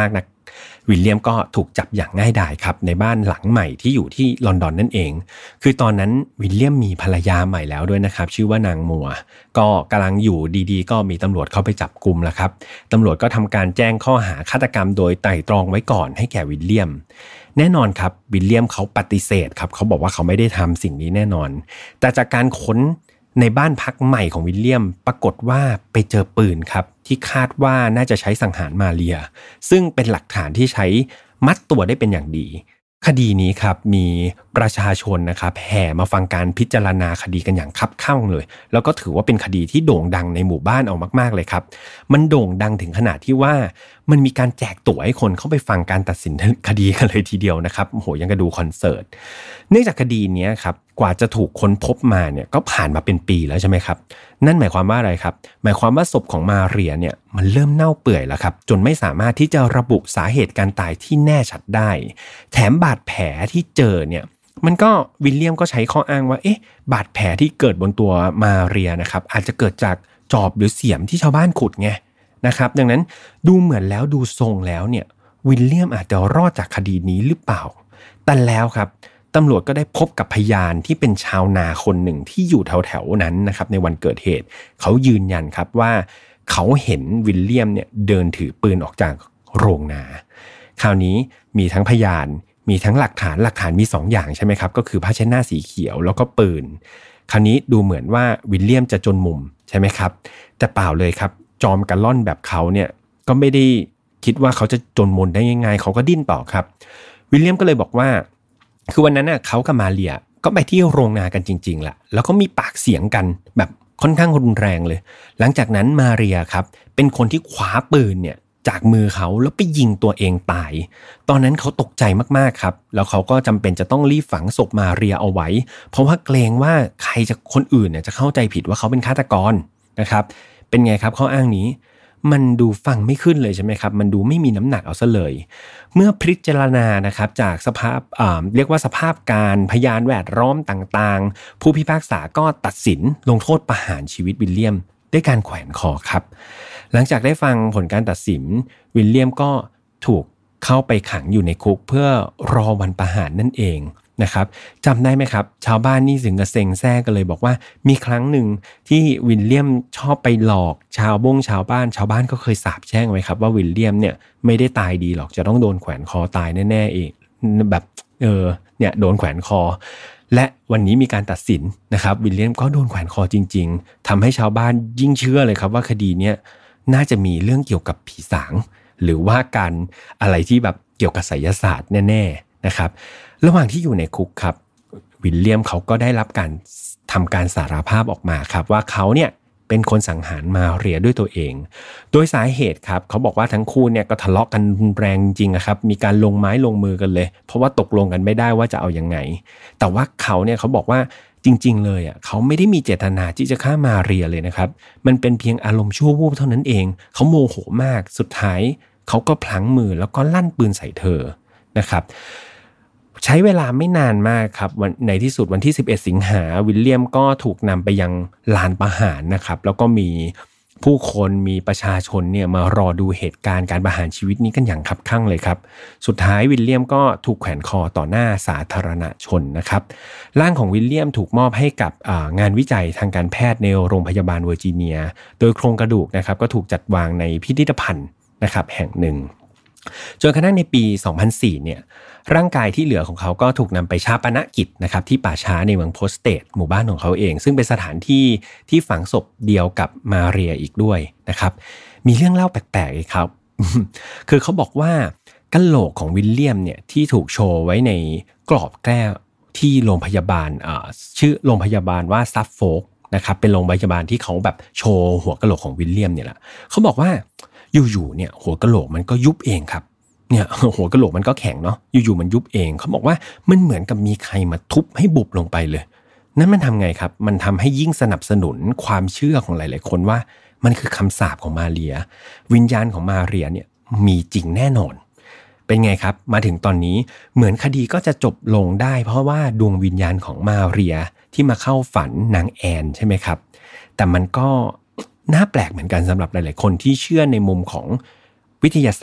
วิลเลียมก็ถูกจับอย่างง่ายดายครับในบ้านหลังใหม่ที่อยู่ที่ลอนดอนนั่นเองคือตอนนั้นวิลเลียมมีภรรยาใหม่แล้วด้วยนะครับชื่อว่านางมัวก็กำลังอยู่ดีๆก็มีตำรวจเข้าไปจับกุมแล้วครับตำรวจก็ทำการแจ้งข้อหาฆาตกรรมโดยไตร่ตรองไว้ก่อนให้แก่วิลเลียมแน่นอนครับวิลเลียมเขาปฏิเสธครับเขาบอกว่าเขาไม่ได้ทำสิ่งนี้แน่นอนแต่จากการค้นในบ้านพักใหม่ของวิลเลียมปรากฏว่าไปเจอปืนครับที่คาดว่าน่าจะใช้สังหารมาเรียซึ่งเป็นหลักฐานที่ใช้มัดตัวได้เป็นอย่างดีคดีนี้ครับมีประชาชนนะครับแห่มาฟังการพิจารณาคดีกันอย่างคับคั่งเลยแล้วก็ถือว่าเป็นคดีที่โด่งดังในหมู่บ้านเอามากๆเลยครับมันโด่งดังถึงขนาดที่ว่ามันมีการแจกตั๋วให้คนเข้าไปฟังการตัดสินคดีกันเลยทีเดียวนะครับโหยังกับดูคอนเสิร์ตเนื่องจากคดีนี้ครับกว่าจะถูกค้นพบมาเนี่ยก็ผ่านมาเป็นปีแล้วใช่ไหมครับนั่นหมายความว่าอะไรครับหมายความว่าศพของมาเรียเนี่ยมันเริ่มเน่าเปื่อยแล้วครับจนไม่สามารถที่จะระบุสาเหตุการตายที่แน่ชัดได้แถมบาดแผลที่เจอเนี่ยมันก็วิลเลียมก็ใช้ข้ออ้างว่าบาดแผลที่เกิดบนตัวมาเรียนะครับอาจจะเกิดจากจอบหรือเสียมที่ชาวบ้านขุดไงนะครับดังนั้นดูเหมือนแล้วดูทรงแล้วเนี่ยวิลเลียมอาจจะรอดจากคดีนี้หรือเปล่าแต่แล้วครับตำรวจก็ได้พบกับพยานที่เป็นชาวนาคนหนึ่งที่อยู่แถวๆนั้นนะครับในวันเกิดเหตุเขายืนยันครับว่าเขาเห็นวิลเลียมเนี่ยเดินถือปืนออกจากโรงนาคราวนี้มีทั้งพยานมีทั้งหลักฐานมี2 อย่างใช่ไหมครับก็คือผ้าเช็ดหน้าสีเขียวแล้วก็ปืนคราวนี้ดูเหมือนว่าวิลเลียมจะจนมุมใช่ไหมครับแต่เปล่าเลยครับจอมกะล่อนแบบเขาเนี่ยก็ไม่ได้คิดว่าเขาจะจนมุมได้ง่ายๆเขาก็ดิ้นต่อครับวิลเลียมก็เลยบอกว่าคือวันนั้นน่ะเขากับมาเรียก็ไปที่โรงนากันจริงๆแหละแล้วก็มีปากเสียงกันแบบค่อนข้างรุนแรงเลยหลังจากนั้นมาเรียครับเป็นคนที่คว้าปืนเนี่ยจากมือเขาแล้วไปยิงตัวเองตายตอนนั้นเขาตกใจมากๆครับแล้วเขาก็จำเป็นจะต้องรีบฝังศพมาเรียเอาไว้เพราะว่าเกรงว่าใครจะคนอื่นเนี่ยจะเข้าใจผิดว่าเขาเป็นฆาตกรนะครับเป็นไงครับข้ออ้างนี้มันดูฟังไม่ขึ้นเลยใช่ไหมครับมันดูไม่มีน้ำหนักเอาซะเลยเมื่อพิจารณานะครับจากสภาพเรียกว่าสภาพการพยานแวดล้อมต่างๆผู้พิพากษาก็ตัดสินลงโทษประหารชีวิตวิลเลียมด้วยการแขวนคอครับหลังจากได้ฟังผลการตัดสินวิลเลียมก็ถูกเข้าไปขังอยู่ในคุกเพื่อรอวันประหารนั่นเองนะครับจำได้ไหมครับชาวบ้านนี่ถึงกับเซ็งแซ่กันเลยบอกว่ามีครั้งหนึ่งที่วิลเลียมชอบไปหลอกชาวบ้านก็เคยสาปแช่งไว้ครับว่าวิลเลียมเนี่ยไม่ได้ตายดีหรอกจะต้องโดนแขวนคอตายแน่ๆเองแบบเนี่ยโดนแขวนคอและวันนี้มีการตัดสินนะครับวิลเลียมก็โดนแขวนคอจริงๆทำให้ชาวบ้านยิ่งเชื่อเลยครับว่าคดีเนี้ยน่าจะมีเรื่องเกี่ยวกับผีสางหรือว่าการอะไรที่แบบเกี่ยวกับไสยศาสตร์แน่ๆนะครับระหว่างที่อยู่ในคุกครับวิลเลียมเขาก็ได้รับการทำการสารภาพออกมาครับว่าเขาเนี่ยเป็นคนสังหารมาเรียด้วยตัวเองโดยสาเหตุครับเขาบอกว่าทั้งคู่เนี่ยก็ทะเลาะกันแรงจริงนะครับมีการลงไม้ลงมือกันเลยเพราะว่าตกลงกันไม่ได้ว่าจะเอายังไงแต่ว่าเขาเนี่ยเขาบอกว่าจริงๆเลยเขาไม่ได้มีเจตนาที่จะฆ่ามาเรียเลยนะครับมันเป็นเพียงอารมณ์ชั่ววูบเท่านั้นเองเขาโมโหมากสุดท้ายเขาก็พลั้งมือแล้วก็ลั่นปืนใส่เธอนะครับใช้เวลาไม่นานมากครับในที่สุดวันที่11สิงหาวิลเลียมก็ถูกนำไปยังลานประหารนะครับแล้วก็มีผู้คนมีประชาชนเนี่ยมารอดูเหตุการณ์การประหารชีวิตนี้กันอย่างคับคั่งเลยครับสุดท้ายวิลเลียมก็ถูกแขวนคอต่อหน้าสาธารณชนนะครับร่างของวิลเลียมถูกมอบให้กับงานวิจัยทางการแพทย์ในโรงพยาบาลเวอร์จิเนียโดยโครงกระดูกนะครับก็ถูกจัดวางในพิพิธภัณฑ์นะครับแห่งหนึ่งจนกระทั่งในปี 2004 เนี่ยร่างกายที่เหลือของเขาก็ถูกนำไปฌาปนกิจนะครับที่ป่าช้าในเมืองโพสเตดหมู่บ้านของเขาเองซึ่งเป็นสถานที่ที่ฝังศพเดียวกับมาเรียอีกด้วยนะครับมีเรื่องเล่าแปลกๆอีกครับ คือเขาบอกว่ากะโหลกของวิลเลียมเนี่ยที่ถูกโชว์ไว้ในกรอบแก้วที่โรงพยาบาลชื่อโรงพยาบาลว่าซัฟโฟกนะครับเป็นโรงพยาบาลที่เขาแบบโชว์หัวกะโหลกของวิลเลียมเนี่ยแหละเขาบอกว่าอยู่ๆเนี่ยหัวกะโหลกมันก็ยุบเองครับเนี่ยหัวกะโหลกมันก็แข็งเนาะอยู่ๆมันยุบเองเขาบอกว่ามันเหมือนกับมีใครมาทุบให้บุบลงไปเลยนั่นมันทำไงครับมันทำให้ยิ่งสนับสนุนความเชื่อของหลายๆคนว่ามันคือคำสาปของมาเรียวิญญาณของมาเรียเนี่ยมีจริงแน่นอนเป็นไงครับมาถึงตอนนี้เหมือนคดีก็จะจบลงได้เพราะว่าดวงวิญญาณของมาเรียที่มาเข้าฝันนางแอนใช่ไหมครับแต่มันก็น่าแปลกเหมือนกันสำหรับหลายๆคนที่เชื่อในมุมของวิทยาศาสตร์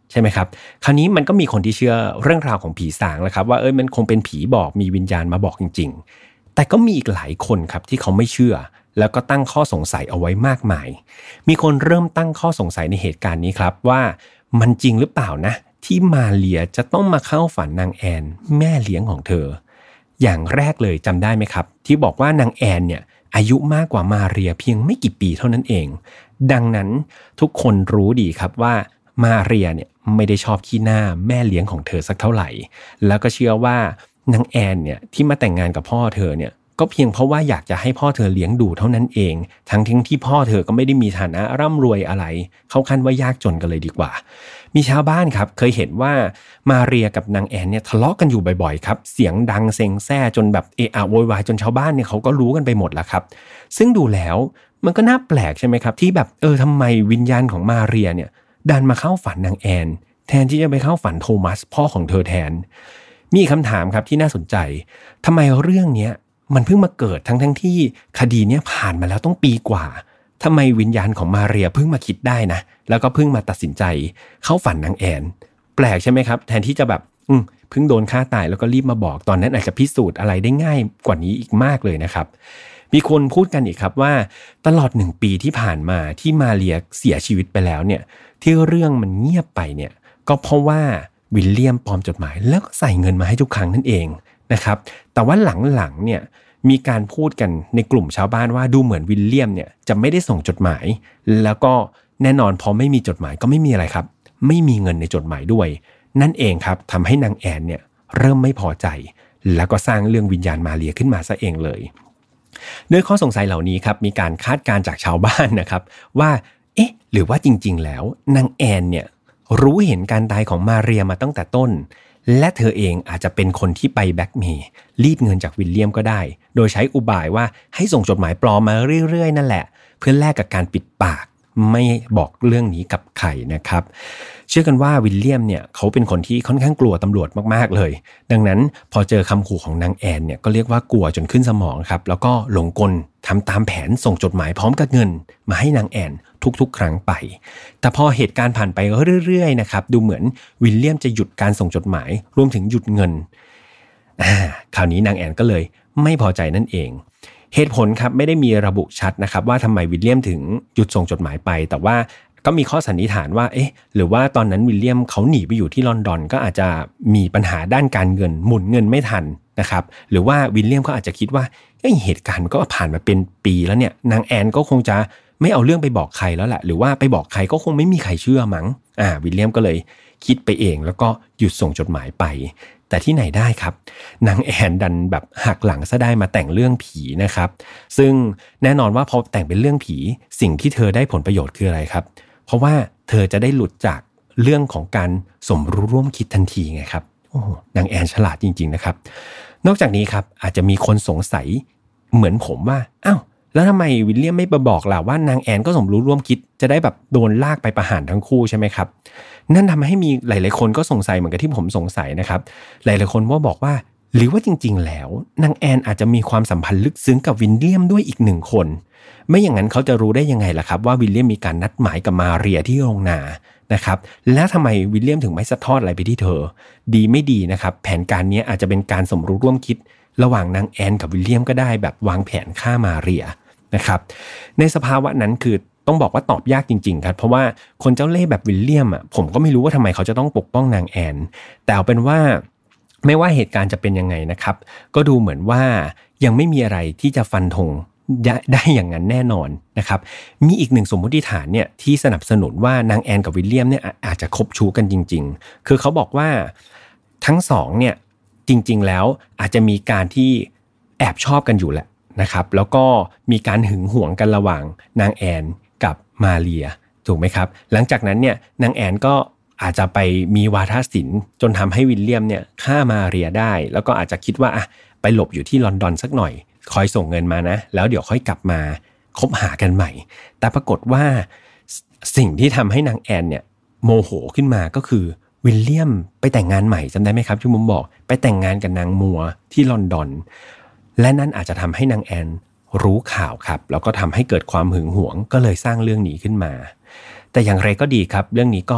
ใช่ไหมครับคราวนี้มันก็มีคนที่เชื่อเรื่องราวของผีสางแล้วครับว่ามันคงเป็นผีบอกมีวิญญาณมาบอกจริงๆแต่ก็มีอีกหลายคนครับที่เขาไม่เชื่อแล้วก็ตั้งข้อสงสัยเอาไว้มากมายมีคนเริ่มตั้งข้อสงสัยในเหตุการณ์นี้ครับว่ามันจริงหรือเปล่านะที่มาเรียจะต้องมาเข้าฝันนางแอนแม่เลี้ยงของเธออย่างแรกเลยจำได้ไหมครับที่บอกว่านางแอนเนี่ยอายุมากกว่ามาเรียเพียงไม่กี่ปีเท่านั้นเองดังนั้นทุกคนรู้ดีครับว่ามาเรียเนี่ยไม่ได้ชอบขี้หน้าแม่เลี้ยงของเธอสักเท่าไหร่แล้วก็เชื่อว่านางแอนเนี่ยที่มาแต่งงานกับพ่อเธอเนี่ยก็เพียงเพราะว่าอยากจะให้พ่อเธอเลี้ยงดูเท่านั้นเองทั้งที่พ่อเธอก็ไม่ได้มีฐานะร่ำรวยอะไรเข้าขั้นว่ายากจนกันเลยดีกว่ามีชาวบ้านครับเคยเห็นว่ามาเรียกับนางแอนเนี่ยทะเลาะกันอยู่บ่อยๆครับเสียงดังเซ็งแซ่จนแบบเอะอะโวยวายจนชาวบ้านเนี่ยเขาก็รู้กันไปหมดแล้วครับซึ่งดูแล้วมันก็น่าแปลกใช่ไหมครับที่แบบทำไมวิญญาณของมาเรียเนี่ยดันมาเข้าฝันนางแอนแทนที่จะไปเข้าฝันโทมัสพ่อของเธอแทนมีคำถามครับที่น่าสนใจทำไมเรื่องนี้มันเพิ่งมาเกิดทั้งที่คดีนี้ผ่านมาแล้วต้องปีกว่าทำไมวิญญาณของมาเรียเพิ่งมาคิดได้นะแล้วก็เพิ่งมาตัดสินใจเข้าฝันนางแอนแปลกใช่ไหมครับแทนที่จะแบบเพิ่งโดนฆ่าตายแล้วก็รีบมาบอกตอนนั้นอาจจะพิสูจน์อะไรได้ง่ายกว่านี้อีกมากเลยนะครับมีคนพูดกันอีกครับว่าตลอด1 ปีที่ผ่านมาที่มาเรียเสียชีวิตไปแล้วเนี่ยที่เรื่องมันเงียบไปเนี่ยก็เพราะว่าวิลเลียมปลอมจดหมายแล้วก็ใส่เงินมาให้ทุกครั้งนั่นเองนะครับแต่ว่าหลังๆเนี่ยมีการพูดกันในกลุ่มชาวบ้านว่าดูเหมือนวิลเลียมเนี่ยจะไม่ได้ส่งจดหมายแล้วก็แน่นอนพอไม่มีจดหมายก็ไม่มีอะไรครับไม่มีเงินในจดหมายด้วยนั่นเองครับทำให้นางแอนเนี่ยเริ่มไม่พอใจแล้วก็สร้างเรื่องวิญญาณมาเรียขึ้นมาซะเองเลยด้วยข้อสงสัยเหล่านี้ครับมีการคาดการณ์จากชาวบ้านนะครับว่าหรือว่าจริงๆแล้วนางแอนเนี่ยรู้เห็นการตายของมาเรียมาตั้งแต่ต้นและเธอเองอาจจะเป็นคนที่ไปแบล็กเมย์รีดเงินจากวิลเลียมก็ได้โดยใช้อุบายว่าให้ส่งจดหมายปลอมมาเรื่อยๆนั่นแหละเพื่อแลกกับการปิดปากไม่บอกเรื่องนี้กับใครนะครับเชื่อกันว่าวิลเลียมเนี่ยเขาเป็นคนที่ค่อนข้างกลัวตำรวจมากๆเลยดังนั้นพอเจอคำขู่ของนางแอนเนี่ยก็เรียกว่ากลัวจนขึ้นสมองครับแล้วก็หลงกลทำตามแผนส่งจดหมายพร้อมกับเงินมาให้นางแอนทุกๆครั้งไปแต่พอเหตุการณ์ผ่านไปเรื่อยๆนะครับดูเหมือนวิลเลียมจะหยุดการส่งจดหมายรวมถึงหยุดเงินคราวนี้นางแอนก็เลยไม่พอใจนั่นเองเหตุผลครับไม่ได้มีระบุชัดนะครับว่าทำไมวิลเลียมถึงหยุดส่งจดหมายไปแต่ว่าก็มีข้อสันนิษฐานว่าหรือว่าตอนนั้นวิลเลียมเขาหนีไปอยู่ที่ลอนดอนก็อาจจะมีปัญหาด้านการเงินหมุนเงินไม่ทันนะครับหรือว่าวิลเลียมเขาอาจจะคิดว่าเหตุการณ์มันก็ผ่านมาเป็นปีแล้วเนี่ยนางแอนก็คงจะไม่เอาเรื่องไปบอกใครแล้วแหละหรือว่าไปบอกใครก็คงไม่มีใครเชื่อมั้งวิลเลียมก็เลยคิดไปเองแล้วก็หยุดส่งจดหมายไปแต่ที่ไหนได้ครับนางแอนดันแบบหักหลังซะได้มาแต่งเรื่องผีนะครับซึ่งแน่นอนว่าพอแต่งเป็นเรื่องผีสิ่งที่เธอได้ผลประโยชน์คืออะไรครับเพราะว่าเธอจะได้หลุดจากเรื่องของการสมรู้ร่วมคิดทันทีไงครับโอ้นางแอนฉลาดจริงๆนะครับนอกจากนี้ครับอาจจะมีคนสงสัยเหมือนผมว่าแล้วทำไมวิลเลียมไม่ไปบอกล่ะว่านางแอนก็สมรู้ร่วมคิดจะได้แบบโดนลากไปประหารทั้งคู่ใช่ไหมครับนั่นทำให้มีหลายๆคนก็สงสัยเหมือนกับที่ผมสงสัยนะครับหลายๆคนว่าบอกว่าหรือว่าจริงๆแล้วนางแอนอาจจะมีความสัมพันธ์ลึกซึ้งกับวิลเลียมด้วยอีก1 คนไม่อย่างนั้นเขาจะรู้ได้ยังไงล่ะครับว่าวิลเลียมมีการนัดหมายกับมาเรียที่โรงนานะครับแล้วทำไมวิลเลียมถึงไม่สะทอดอะไรไปที่เธอดีไม่ดีนะครับแผนการนี้อาจจะเป็นการสมรู้ร่วมคิดระหว่างนางแอนกับวิลเลียมก็ได้แบบวางแผนฆ่ามาเรียนะครับในสภาวะนั้นคือต้องบอกว่าตอบยากจริงๆครับเพราะว่าคนเจ้าเล่ห์แบบวิลเลียมผมก็ไม่รู้ว่าทำไมเขาจะต้องปกป้องนางแอนแต่เอาเป็นว่าไม่ว่าเหตุการณ์จะเป็นยังไงนะครับก็ดูเหมือนว่ายังไม่มีอะไรที่จะฟันธงได้อย่างนั้นแน่นอนนะครับมีอีก1สมมติฐานเนี่ยที่สนับสนุนว่านางแอนกับวิลเลียมเนี่ยอาจจะคบชู้กันจริงๆคือเขาบอกว่าทั้ง2เนี่ยจริงๆแล้วอาจจะมีการที่แอบชอบกันอยู่แหละนะครับแล้วก็มีการหึงหวงกันระหว่างนางแอนกับมาเรียถูกไหมครับหลังจากนั้นเนี่ยนางแอนก็อาจจะไปมีวาทศิลป์จนทำให้วิลเลียมเนี่ยฆ่ามาเรียได้แล้วก็อาจจะคิดว่าไปหลบอยู่ที่ลอนดอนสักหน่อยคอยส่งเงินมานะแล้วเดี๋ยวค่อยกลับมาคบหากันใหม่แต่ปรากฏว่าสิ่งที่ทำให้นางแอนเนี่ยโมโหขึ้นมาก็คือวิลเลียมไปแต่งงานใหม่จำได้ไหมครับที่ผมบอกไปแต่งงานกับนางมัวที่ลอนดอนและนั่นอาจจะทำให้นางแอนรู้ข่าวครับแล้วก็ทำให้เกิดความหึงหวงก็เลยสร้างเรื่องนี้ขึ้นมาแต่อย่างไรก็ดีครับเรื่องนี้ก็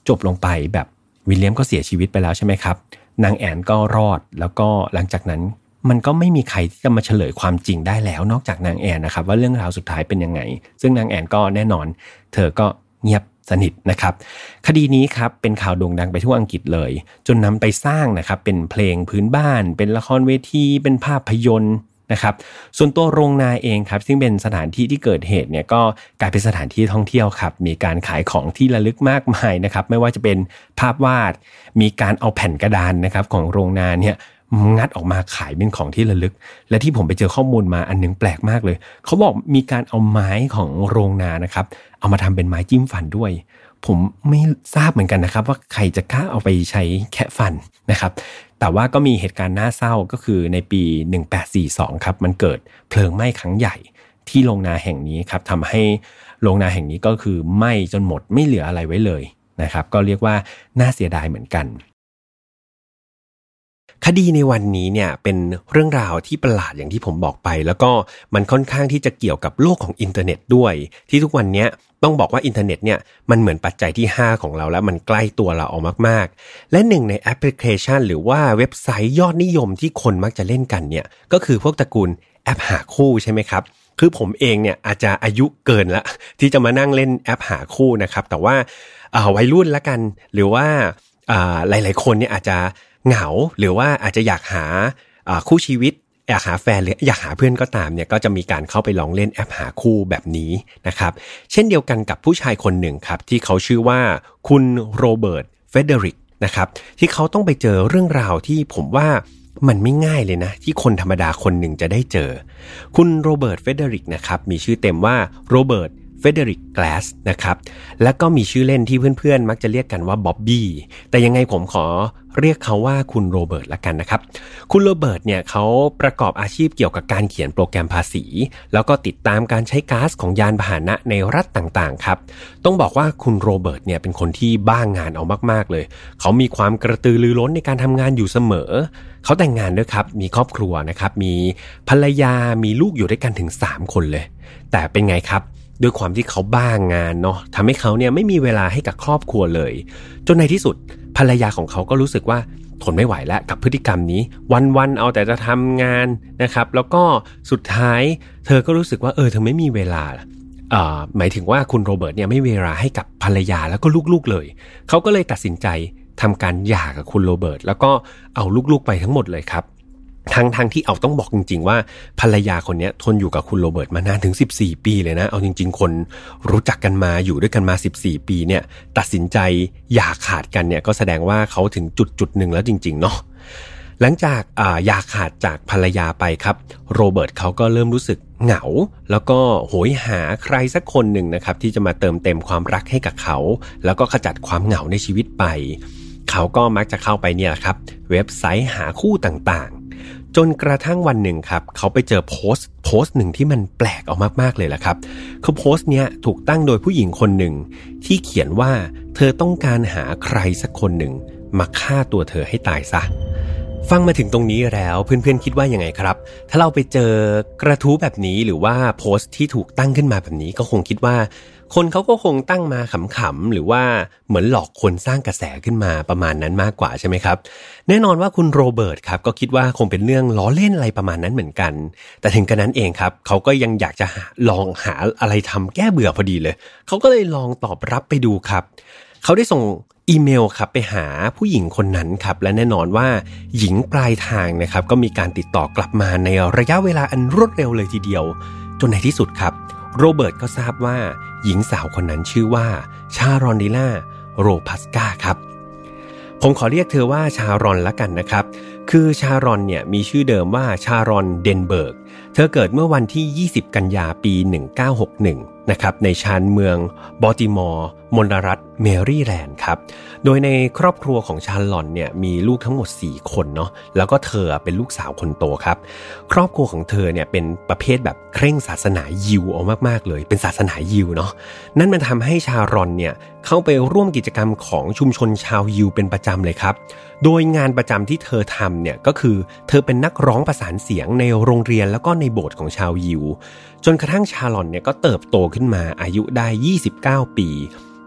จบลงไปแบบวิลเลียมก็เสียชีวิตไปแล้วใช่ไหมครับนางแอนก็รอดแล้วก็หลังจากนั้นมันก็ไม่มีใครที่จะมาเฉลยความจริงได้แล้วนอกจากนางแอนนะครับว่าเรื่องราวสุดท้ายเป็นยังไงซึ่งนางแอนก็แน่นอนเธอก็เงียบสนิทนะครับคดีนี้ครับเป็นข่าวโด่งดังไปทั่วอังกฤษเลยจนนำไปสร้างนะครับเป็นเพลงพื้นบ้านเป็นละครเวทีเป็นภาพยนตร์นะครับส่วนตัวโรงนาเองครับซึ่งเป็นสถานที่ที่เกิดเหตุเนี่ยก็กลายเป็นสถานที่ท่องเที่ยวครับมีการขายของที่ระลึกมากมายนะครับไม่ว่าจะเป็นภาพวาดมีการเอาแผ่นกระดานนะครับของโรงนาเนี่ยงัดออกมาขายเป็นของที่ระลึกและที่ผมไปเจอข้อมูลมาอันนึงแปลกมากเลยเขาบอกมีการเอาไม้ของโรงนานะครับเอามาทำเป็นไม้จิ้มฟันด้วยผมไม่ทราบเหมือนกันนะครับว่าใครจะกล้าเอาไปใช้แคะฟันนะครับแต่ว่าก็มีเหตุการณ์น่าเศร้าก็คือในปี1842ครับมันเกิดเพลิงไหม้ครั้งใหญ่ที่โรงนาแห่งนี้ครับทำให้โรงนาแห่งนี้ก็คือไหม้จนหมดไม่เหลืออะไรไว้เลยนะครับก็เรียกว่าน่าเสียดายเหมือนกันคดีในวันนี้เนี่ยเป็นเรื่องราวที่ประหลาดอย่างที่ผมบอกไปแล้วก็มันค่อนข้างที่จะเกี่ยวกับโลกของอินเทอร์เน็ตด้วยที่ทุกวันนี้ต้องบอกว่าอินเทอร์เน็ตเนี่ยมันเหมือนปัจจัยที่5ของเราแล้วมันใกล้ตัวเราออกมากๆและหนึ่งในแอปพลิเคชันหรือว่าเว็บไซต์ยอดนิยมที่คนมักจะเล่นกันเนี่ยก็คือพวกตระกูลแอปหาคู่ใช่ไหมครับคือผมเองเนี่ยอาจจะอายุเกินละที่จะมานั่งเล่นแอปหาคู่นะครับแต่ว่าวัยรุ่นละกันหรือว่าหลายๆคนเนี่ยอาจจะเหงาหรือว่าอาจจะอยากหาคู่ชีวิตอยากหาแฟนหรืออยากหาเพื่อนก็ตามเนี่ยก็จะมีการเข้าไปลองเล่นแอปหาคู่แบบนี้นะครับเช่นเดียวกันกับผู้ชายคนหนึ่งครับที่เขาชื่อว่าคุณโรเบิร์ตเฟเดริกนะครับที่เขาต้องไปเจอเรื่องราวที่ผมว่ามันไม่ง่ายเลยนะที่คนธรรมดาคนหนึ่งจะได้เจอคุณโรเบิร์ตเฟเดริกนะครับมีชื่อเต็มว่าโรเบิร์ตเฟเดริกแกลสนะครับแล้วก็มีชื่อเล่นที่เพื่อนๆมักจะเรียกกันว่าบ๊อบบี้แต่ยังไงผมขอเรียกเขาว่าคุณโรเบิร์ตละกันนะครับคุณโรเบิร์ตเนี่ยเขาประกอบอาชีพเกี่ยวกับการเขียนโปรแกรมภาษีแล้วก็ติดตามการใช้ก๊าซของยานพาหนะในรัฐต่างๆครับต้องบอกว่าคุณโรเบิร์ตเนี่ยเป็นคนที่บ้างานเอามากๆเลยเขามีความกระตือรือร้นในการทำงานอยู่เสมอเขาแต่งงานด้วยครับมีครอบครัวนะครับมีภรรยามีลูกอยู่ด้วยกันถึง3คนเลยแต่เป็นไงครับด้วยความที่เขาบ้างงานเนาะทำให้เขาเนี่ยไม่มีเวลาให้กับครอบครัวเลยจนในที่สุดภรรยาของเขาก็รู้สึกว่าทนไม่ไหวแล้วกับพฤติกรรมนี้วันๆเอาแต่จะทำงานนะครับแล้วก็สุดท้ายเธอก็รู้สึกว่าเธอไม่มีเวลาหมายถึงว่าคุณโรเบิร์ตเนี่ยไม่มีเวลาให้กับภรรยาแล้วก็ลูกๆเลยเขาก็เลยตัดสินใจทำการหย่ากับคุณโรเบิร์ตแล้วก็เอาลูกๆไปทั้งหมดเลยครับทั้งที่เอาต้องบอกจริงๆว่าภรรยาคนนี้ทนอยู่กับคุณโรเบิร์ตมานานถึง14ปีเลยนะเอาจริงๆคนรู้จักกันมาอยู่ด้วยกันมา14ปีเนี่ยตัดสินใจหย่าขาดกันเนี่ยก็แสดงว่าเขาถึงจุดหนึ่งแล้วจริงๆเนาะหลังจากหย่าขาดจากภรรยาไปครับโรเบิร์ตเขาก็เริ่มรู้สึกเหงาแล้วก็โหยหาใครสักคนหนึ่งนะครับที่จะมาเติมเต็มความรักให้กับเขาแล้วก็ขจัดความเหงาในชีวิตไปเขาก็มักจะเข้าไปเนี่ยครับเว็บไซต์หาคู่ต่างๆจนกระทั่งวันหนึ่งครับเขาไปเจอโพสต์หนึ่งที่มันแปลกออกมากๆเลยล่ะครับคือโพสต์เนี้ยถูกตั้งโดยผู้หญิงคนหนึ่งที่เขียนว่าเธอต้องการหาใครสักคนหนึ่งมาฆ่าตัวเธอให้ตายซะฟังมาถึงตรงนี้แล้วเพื่อนๆคิดว่ายังไงครับถ้าเราไปเจอกระทู้แบบนี้หรือว่าโพสต์ที่ถูกตั้งขึ้นมาแบบนี้ก็คงคิดว่าคนเขาก็คงตั้งมาขำๆหรือว่าเหมือนหลอกคนสร้างกระแสขึ้นมาประมาณนั้นมากกว่าใช่ไหมครับแน่นอนว่าคุณโรเบิร์ตครับก็คิดว่าคงเป็นเรื่องล้อเล่นอะไรประมาณนั้นเหมือนกันแต่ถึงกระนั้นเองครับเขาก็ยังอยากจะลองหาอะไรทำแก้เบื่อพอดีเลยเขาก็เลยลองตอบรับไปดูครับเขาได้ส่งอีเมลครับไปหาผู้หญิงคนนั้นครับและแน่นอนว่าหญิงปลายทางนะครับก็มีการติดต่อกลับมาในระยะเวลาอันรวดเร็วเลยทีเดียวจนในที่สุดครับโรเบิร์ตก็ทราบว่าหญิงสาวคนนั้นชื่อว่าชารอนดิล่าโรพัสกาครับผมขอเรียกเธอว่าชารอนละกันนะครับคือชารอนเนี่ยมีชื่อเดิมว่าชารอนเดนเบิร์กเธอเกิดเมื่อวันที่20กันยาปี1961นะครับในชานเมืองบอลติมอร์มณฑลรัฐแมรี่แลนด์ครับโดยในครอบครัวของชาร์ลอนเนี่ยมีลูกทั้งหมด4คนเนาะแล้วก็เธอเป็นลูกสาวคนโตครับครอบครัวของเธอเนี่ยเป็นประเภทแบบเคร่งศาสนายิวเอามากๆเลยเป็นศาสนายิวเนาะนั่นมันทำให้ชาร์ลอนเนี่ยเข้าไปร่วมกิจกรรมของชุมชนชาวยิวเป็นประจำเลยครับโดยงานประจำที่เธอทำเนี่ยก็คือเธอเป็นนักร้องประสานเสียงในโรงเรียนแล้วก็ในโบสถ์ของชาวยิวจนกระทั่งชาร์ลอนเนี่ยก็เติบโตขึ้นมาอายุได้29ปีเธ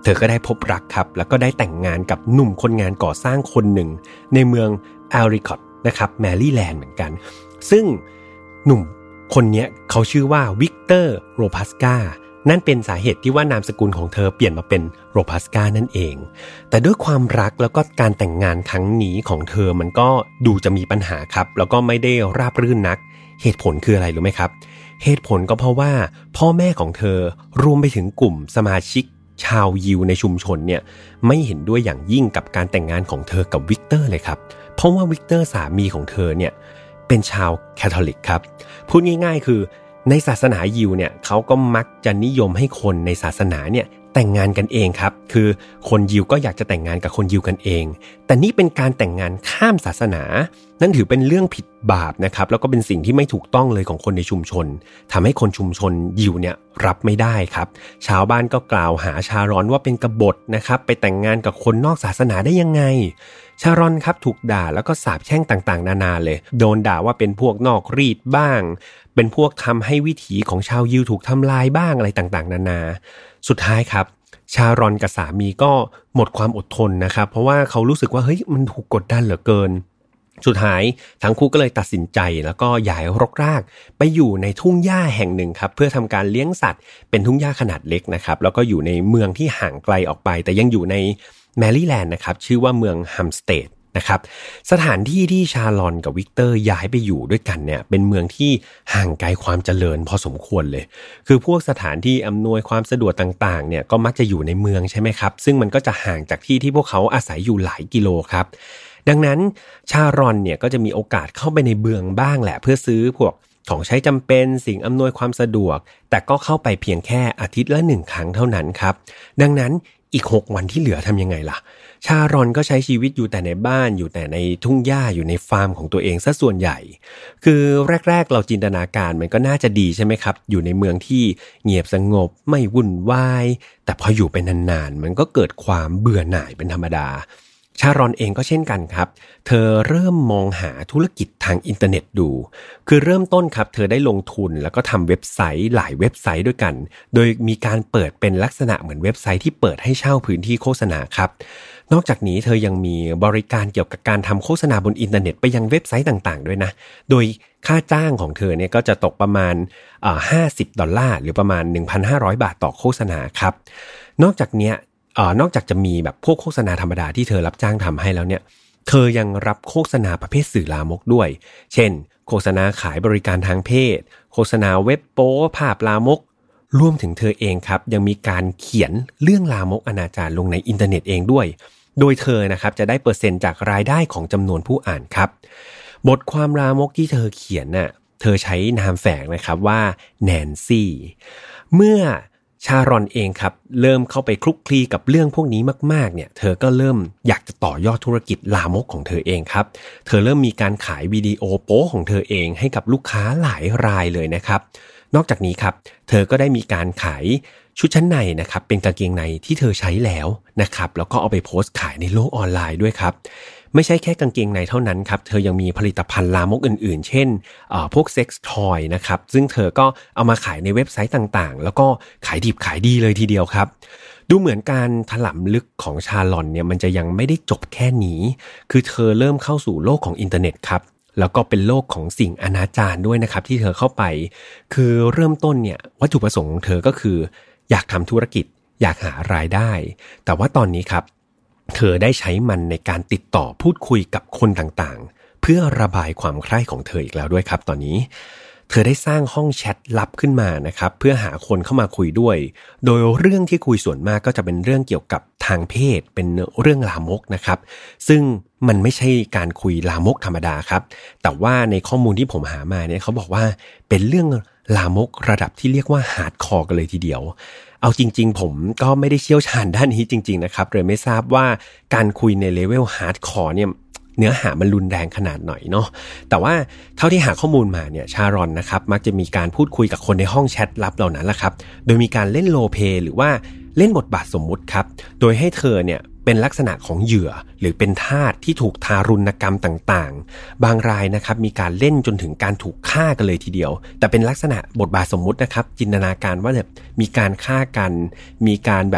อก็ได้พบรักครับแล้วก็ได้แต่งงานกับหนุ่มคนงานก่อสร้างคนหนึ่งในเมืองแอริคอตนะครับแมรี่แลนด์เหมือนกันซึ่งหนุ่มคนนี้เขาชื่อว่าวิกเตอร์โรพัสกานั่นเป็นสาเหตุที่ว่านามสกุลของเธอเปลี่ยนมาเป็นโรพัสกานั่นเองแต่ด้วยความรักแล้วก็การแต่งงานครั้งนี้ของเธอมันก็ดูจะมีปัญหาครับแล้วก็ไม่ได้ราบรื่นนักเหตุผลคืออะไรรู้ไหมครับเหตุผลก็เพราะว่าพ่อแม่ของเธอรวมไปถึงกลุ่มสมาชิกชาวยิวในชุมชนเนี่ยไม่เห็นด้วยอย่างยิ่งกับการแต่งงานของเธอกับวิกเตอร์เลยครับเพราะว่าวิกเตอร์สามีของเธอเนี่ยเป็นชาวแคทอลิกครับพูดง่ายๆคือในศาสนายิวเนี่ยเขาก็มักจะนิยมให้คนในศาสนาเนี่ยแต่งงานกันเองครับคือคนยิวก็อยากจะแต่งงานกับคนยิวกันเองแต่นี่เป็นการแต่งงานข้ามศาสนานั่นถือเป็นเรื่องผิดบาปนะครับแล้วก็เป็นสิ่งที่ไม่ถูกต้องเลยของคนในชุมชนทำให้คนชุมชนยิวเนี่ยรับไม่ได้ครับชาวบ้านก็กล่าวหาชารอนว่าเป็นกบฏนะครับไปแต่งงานกับคนนอกศาสนาได้ยังไงชารอนครับถูกด่าแล้วก็สาปแช่งต่างๆนานาเลยโดนด่าว่าเป็นพวกนอกรีดบ้างเป็นพวกทำให้วิถีของชาวยิวถูกทำลายบ้างอะไรต่างๆนานาสุดท้ายครับชารอนกับสามีก็หมดความอดทนนะครับเพราะว่าเขารู้สึกว่าเฮ้ยมันถูกกดดันเหลือเกินสุดท้ายทั้งคู่ก็เลยตัดสินใจแล้วก็ย้ายรกรากไปอยู่ในทุ่งหญ้าแห่งหนึ่งครับเพื่อทำการเลี้ยงสัตว์เป็นทุ่งหญ้าขนาดเล็กนะครับแล้วก็อยู่ในเมืองที่ห่างไกลออกไปแต่ยังอยู่ในแมรี่แลนด์นะครับชื่อว่าเมืองฮัมสเตดนะครับสถานที่ที่ชาลอนกับวิกเตอร์ย้ายไปอยู่ด้วยกันเนี่ยเป็นเมืองที่ห่างไกลความเจริญพอสมควรเลยคือพวกสถานที่อำนวยความสะดวกต่างๆเนี่ยก็มักจะอยู่ในเมืองใช่ไหมครับซึ่งมันก็จะห่างจากที่พวกเขาอาศัยอยู่หลายกิโลครับดังนั้นชารอนเนี่ยก็จะมีโอกาสเข้าไปในเมืองบ้างแหละเพื่อซื้อพวกของใช้จำเป็นสิ่งอำนวยความสะดวกแต่ก็เข้าไปเพียงแค่อาทิตย์ละ1 ครั้งเท่านั้นครับดังนั้นอีก6 วันที่เหลือทำยังไงล่ะชารอนก็ใช้ชีวิตอยู่แต่ในบ้านอยู่แต่ในทุ่งหญ้าอยู่ในฟาร์มของตัวเองซะส่วนใหญ่คือแรกๆเราจินตนาการมันก็น่าจะดีใช่ไหมครับอยู่ในเมืองที่เงียบสงบไม่วุ่นวายแต่พออยู่ไปนานๆมันก็เกิดความเบื่อหน่ายเป็นธรรมดาชารอนเองก็เช่นกันครับเธอเริ่มมองหาธุรกิจทางอินเทอร์เน็ตดูคือเริ่มต้นครับเธอได้ลงทุนแล้วก็ทำเว็บไซต์หลายเว็บไซต์ด้วยกันโดยมีการเปิดเป็นลักษณะเหมือนเว็บไซต์ที่เปิดให้เช่าพื้นที่โฆษณาครับนอกจากนี้เธอยังมีบริการเกี่ยวกับการทำโฆษณาบนอินเทอร์เน็ตไปยังเว็บไซต์ต่างๆด้วยนะโดยค่าจ้างของเธอเนี่ยก็จะตกประมาณ$50หรือประมาณ 1,500 บาทต่อโฆษณาครับนอกจากจะมีแบบพวกโฆษณาธรรมดาที่เธอรับจ้างทำให้แล้วเนี่ยเธอยังรับโฆษณาประเภทสื่อลามกด้วยเช่นโฆษณาขายบริการทางเพศโฆษณาเว็บโป๊ภาพลามกรวมถึงเธอเองครับยังมีการเขียนเรื่องลามกอนาจารลงในอินเทอร์เน็ตเองด้วยโดยเธอนะครับจะได้เปอร์เซ็นต์จากรายได้ของจำนวนผู้อ่านครับบทความลามกที่เธอเขียนน่ะเธอใช้นามแฝงนะครับว่าแนนซี่เมื่อชารอนเองครับเริ่มเข้าไปคลุกคลีกับเรื่องพวกนี้มากๆเนี่ยเธอก็เริ่มอยากจะต่อยอดธุรกิจลามกของเธอเองครับเธอเริ่มมีการขายวิดีโอโป๊ของเธอเองให้กับลูกค้าหลายรายเลยนะครับนอกจากนี้ครับเธอก็ได้มีการขายชุดชั้นในนะครับเป็นกางเกงในที่เธอใช้แล้วนะครับแล้วก็เอาไปโพสต์ขายในโลกออนไลน์ด้วยครับไม่ใช่แค่กางเกงในเท่านั้นครับเธอยังมีผลิตภัณฑ์ลามกอื่นๆเช่นพวกเซ็กส์ทอยนะครับซึ่งเธอก็เอามาขายในเว็บไซต์ต่างๆแล้วก็ขายดิบขายดีเลยทีเดียวครับดูเหมือนการถลำลึกของชาลอนเนี่ยมันจะยังไม่ได้จบแค่นี้คือเธอเริ่มเข้าสู่โลกของอินเทอร์เน็ตครับแล้วก็เป็นโลกของสิ่งอนาจารด้วยนะครับที่เธอเข้าไปคือเริ่มต้นเนี่ยวัตถุประสงค์ของเธอก็คืออยากทำธุรกิจอยากหารายได้แต่ว่าตอนนี้ครับเธอได้ใช้มันในการติดต่อพูดคุยกับคนต่างๆเพื่อระบายความใคร่ของเธออีกแล้วด้วยครับตอนนี้เธอได้สร้างห้องแชทลับขึ้นมานะครับเพื่อหาคนเข้ามาคุยด้วยโดยเรื่องที่คุยส่วนมากก็จะเป็นเรื่องเกี่ยวกับทางเพศเป็นเรื่องลามกนะครับซึ่งมันไม่ใช่การคุยลามกธรรมดาครับแต่ว่าในข้อมูลที่ผมหามาเนี่ยเขาบอกว่าเป็นเรื่องลามกระดับที่เรียกว่าฮาร์ดคอร์กันเลยทีเดียวเอาจริงๆผมก็ไม่ได้เชี่ยวชาญด้านนี้จริงๆนะครับเลยไม่ทราบว่าการคุยในเลเวลฮาร์ดคอร์เนี่ยเนื้อหามันรุนแรงขนาดไหนเนาะแต่ว่าเท่าที่หาข้อมูลมาเนี่ยชารอนนะครับมักจะมีการพูดคุยกับคนในห้องแชทลับเหล่านั้นแหละครับโดยมีการเล่นโรลเพลย์หรือว่าเล่นบทบาทสมมุติครับโดยให้เธอเนี่ยเป็นลักษณะของเหยื่อหรือเป็นทาสที่ถูกทารุณกรรมต่างๆบางรายนะครับมีการเล่นจนถึงการถูกฆ่ากันเลยทีเดียวแต่เป็นลักษณะบทบาทสมมุตินะครับจินตนาการว่าแบบมีการฆ่ากันมีการแบบ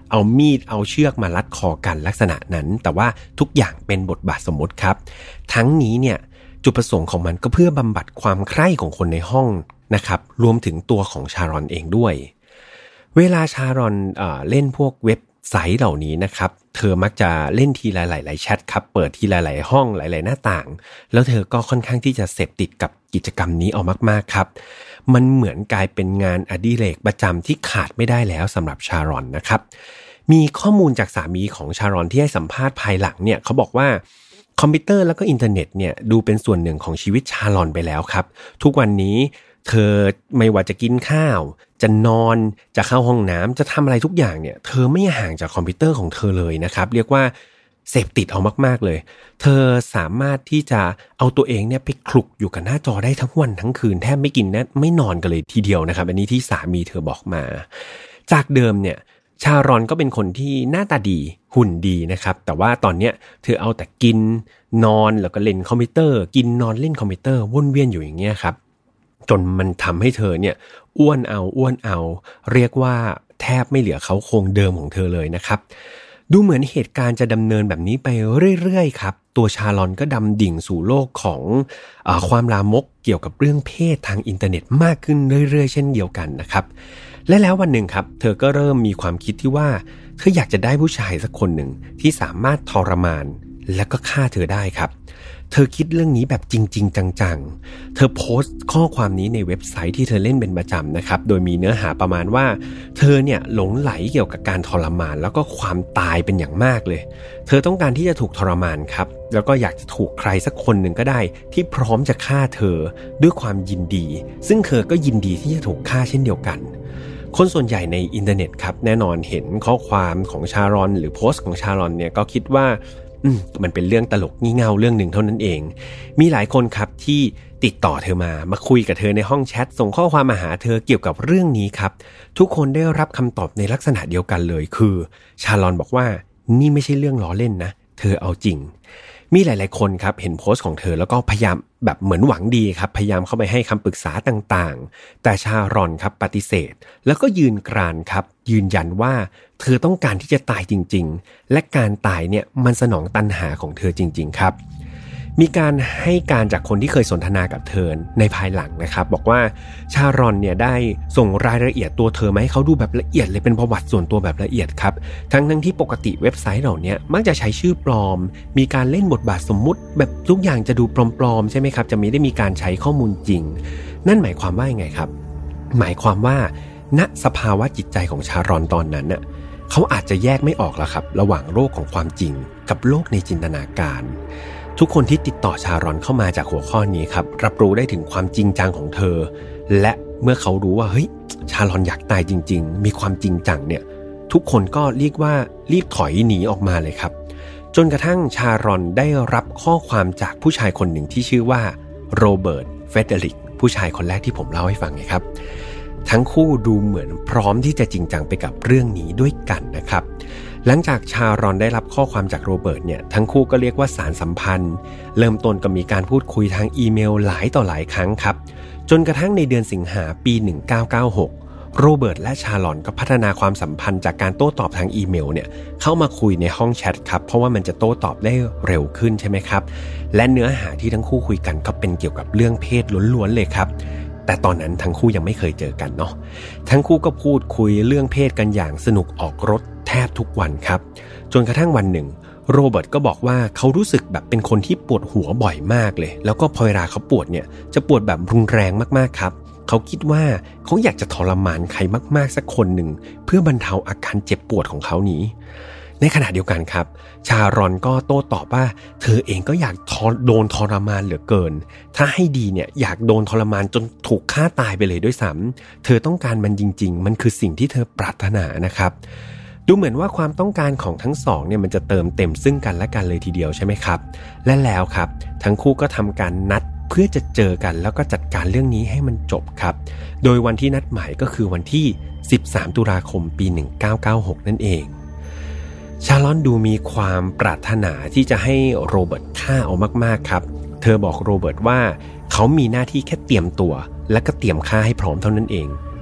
เอามีดเอาเชือกมารัดคอกันลักษณะนั้นแต่ว่าทุกอย่างเป็นบทบาทสมมติครับทั้งนี้เนี่ยจุดประสงค์ของมันก็เพื่อบำบัดความใคร่ของคนในห้องนะครับรวมถึงตัวของชารอนเองด้วยเวลาชารอนเล่นพวกเว็บไซต์เหล่านี้นะครับเธอมักจะเล่นทีหลายๆแชทครับเปิดทีหลายๆห้องหลายๆหน้าต่างแล้วเธอก็ค่อนข้างที่จะเสพติดกับกิจกรรมนี้เอามากๆครับมันเหมือนกลายเป็นงานอดิเรกประจำที่ขาดไม่ได้แล้วสำหรับชารอนนะครับมีข้อมูลจากสามีของชารอนที่ให้สัมภาษณ์ภายหลังเนี่ยเขาบอกว่าคอมพิวเตอร์แล้วก็อินเทอร์เน็ตเนี่ยดูเป็นส่วนหนึ่งของชีวิตชารอนไปแล้วครับทุกวันนี้เธอไม่ว่าจะกินข้าวจะนอนจะเข้าห้องน้ำจะทำอะไรทุกอย่างเนี่ยเธอไม่ห่างจากคอมพิวเตอร์ของเธอเลยนะครับเรียกว่าเสพติดเอามากๆเลยเธอสามารถที่จะเอาตัวเองเนี่ยไปคลุกอยู่กับหน้าจอได้ทั้งวันทั้งคืนแทบไม่กินนะไม่นอนกันเลยทีเดียวนะครับอันนี้ที่สามีเธอบอกมาจากเดิมเนี่ยชารอนก็เป็นคนที่หน้าตาดีหุ่นดีนะครับแต่ว่าตอนเนี้ยเธอเอาแต่กินนอนแล้วก็เล่นคอมพิวเตอร์กินนอนเล่นคอมพิวเตอร์วนเวียนอยู่อย่างเงี้ยครับจนมันทำให้เธอเนี่ยอ้วนเอาเรียกว่าแทบไม่เหลือเขาโครงเดิมของเธอเลยนะครับดูเหมือนเหตุการณ์จะดำเนินแบบนี้ไปเรื่อยๆครับตัวชารอนก็ดำดิ่งสู่โลกของความลามกเกี่ยวกับเรื่องเพศทางอินเทอร์เน็ตมากขึ้นเรื่อยๆเช่นเดียวกันนะครับและแล้ววันหนึ่งครับเธอก็เริ่มมีความคิดที่ว่าเธออยากจะได้ผู้ชายสักคนหนึ่งที่สามารถทรมานและก็ฆ่าเธอได้ครับเธอคิดเรื่องนี้แบบจริงๆจังๆเธอโพสต์ข้อความนี้ในเว็บไซต์ที่เธอเล่นเป็นประจำนะครับโดยมีเนื้อหาประมาณว่าเธอเนี่ยหลงไหลเกี่ยวกับการทรมานแล้วก็ความตายเป็นอย่างมากเลยเธอต้องการที่จะถูกทรมานครับแล้วก็อยากจะถูกใครสักคนหนึ่งก็ได้ที่พร้อมจะฆ่าเธอด้วยความยินดีซึ่งเธอก็ยินดีที่จะถูกฆ่าเช่นเดียวกันคนส่วนใหญ่ในอินเทอร์เน็ตครับแน่นอนเห็นข้อความของชารอนหรือโพสต์ของชารอนเนี่ยก็คิดว่ามันเป็นเรื่องตลกงี่เง่าเรื่องหนึ่งเท่านั้นเองมีหลายคนครับที่ติดต่อเธอมาคุยกับเธอในห้องแชทส่งข้อความมาหาเธอเกี่ยวกับเรื่องนี้ครับทุกคนได้รับคำตอบในลักษณะเดียวกันเลยคือชารอนบอกว่านี่ไม่ใช่เรื่องล้อเล่นนะเธอเอาจริงมีหลายๆคนครับเห็นโพสต์ของเธอแล้วก็พยายามแบบเหมือนหวังดีครับพยายามเข้าไปให้คำปรึกษาต่างๆแต่ชารอนครับปฏิเสธแล้วก็ยืนกรานครับยืนยันว่าเธอต้องการที่จะตายจริงๆและการตายเนี่ยมันสนองตัณหาของเธอจริงๆครับมีการให้การจากคนที่เคยสนทนากับเธอในภายหลังนะครับบอกว่าชารอนเนี่ยได้ส่งรายละเอียดตัวเธอมาให้เขาดูแบบละเอียดเลยเป็นประวัติส่วนตัวแบบละเอียดครับทั้งที่ปกติเว็บไซต์เหล่านี้มักจะใช้ชื่อปลอมมีการเล่นบทบาทสมมุติแบบทุกอย่างจะดูปลอมๆใช่ไหมครับจะไม่ได้มีการใช้ข้อมูลจริงนั่นหมายความว่ายังไงครับหมายความว่าณสภาวะจิตใจของชารอนตอนนั้นน่ะเขาอาจจะแยกไม่ออกแล้วครับระหว่างโลกของความจริงกับโลกในจินตนาการทุกคนที่ติดต่อชารอนเข้ามาจากหัวข้อนี้ครับรับรู้ได้ถึงความจริงจังของเธอและเมื่อเขารู้ว่าเฮ้ยชารอนอยากตายจริงๆมีความจริงจังเนี่ยทุกคนก็เรียกว่ารีบถอยหนีออกมาเลยครับจนกระทั่งชารอนได้รับข้อความจากผู้ชายคนหนึ่งที่ชื่อว่าโรเบิร์ตเฟเดริกผู้ชายคนแรกที่ผมเล่าให้ฟังไงครับทั้งคู่ดูเหมือนพร้อมที่จะจริงจังไปกับเรื่องนี้ด้วยกันนะครับหลังจากชารอนได้รับข้อความจากโรเบิร์ตเนี่ยทั้งคู่ก็เรียกว่าสารสัมพันธ์เริ่มต้นก็มีการพูดคุยทางอีเมลหลายต่อหลายครั้งครับจนกระทั่งในเดือนสิงหาปี1996โรเบิร์ตและชารอนก็พัฒนาความสัมพันธ์จากการโต้ตอบทางอีเมลเนี่ยเข้ามาคุยในห้องแชทครับเพราะว่ามันจะโต้ตอบได้เร็วขึ้นใช่ไหมครับและเนื้อหาที่ทั้งคู่คุยกันก็เป็นเกี่ยวกับเรื่องเพศล้วนๆเลยครับแต่ตอนนั้นทั้งคู่ยังไม่เคยเจอกันเนาะทั้งคู่ก็พูดคุยเรื่องเพศกันอย่างสนุกออกรถแทบทุกวันครับจนกระทั่งวันหนึ่งโรเบิร์ตก็บอกว่าเขารู้สึกแบบเป็นคนที่ปวดหัวบ่อยมากเลยแล้วก็พอเวลาเขาปวดเนี่ยจะปวดแบบรุนแรงมากๆครับเขาคิดว่าเขาอยากจะทรมานใครมากๆสักคนหนึ่งเพื่อบรรเทาอาการเจ็บปวดของเขานี้ในขณะเดียวกันครับชารอนก็โต้ตอบว่าเธอเองก็อยากโดนทรมานเหลือเกินถ้าให้ดีเนี่ยอยากโดนทรมานจนถูกฆ่าตายไปเลยด้วยซ้ำเธอต้องการมันจริงๆมันคือสิ่งที่เธอปรารถนานะครับดูเหมือนว่าความต้องการของทั้งสองเนี่ยมันจะเติมเต็มซึ่งกันและกันเลยทีเดียวใช่ไหมครับและแล้วครับทั้งคู่ก็ทำการนัดเพื่อจะเจอกันแล้วก็จัดการเรื่องนี้ให้มันจบครับโดยวันที่นัดหมายก็คือวันที่13ตุลาคมปี1996นั่นเองชารอนดูมีความปรารถนาที่จะให้โรเบิร์ตฆ่าเอามากๆครับเธอบอกโรเบิร์ตว่าเขามีหน้าที่แค่เตรียมตัวและก็เตรียมฆ่าให้พร้อมเท่านั้นเอง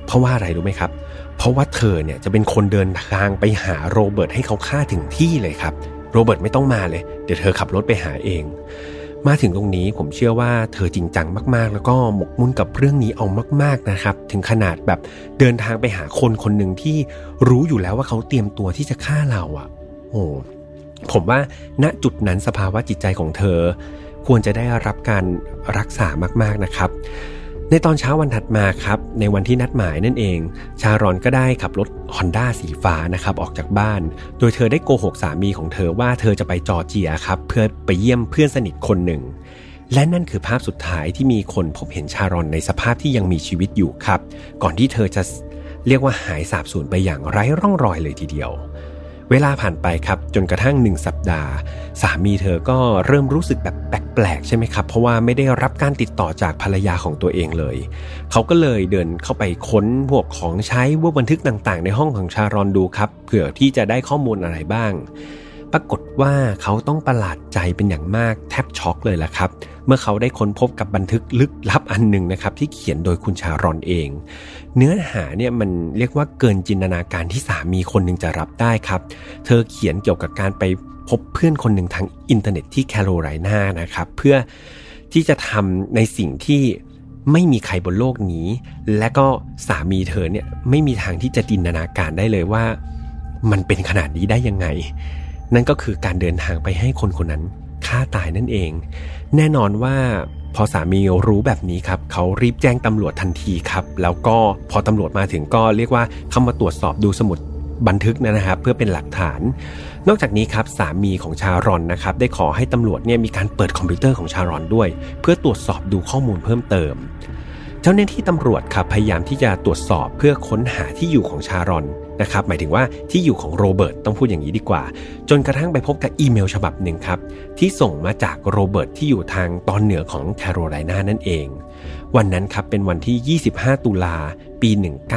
เพราะว่าอะไรรู้ไหมครับเพราะว่าเธอเนี่ยจะเป็นคนเดินทางไปหาโรเบิร์ตให้เขาฆ่าถึงที่เลยครับโรเบิร์ตไม่ต้องมาเลยเดี๋ยวเธอขับรถไปหาเองมาถึงตรงนี้ผมเชื่อว่าเธอจริงจังมากๆแล้วก็หมกมุ่นกับเรื่องนี้เอามากๆนะครับถึงขนาดแบบเดินทางไปหาคนคนหนึ่งที่รู้อยู่แล้วว่าเขาเตรียมตัวที่จะฆ่าเราอ่ะโอ้ผมว่าณจุดนั้นสภาวะจิตใจของเธอควรจะได้รับการรักษามากๆนะครับในตอนเช้าวันถัดมาครับในวันที่นัดหมายนั่นเองชารอนก็ได้ขับรถ Honda สีฟ้านะครับออกจากบ้านโดยเธอได้โกหกสามีของเธอว่าเธอจะไปจอร์เจียครับเพื่อไปเยี่ยมเพื่อนสนิทคนหนึ่งและนั่นคือภาพสุดท้ายที่มีคนพบเห็นชารอนในสภาพที่ยังมีชีวิตอยู่ครับก่อนที่เธอจะเรียกว่าหายสาบสูญไปอย่างไร้ร่องรอยเลยทีเดียวเวลาผ่านไปครับจนกระทั่ง1 สัปดาห์สามีเธอก็เริ่มรู้สึกแบบแปลกๆใช่ไหมครับเพราะว่าไม่ได้รับการติดต่อจากภรรยาของตัวเองเลยเขาก็เลยเดินเข้าไปค้นพวกของใช้พวกบันทึกต่างๆในห้องของชารอนดูครับเผื่อที่จะได้ข้อมูลอะไรบ้างปรากฏว่าเขาต้องประหลาดใจเป็นอย่างมากแทบช็อกเลยล่ะครับเมื่อเขาได้ค้นพบกับบันทึกลึกลับอันหนึ่งนะครับที่เขียนโดยคุณชารอนเองเนื้อหาเนี่ยมันเรียกว่าเกินจินตนาการที่สามีคนหนึ่งจะรับได้ครับเธอเขียนเกี่ยวกับการไปพบเพื่อนคนหนึ่งทางอินเทอร์เน็ตที่แคโรไลนานะครับเพื่อที่จะทำในสิ่งที่ไม่มีใครบนโลกนี้และก็สามีเธอเนี่ยไม่มีทางที่จะจินตนาการได้เลยว่ามันเป็นขนาดนี้ได้ยังไงนั่นก็คือการเดินทางไปให้คนคนนั้นฆ่าตายนั่นเองแน่นอนว่าพอสามีรู้แบบนี้ครับเขารีบแจ้งตำรวจทันทีครับแล้วก็พอตำรวจมาถึงก็เรียกว่าเข้ามาตรวจสอบดูสมุดบันทึกนะครับเพื่อเป็นหลักฐานนอกจากนี้ครับสามีของชารอนนะครับได้ขอให้ตำรวจเนี่ยมีการเปิดคอมพิวเตอร์ของชารอนด้วยเพื่อตรวจสอบดูข้อมูลเพิ่มเติมเจ้าหน้าที่ตำรวจครับพยายามที่จะตรวจสอบเพื่อค้นหาที่อยู่ของชารอนนะครับหมายถึงว่าที่อยู่ของโรเบิร์ตต้องพูดอย่างนี้ดีกว่าจนกระทั่งไปพบกับอีเมลฉบับหนึ่งครับที่ส่งมาจากโรเบิร์ตที่อยู่ทางตอนเหนือของแคโรไลนานั่นเองวันนั้นครับเป็นวันที่25 ตุลาปี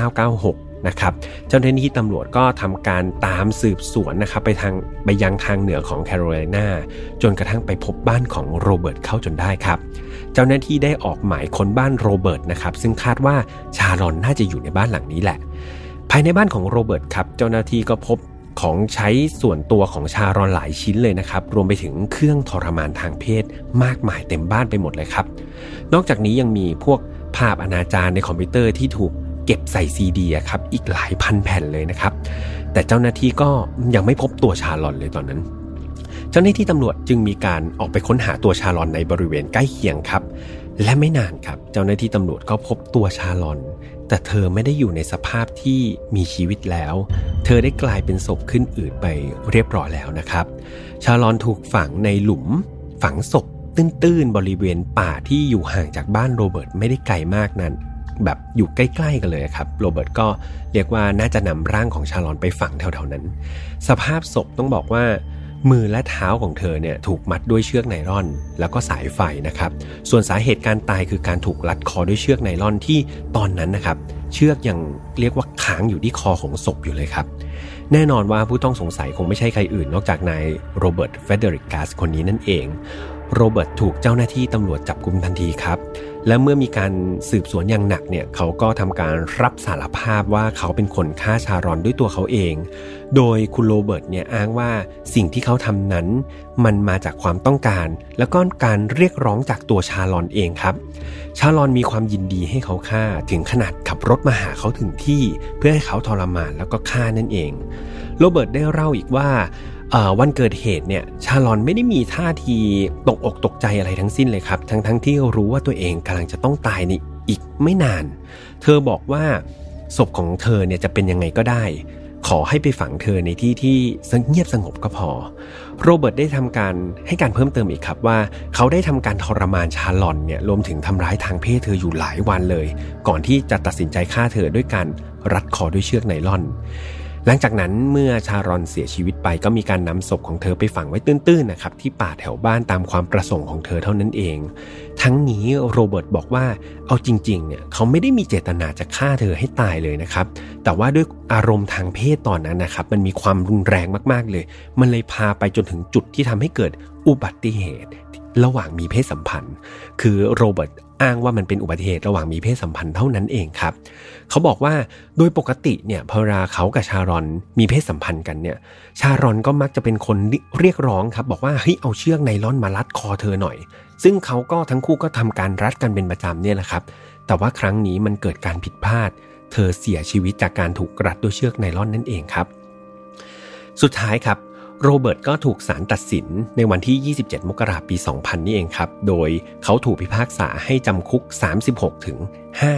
1996นะครับเจ้าหน้าที่ตำรวจก็ทำการตามสืบสวนนะครับไปยังทางเหนือของแคโรไลนาจนกระทั่งไปพบบ้านของโรเบิร์ตเข้าจนได้ครับเจ้าหน้าที่ได้ออกหมายค้นบ้านโรเบิร์ตนะครับซึ่งคาดว่าชารอนน่าจะอยู่ในบ้านหลังนี้แหละภายในบ้านของโรเบิร์ตครับเจ้าหน้าที่ก็พบของใช้ส่วนตัวของชารอนหลายชิ้นเลยนะครับรวมไปถึงเครื่องทรมานทางเพศมากมายเต็มบ้านไปหมดเลยครับนอกจากนี้ยังมีพวกภาพอนาจารในคอมพิวเตอร์ที่ถูกเก็บใส่ซีดีครับอีกหลายพันแผ่นเลยนะครับแต่เจ้าหน้าที่ก็ยังไม่พบตัวชารอนเลยตอนนั้นเจ้าหน้าที่ตำรวจจึงมีการออกไปค้นหาตัวชารอนในบริเวณใกล้เคียงครับและไม่นานครับเจ้าหน้าที่ตำรวจก็พบตัวชารอนแต่เธอไม่ได้อยู่ในสภาพที่มีชีวิตแล้วเธอได้กลายเป็นศพขึ้นอืดไปเรียบร้อยแล้วนะครับชารอนถูกฝังในหลุมฝังศพตื้นๆบริเวณป่าที่อยู่ห่างจากบ้านโรเบิร์ตไม่ได้ไกลมากนั้นแบบอยู่ใกล้ๆกันเลยครับโรเบิร์ตก็เรียกว่าน่าจะนำร่างของชารอนไปฝังแถวๆนั้นสภาพศพต้องบอกว่ามือและเท้าของเธอเนี่ยถูกมัดด้วยเชือกไนลอนแล้วก็สายไฟนะครับส่วนสาเหตุการตายคือการถูกรัดคอด้วยเชือกไนลอนที่ตอนนั้นนะครับเชือกยังเรียกว่าค้างอยู่ที่คอของศพอยู่เลยครับแน่นอนว่าผู้ต้องสงสัยคงไม่ใช่ใครอื่นนอกจากนายโรเบิร์ตเฟเดริกัสคนนี้นั่นเองโรเบิร์ตถูกเจ้าหน้าที่ตำรวจจับกุมทันทีครับและเมื่อมีการสืบสวนอย่างหนักเนี่ยเขาก็ทำการรับสารภาพว่าเขาเป็นคนฆ่าชารอนด้วยตัวเขาเองโดยคุณโรเบิร์ตเนี่ยอ้างว่าสิ่งที่เขาทำนั้นมันมาจากความต้องการแล้วก็การเรียกร้องจากตัวชารอนเองครับชารอนมีความยินดีให้เขาฆ่าถึงขนาดขับรถมาหาเขาถึงที่เพื่อให้เขาทรมานแล้วก็ฆ่านั่นเองโรเบิร์ตได้เล่าอีกว่าวันเกิดเหตุเนี่ยชารอนไม่ได้มีท่าทีตกอกตกใจอะไรทั้งสิ้นเลยครับทั้งที่รู้ว่าตัวเองกำลังจะต้องตายในอีกไม่นานเธอบอกว่าศพของเธอเนี่ยจะเป็นยังไงก็ได้ขอให้ไปฝังเธอในที่ที่เงียบสงบก็พอโรเบิร์ตได้ทำการให้การเพิ่มเติมอีกครับว่าเขาได้ทำการทรมานชารอนเนี่ยรวมถึงทำร้ายทางเพศเธออยู่หลายวันเลยก่อนที่จะตัดสินใจฆ่าเธอด้วยการรัดคอด้วยเชือกไนลอนหลังจากนั้นเมื่อชารอนเสียชีวิตไปก็มีการนำศพของเธอไปฝังไว้ตื้นๆนะครับที่ป่าแถวบ้านตามความประสงค์ของเธอเท่านั้นเองทั้งนี้โรเบิร์ตบอกว่าเอาจริงๆเนี่ยเขาไม่ได้มีเจตนาจะฆ่าเธอให้ตายเลยนะครับแต่ว่าด้วยอารมณ์ทางเพศตอนนั้นนะครับมันมีความรุนแรงมากๆเลยมันเลยพาไปจนถึงจุดที่ทำให้เกิดอุบัติเหตุระหว่างมีเพศสัมพันธ์คือโรเบิร์ตอ้างว่ามันเป็นอุบัติเหตุระหว่างมีเพศสัมพันธ์เท่านั้นเองครับเขาบอกว่าโดยปกติเนี่ยพอเวลาเขากับชารอนมีเพศสัมพันธ์กันเนี่ยชารอนก็มักจะเป็นคนเรียกร้องครับบอกว่าเฮ้ยเอาเชือกไนลอนมารัดคอเธอหน่อยซึ่งเขาก็ทั้งคู่ก็ทำการรัดกันเป็นประจำเนี่ยแหละครับแต่ว่าครั้งนี้มันเกิดการผิดพลาดเธอเสียชีวิตจากการถูกรัดด้วยเชือกไนลอนนั่นเองครับสุดท้ายครับโรเบิร์ตก็ถูกศาลตัดสินในวันที่27มกราคมปี2000นี่เองครับโดยเขาถูกพิพากษาให้จำคุก36ถึง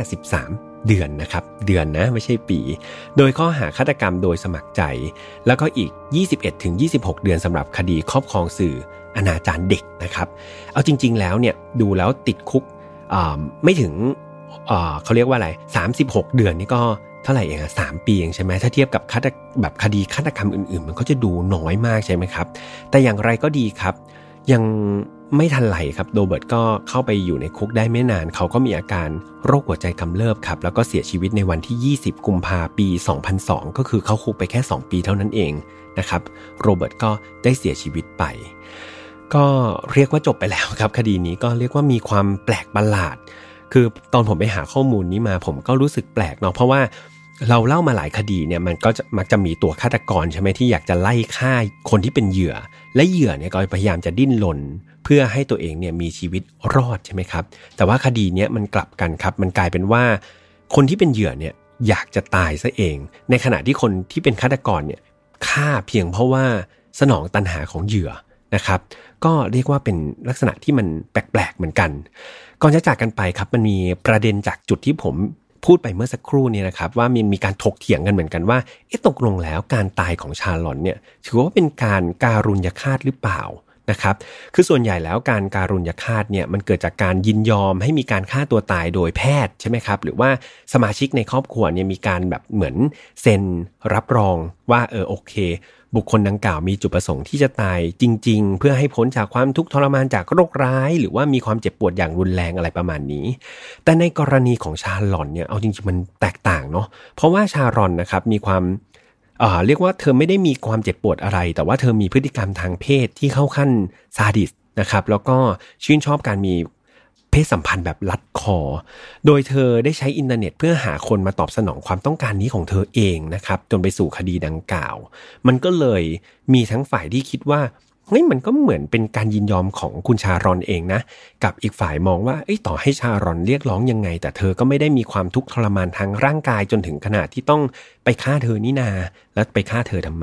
53เดือนนะครับเดือนนะไม่ใช่ปีโดยข้อหาฆาตกรรมโดยสมัครใจแล้วก็อีก21ถึง26เดือนสำหรับคดีครอบครองสื่ออนาจารเด็กนะครับเอาจริงๆแล้วเนี่ยดูแล้วติดคุกไม่ถึงเขาเรียกว่าอะไร36เดือนนี่ก็เท่าไหร่เอง3ปีเองใช่ไหมถ้าเทียบกับแบบคดีฆาตกรรมอื่นๆมันก็จะดูน้อยมากใช่ไหมครับแต่อย่างไรก็ดีครับยังไม่ทันไหลครับโรเบิร์ตก็เข้าไปอยู่ในคุกได้ไม่นานเขาก็มีอาการโรคหัวใจกำเริบครับแล้วก็เสียชีวิตในวันที่20กุมภาพันธ์ปี2002ก็คือเข้าคุกไปแค่2ปีเท่านั้นเองนะครับโรเบิร์ตก็ได้เสียชีวิตไปก็เรียกว่าจบไปแล้วครับคดีนี้ก็เรียกว่ามีความแปลกประหลาดคือตอนผมไปหาข้อมูลนี้มาผมก็รู้สึกแปลกเนาะเพราะว่าเราเล่ามาหลายคดีเนี่ยมันก็มักจะมีตัวฆาตกรใช่ไหมที่อยากจะไล่ฆ่าคนที่เป็นเหยื่อและเหยื่อเนี่ยก็พยายามจะดิ้นรนเพื่อให้ตัวเองเนี่ยมีชีวิตรอดใช่ไหมครับแต่ว่าคดีนี้มันกลับกันครับมันกลายเป็นว่าคนที่เป็นเหยื่อเนี่ยอยากจะตายซะเองในขณะที่คนที่เป็นฆาตกรเนี่ยฆ่าเพียงเพราะว่าสนองตัณหาของเหยื่อนะครับก็เรียกว่าเป็นลักษณะที่มันแปลกๆเหมือนกันก่อนจะจากกันไปครับมันมีประเด็นจากจุดที่ผมพูดไปเมื่อสักครู่นี้นะครับว่ามีการถกเถียงกันเหมือนกันว่าตกลงแล้วการตายของชาร์ลอตเนี่ยถือว่าเป็นการการุญยฆาตหรือเปล่านะครับคือส่วนใหญ่แล้วการการุญยฆาตเนี่ยมันเกิดจากการยินยอมให้มีการฆ่าตัวตายโดยแพทย์ใช่ไหมครับหรือว่าสมาชิกในครอบครัวเนี่ยมีการแบบเหมือนเซ็นรับรองว่าโอเคบุคคลดังกล่าวมีจุดประสงค์ที่จะตายจริงๆเพื่อให้พ้นจากความทุกข์ทรมานจากโรคร้ายหรือว่ามีความเจ็บปวดอย่างรุนแรงอะไรประมาณนี้แต่ในกรณีของชาร์ลอตเนี่ยเอาจริงๆมันแตกต่างเนาะเพราะว่าชาร์ลอตนะครับมีความเรียกว่าเธอไม่ได้มีความเจ็บปวดอะไรแต่ว่าเธอมีพฤติกรรมทางเพศที่เข้าขั้นซาดิสนะครับแล้วก็ชื่นชอบการมีเพศสัมพันธ์แบบลัดคอโดยเธอได้ใช้อินเทอร์เน็ตเพื่อหาคนมาตอบสนองความต้องการนี้ของเธอเองนะครับจนไปสู่คดีดังกล่าวมันก็เลยมีทั้งฝ่ายที่คิดว่าเฮ้ยมันก็เหมือนเป็นการยินยอมของคุณชารอนเองนะกับอีกฝ่ายมองว่าต่อให้ชารอนเรียกร้องยังไงแต่เธอก็ไม่ได้มีความทุกข์ทรมานทางร่างกายจนถึงขนาดที่ต้องไปฆ่าเธอนี่นาแล้วไปฆ่าเธอทำไม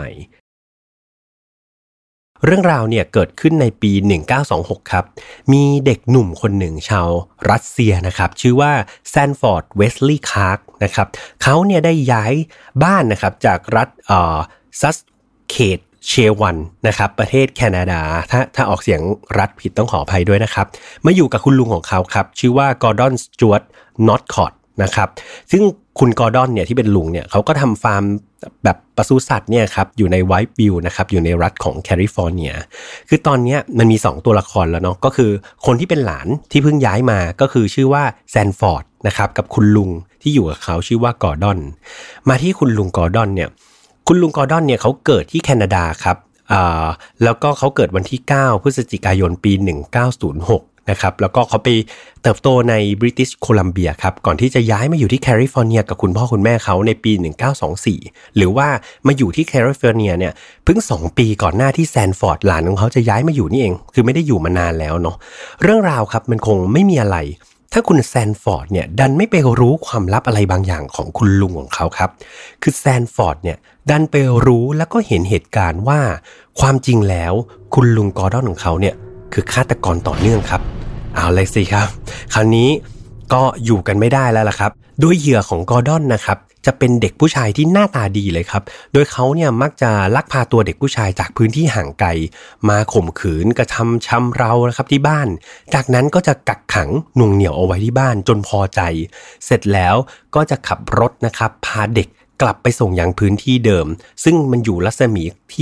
เรื่องราวเนี่ยเกิดขึ้นในปี1926ครับมีเด็กหนุ่มคนหนึ่งชาวรัสเซียนะครับชื่อว่าแซนฟอร์ดเวสลีย์คาร์กนะครับเขาเนี่ยได้ย้ายบ้านนะครับจากรัฐซัสเขตเชวันนะครับประเทศแคนาดาถ้าออกเสียงรัฐผิดต้องขออภัยด้วยนะครับมาอยู่กับคุณลุงของเขาครับชื่อว่ากอร์ดอนสจ๊วตนอตคอตนะครับซึ่งคุณกอร์ดอนเนี่ยที่เป็นลุงเนี่ยเขาก็ทำฟาร์มแบบปศุสัตว์เนี่ยครับอยู่ในไวท์วิวนะครับอยู่ในรัฐของแคลิฟอร์เนียคือตอนนี้มันมี2ตัวละครแล้วเนาะก็คือคนที่เป็นหลานที่เพิ่งย้ายมาก็คือชื่อว่าแซนฟอร์ดนะครับกับคุณลุงที่อยู่กับเขาชื่อว่ากอร์ดอนมาที่คุณลุงกอร์ดอนเนี่ยคุณลุงกอร์ดอนเนี่ยเขาเกิดที่แคนาดาครับแล้วก็เขาเกิดวันที่9พฤศจิกายนปี1906นะครับแล้วก็เขาไปเติบโตในบริติชโคลัมเบียครับก่อนที่จะย้ายมาอยู่ที่แคลิฟอร์เนียกับคุณพ่อคุณแม่เขาในปี1924หรือว่ามาอยู่ที่แคลิฟอร์เนียเนี่ยเพิ่ง2ปีก่อนหน้าที่แซนฟอร์ดหลานของเขาจะย้ายมาอยู่นี่เองคือไม่ได้อยู่มานานแล้วเนาะเรื่องราวครับมันคงไม่มีอะไรถ้าคุณแซนฟอร์ดเนี่ยดันไม่ไปรู้ความลับอะไรบางอย่างของคุณลุงของเขาครับคือแซนฟอร์ดเนี่ยดันไปรู้แล้วก็เห็นเหตุการณ์ว่าความจริงแล้วคุณลุงกอร์ดอนของเขาเนี่ยคือฆาตกรต่อเนื่องครับเอาเลยสิครับคราวนี้ก็อยู่กันไม่ได้แล้วล่ะครับโดยเหยื่อของกอร์ดอนนะครับจะเป็นเด็กผู้ชายที่หน้าตาดีเลยครับโดยเขาเนี่ยมักจะลักพาตัวเด็กผู้ชายจากพื้นที่ห่างไกลมาข่มขืนกระทำชำเรานะครับที่บ้านจากนั้นก็จะกักขังหน่วงเหนี่ยวเอาไว้ที่บ้านจนพอใจเสร็จแล้วก็จะขับรถนะครับพาเด็กกลับไปส่งยังพื้นที่เดิมซึ่งมันอยู่รัศมีที่แบบ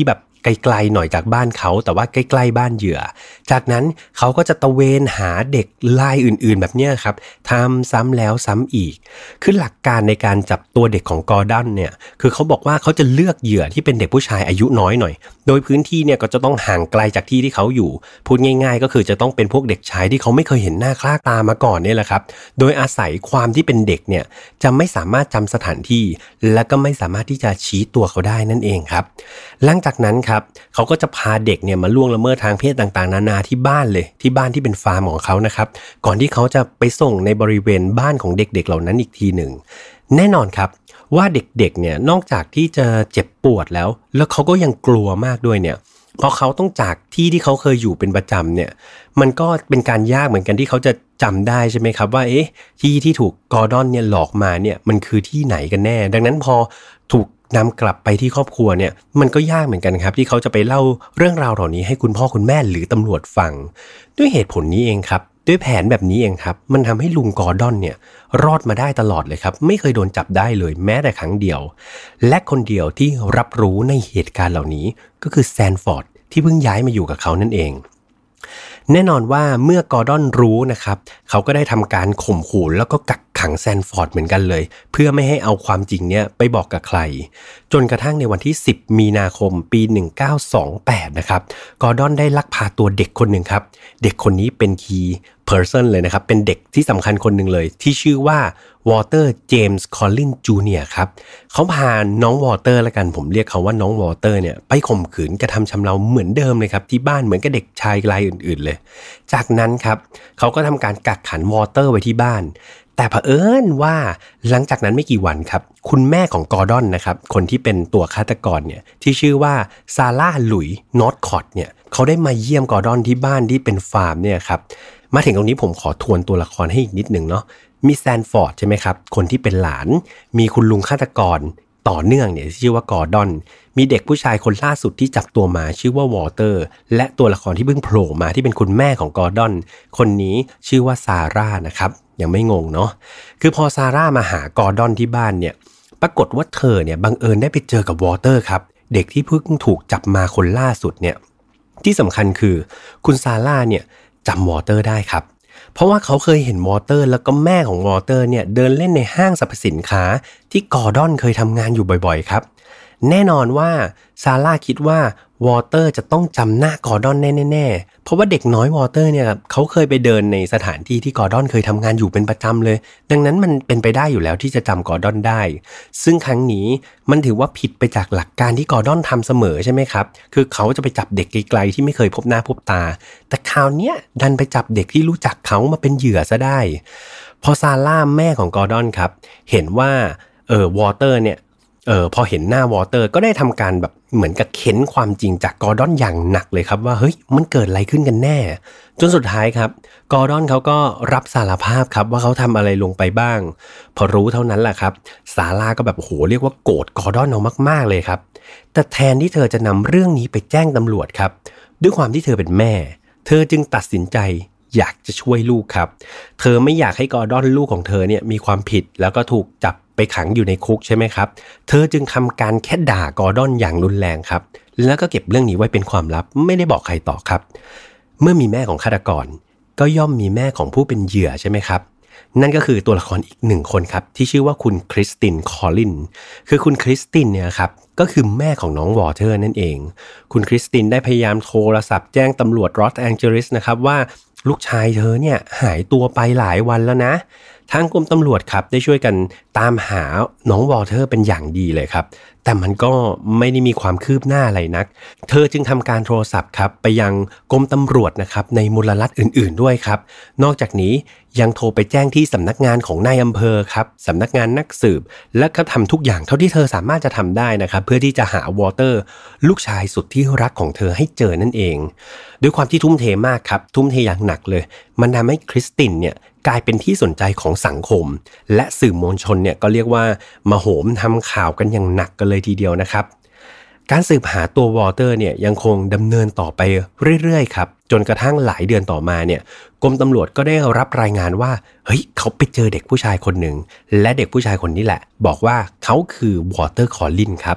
ไกลๆหน่อยจากบ้านเขาแต่ว่าใกล้ๆบ้านเหยื่อจากนั้นเขาก็จะตะเวนหาเด็กรายอื่นๆแบบนี้ครับทำซ้ำแล้วซ้ำอีกคือหลักการในการจับตัวเด็กของกอร์ดอนเนี่ยคือเขาบอกว่าเขาจะเลือกเหยื่อที่เป็นเด็กผู้ชายอายุน้อยหน่อยโดยพื้นที่เนี่ยก็จะต้องห่างไกลจากที่ที่เขาอยู่พูดง่ายๆก็คือจะต้องเป็นพวกเด็กชายที่เขาไม่เคยเห็นหน้าค่าตามาก่อนนี่แหละครับโดยอาศัยความที่เป็นเด็กเนี่ยจะไม่สามารถจำสถานที่และก็ไม่สามารถที่จะชี้ตัวเขาได้นั่นเองครับหลังจากนั้นครับเขาก็จะพาเด็กเนี่ยมาล่วงละเมิดทางเพศต่างๆนานาที่บ้านเลยที่บ้านที่เป็นฟาร์มของเขานะครับก่อนที่เขาจะไปส่งในบริเวณบ้านของเด็กๆเหล่านั้นอีกทีหนึ่งแน่นอนครับว่าเด็กๆเนี่ยนอกจากที่จะเจ็บปวดแล้วเขาก็ยังกลัวมากด้วยเนี่ยเพราะเขาต้องจากที่เขาเคยอยู่เป็นประจำเนี่ยมันก็เป็นการยากเหมือนกันที่เขาจะจำได้ใช่ไหมครับว่าที่ถูกกอร์ดอนเนี่ยหลอกมาเนี่ยมันคือที่ไหนกันแน่ดังนั้นพอถูกนำกลับไปที่ครอบครัวเนี่ยมันก็ยากเหมือนกันครับที่เขาจะไปเล่าเรื่องราวเหล่านี้ให้คุณพ่อคุณแม่หรือตำรวจฟังด้วยเหตุผลนี้เองครับด้วยแผนแบบนี้เองครับมันทำให้ลุงกอร์ดอนเนี่ยรอดมาได้ตลอดเลยครับไม่เคยโดนจับได้เลยแม้แต่ครั้งเดียวและคนเดียวที่รับรู้ในเหตุการณ์เหล่านี้ก็คือแซนฟอร์ดที่เพิ่งย้ายมาอยู่กับเขานั่นเองแน่นอนว่าเมื่อกอร์ดอนรู้นะครับเขาก็ได้ทำการข่มขู่แล้วก็กักขังแซนฟอร์ดเหมือนกันเลยเพื่อไม่ให้เอาความจริงเนี่ยไปบอกกับใครจนกระทั่งในวันที่10มีนาคมปี1928นะครับกอร์ดอนได้ลักพาตัวเด็กคนหนึ่งครับเด็กคนนี้เป็นคีย์เพอร์ซันเลยนะครับเป็นเด็กที่สำคัญคนหนึ่งเลยที่ชื่อว่าวอเตอร์เจมส์คอลลินจูเนียร์ครับเขาพาน้องวอเตอร์ละกันผมเรียกเขาว่าน้องวอเตอร์เนี่ยไปข่มขืนกระทำชำเราเหมือนเดิมเลยครับที่บ้านเหมือนกับเด็กชายรายอื่นๆเลยจากนั้นครับเขาก็ทำการกักขังวอเตอร์ไว้ที่บ้านแต่เผอิญว่าหลังจากนั้นไม่กี่วันครับคุณแม่ของกอร์ดอนนะครับคนที่เป็นตัวฆาตกรเนี่ยที่ชื่อว่าซาร่าหลุยนอร์ทคอตเนี่ยเขาได้มาเยี่ยมกอร์ดอนที่บ้านที่เป็นฟาร์มเนี่ยครับมาถึงตรงนี้ผมขอทวนตัวละครให้อีกนิดนึงเนาะมีแซนฟอร์ดใช่ไหมครับคนที่เป็นหลานมีคุณลุงฆาตกรต่อเนื่องเนี่ยชื่อว่ากอร์ดอนมีเด็กผู้ชายคนล่าสุดที่จับตัวมาชื่อว่าวอเตอร์และตัวละครที่เพิ่งโผล่มาที่เป็นคุณแม่ของกอร์ดอนคนนี้ชื่อว่าซาร่านะครับยังไม่งงเนาะคือพอซาร่ามาหากอร์ดอนที่บ้านเนี่ยปรากฏว่าเธอเนี่ยบังเอิญได้ไปเจอกับวอเตอร์ครับเด็กที่เพิ่งถูกจับมาคนล่าสุดเนี่ยที่สำคัญคือคุณซาร่าเนี่ยจำวอเตอร์ได้ครับเพราะว่าเขาเคยเห็นวอเตอร์แล้วก็แม่ของวอเตอร์เนี่ยเดินเล่นในห้างสรรพสินค้าที่กอร์ดอนเคยทำงานอยู่บ่อยๆครับแน่นอนว่าซาร่าคิดว่าวอเตอร์จะต้องจำหน้ากอร์ดอนแน่ๆเพราะว่าเด็กน้อยวอเตอร์เนี่ยเขาเคยไปเดินในสถานที่ที่กอร์ดอนเคยทำงานอยู่เป็นประจำเลยดังนั้นมันเป็นไปได้อยู่แล้วที่จะจำกอร์ดอนได้ซึ่งครั้งนี้มันถือว่าผิดไปจากหลักการที่กอร์ดอนทำเสมอใช่ไหมครับคือเขาจะไปจับเด็กไกลๆที่ไม่เคยพบหน้าพบตาแต่คราวนี้ดันไปจับเด็กที่รู้จักเขามาเป็นเหยื่อซะได้พอซาร่าแม่ของกอร์ดอนครับเห็นว่าวอเตอร์เนี่ยพอเห็นหน้าวอเตอร์ก็ได้ทำการแบบเหมือนกับเค้นความจริงจากกอร์ดอนอย่างหนักเลยครับว่าเฮ้ยมันเกิดอะไรขึ้นกันแน่จนสุดท้ายครับกอร์ดอนเขาก็รับสารภาพครับว่าเขาทำอะไรลงไปบ้างพอรู้เท่านั้นแหละครับซาร่าก็แบบโหเรียกว่าโกรธกอร์ดอนเอามากๆเลยครับแต่แทนที่เธอจะนำเรื่องนี้ไปแจ้งตำรวจครับด้วยความที่เธอเป็นแม่เธอจึงตัดสินใจอยากจะช่วยลูกครับเธอไม่อยากให้กอร์ดอนลูกของเธอเนี่ยมีความผิดแล้วก็ถูกจับไปขังอยู่ในคุกใช่ไหมครับเธอจึงทำการแค่ด่ากอร์ดอนอย่างรุนแรงครับแล้วก็เก็บเรื่องนี้ไว้เป็นความลับไม่ได้บอกใครต่อครับเมื่อมีแม่ของฆาตกรก็ย่อมมีแม่ของผู้เป็นเหยื่อใช่ไหมครับนั่นก็คือตัวละครอีกหนึ่งคนครับที่ชื่อว่าคุณคริสตินคอลลินคือคุณคริสตินเนี่ยครับก็คือแม่ของน้องวอเตอร์นั่นเองคุณคริสตินได้พยายามโทรศัพท์แจ้งตำรวจลอสแองเจลิสนะครับว่าลูกชายเธอเนี่ยหายตัวไปหลายวันแล้วนะทางกรมตำรวจครับได้ช่วยกันตามหาน้องวอเตอร์เป็นอย่างดีเลยครับแต่มันก็ไม่ได้มีความคืบหน้าอะไรนักเธอจึงทำการโทรศัพท์ครับไปยังกรมตำรวจนะครับในมูลรัฐอื่นๆด้วยครับนอกจากนี้ยังโทรไปแจ้งที่สำนักงานของนายอำเภอครับสำนักงานนักสืบและก็ทำทุกอย่างเท่าที่เธอสามารถจะทำได้นะครับเพื่อที่จะหาวอเตอร์ลูกชายสุดที่รักของเธอให้เจอนั่นเองด้วยความที่ทุ่มเทมากครับทุ่มเทอย่างหนักเลยมันทำให้คริสตินเนี่ยกลายเป็นที่สนใจของสังคมและสื่อมวลชนเนี่ยก็เรียกว่ามาโหมทำข่าวกันอย่างหนักกันเลยทีเดียวนะครับการสืบหาตัววอเตอร์เนี่ยยังคงดำเนินต่อไปเรื่อยๆครับจนกระทั่งหลายเดือนต่อมาเนี่ยกรมตำรวจก็ได้รับรายงานว่าเฮ้ยเขาไปเจอเด็กผู้ชายคนหนึ่งและเด็กผู้ชายคนนี้แหละบอกว่าเขาคือวอเตอร์คอลลินครับ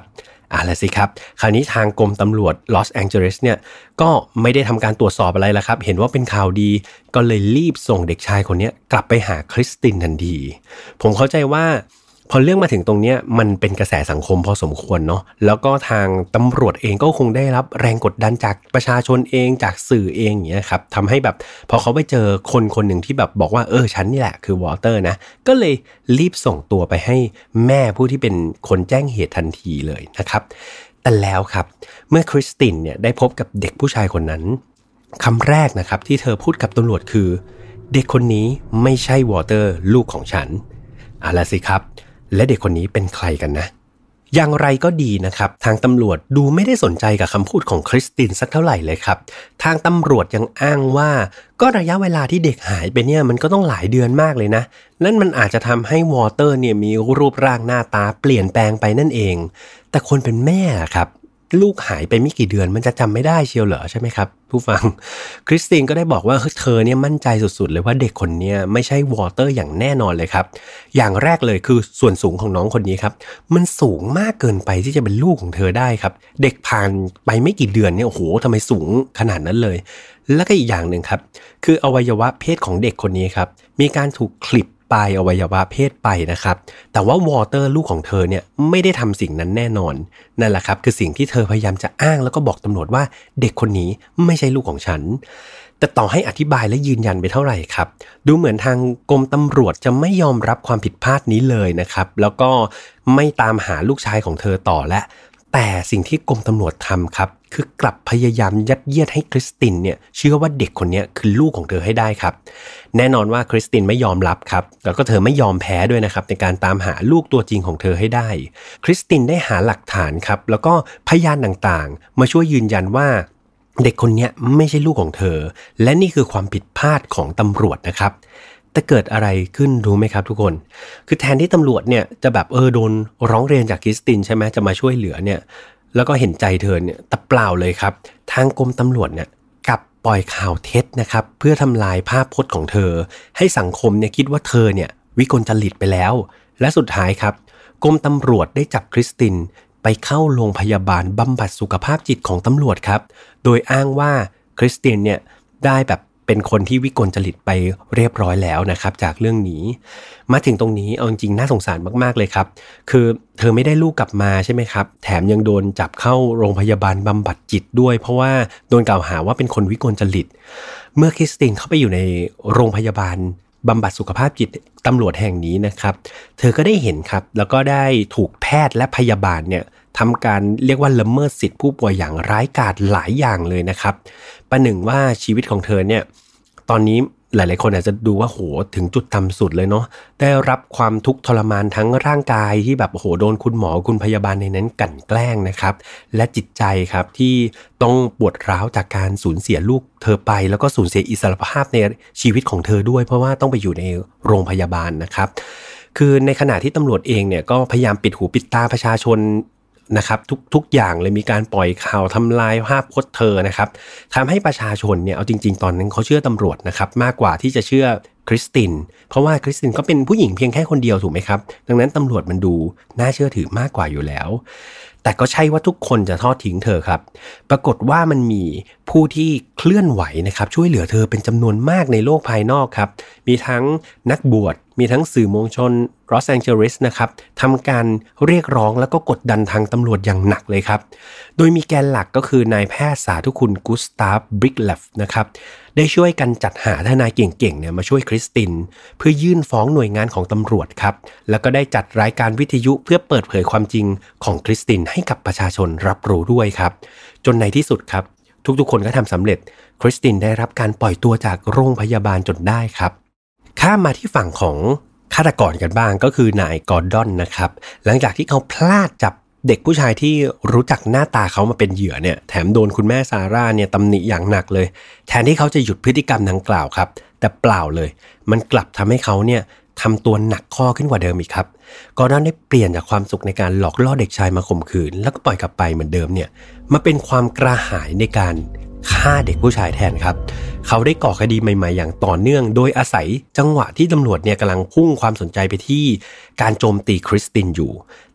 ละสิครับคราวนี้ทางกรมตำรวจลอสแองเจลิสเนี่ยก็ไม่ได้ทำการตรวจสอบอะไรแล้วครับเห็นว่าเป็นข่าวดีก็เลยรีบส่งเด็กชายคนนี้กลับไปหาคริสตินทันทีผมเข้าใจว่าพอเรื่องมาถึงตรงนี้มันเป็นกระแสสังคมพอสมควรเนาะแล้วก็ทางตำรวจเองก็คงได้รับแรงกดดันจากประชาชนเองจากสื่อเองอย่างเงี้ยครับทำให้แบบพอเขาไปเจอคนคนหนึ่งที่แบบบอกว่าฉันนี่แหละคือวอลเตอร์นะก็เลยรีบส่งตัวไปให้แม่ผู้ที่เป็นคนแจ้งเหตุทันทีเลยนะครับแต่แล้วครับเมื่อคริสตินเนี่ยได้พบกับเด็กผู้ชายคนนั้นคำแรกนะครับที่เธอพูดกับตำรวจคือเด็กคนนี้ไม่ใช่วอลเตอร์ลูกของฉันละสิครับและเด็กคนนี้เป็นใครกันนะอย่างไรก็ดีนะครับทางตำรวจดูไม่ได้สนใจกับคำพูดของคริสตินสักเท่าไหร่เลยครับทางตำรวจยังอ้างว่าก็ระยะเวลาที่เด็กหายไปเนี่ยมันก็ต้องหลายเดือนมากเลยนะนั่นมันอาจจะทำให้วอลเตอร์เนี่ยมีรูปร่างหน้าตาเปลี่ยนแปลงไปนั่นเองแต่คนเป็นแม่ครับลูกหายไปไม่กี่เดือนมันจะจำไม่ได้เชียวเหรอใช่ไหมครับผู้ฟังคริสตินก็ได้บอกว่าเธอเนี่ยมั่นใจสุดๆเลยว่าเด็กคนนี้ไม่ใช่วอลเตอร์อย่างแน่นอนเลยครับอย่างแรกเลยคือส่วนสูงของน้องคนนี้ครับมันสูงมากเกินไปที่จะเป็นลูกของเธอได้ครับเด็กผ่านไปไม่กี่เดือนเนี่ยโอ้โหทำไมสูงขนาดนั้นเลยแล้วก็อีกอย่างหนึ่งครับคืออวัยวะเพศของเด็กคนนี้ครับมีการถูกคลิปปลายอวัยวะเพศไปนะครับแต่ว่าวอลเตอร์ลูกของเธอเนี่ยไม่ได้ทำสิ่งนั้นแน่นอนนั่นแหละครับคือสิ่งที่เธอพยายามจะอ้างแล้วก็บอกตำรวจว่าเด็กคนนี้ไม่ใช่ลูกของฉันแต่ต่อให้อธิบายและยืนยันไปเท่าไหร่ครับดูเหมือนทางกรมตำรวจจะไม่ยอมรับความผิดพลาดนี้เลยนะครับแล้วก็ไม่ตามหาลูกชายของเธอต่อและแต่สิ่งที่กรมตำรวจทำครับคือกลับพยายามยัดเยียดให้คริสตินเนี่ยเชื่อว่าเด็กคนนี้คือลูกของเธอให้ได้ครับแน่นอนว่าคริสตินไม่ยอมรับครับแล้วก็เธอไม่ยอมแพ้ด้วยนะครับในการตามหาลูกตัวจริงของเธอให้ได้คริสตินได้หาหลักฐานครับแล้วก็พยานต่างๆมาช่วยยืนยันว่าเด็กคนนี้ไม่ใช่ลูกของเธอและนี่คือความผิดพลาดของตำรวจนะครับแต่เกิดอะไรขึ้นรู้ไหมครับทุกคนคือแทนที่ตำรวจเนี่ยจะแบบโดนร้องเรียนจากคริสตินใช่ไหมจะมาช่วยเหลือเนี่ยแล้วก็เห็นใจเธอเนี่ยแต่เปล่าเลยครับทางกรมตำรวจเนี่ยกลับปล่อยข่าวเท็จนะครับเพื่อทำลายภาพพจน์ของเธอให้สังคมเนี่ยคิดว่าเธอเนี่ยวิกลจริตไปแล้วและสุดท้ายครับกรมตำรวจได้จับคริสตินไปเข้าโรงพยาบาลบำบัดสุขภาพจิตของตำรวจครับโดยอ้างว่าคริสตินเนี่ยได้แบบเป็นคนที่วิกลจริตไปเรียบร้อยแล้วนะครับจากเรื่องนี้มาถึงตรงนี้เอาจริงๆน่าสงสารมากๆเลยครับคือเธอไม่ได้ลูกกลับมาใช่ไหมครับแถมยังโดนจับเข้าโรงพยาบาลบำบัดจิตด้วยเพราะว่าโดนกล่าวหาว่าเป็นคนวิกลจริตเมื่อคริสตินเข้าไปอยู่ในโรงพยาบาลบำบัดสุขภาพจิตตำรวจแห่งนี้นะครับเธอก็ได้เห็นครับแล้วก็ได้ถูกแพทย์และพยาบาลเนี่ยทำการเรียกว่าละเมิดสิทธิผู้ป่วยอย่างร้ายกาจหลายอย่างเลยนะครับประหนึ่งว่าชีวิตของเธอเนี่ยตอนนี้หลายๆคนอาจจะดูว่าโหถึงจุดต่ำสุดเลยเนาะได้รับความทุกข์ทรมานทั้งร่างกายที่แบบโหโดนคุณหมอคุณพยาบาลในนั้นกลั่นแกล้งนะครับและจิตใจครับที่ต้องปวดร้าวจากการสูญเสียลูกเธอไปแล้วก็สูญเสียอิสรภาพในชีวิตของเธอด้วยเพราะว่าต้องไปอยู่ในโรงพยาบาลนะครับคือในขณะที่ตำรวจเองเนี่ยก็พยายามปิดหูปิดตาประชาชนนะครับทุกอย่างเลยมีการปล่อยข่าวทำลายภาพพจน์เธอนะครับทำให้ประชาชนเนี่ยเอาจริงๆตอนนั้นเขาเชื่อตำรวจนะครับมากกว่าที่จะเชื่อคริสตินเพราะว่าคริสตินก็เป็นผู้หญิงเพียงแค่คนเดียวถูกไหมครับดังนั้นตำรวจมันดูน่าเชื่อถือมากกว่าอยู่แล้วแต่ก็ใช่ว่าทุกคนจะทอดทิ้งเธอครับปรากฏว่ามันมีผู้ที่เคลื่อนไหวนะครับช่วยเหลือเธอเป็นจำนวนมากในโลกภายนอกครับมีทั้งนักบวชมีทั้งสื่อมวลชนลอสแองเจลิสนะครับทำการเรียกร้องแล้วก็กดดันทางตำรวจอย่างหนักเลยครับโดยมีแกนหลักก็คือนายแพทย์สาธุคุณกุสตาฟ บริกเลฟนะครับได้ช่วยกันจัดหาทนายเก่งๆเนี่ยมาช่วยคริสตินเพื่อยื่นฟ้องหน่วยงานของตำรวจครับแล้วก็ได้จัดรายการวิทยุเพื่อเปิดเผยความจริงของคริสตินให้กับประชาชนรับรู้ด้วยครับจนในที่สุดครับทุกๆคนก็ทำสำเร็จคริสตินได้รับการปล่อยตัวจากโรงพยาบาลจนได้ครับข้ามมาที่ฝั่งของฆาตกรกันบ้างก็คือนายกอร์ดอนนะครับหลังจากที่เขาพลาดจับเด็กผู้ชายที่รู้จักหน้าตาเขามาเป็นเหยื่อเนี่ยแถมโดนคุณแม่ซาร่าเนี่ยตำหนิอย่างหนักเลยแทนที่เขาจะหยุดพฤติกรรมดังกล่าวครับแต่เปล่าเลยมันกลับทำให้เขาเนี่ยทำตัวหนักข้อขึ้นกว่าเดิมอีกครับกอร์ดอนได้เปลี่ยนจากความสุขในการหลอกล่อเด็กชายมาข่มขืนแล้วก็ปล่อยกลับไปเหมือนเดิมเนี่ยมาเป็นความกระหายในการฆ่าเด็กผู้ชายแทนครับเขาได้ก่อคดีใหม่ๆอย่างต่อเนื่องโดยอาศัยจังหวะที่ตำรวจเนี่ยกำลังพุ่งความสนใจไปที่การโจมตีคริสตินอยู่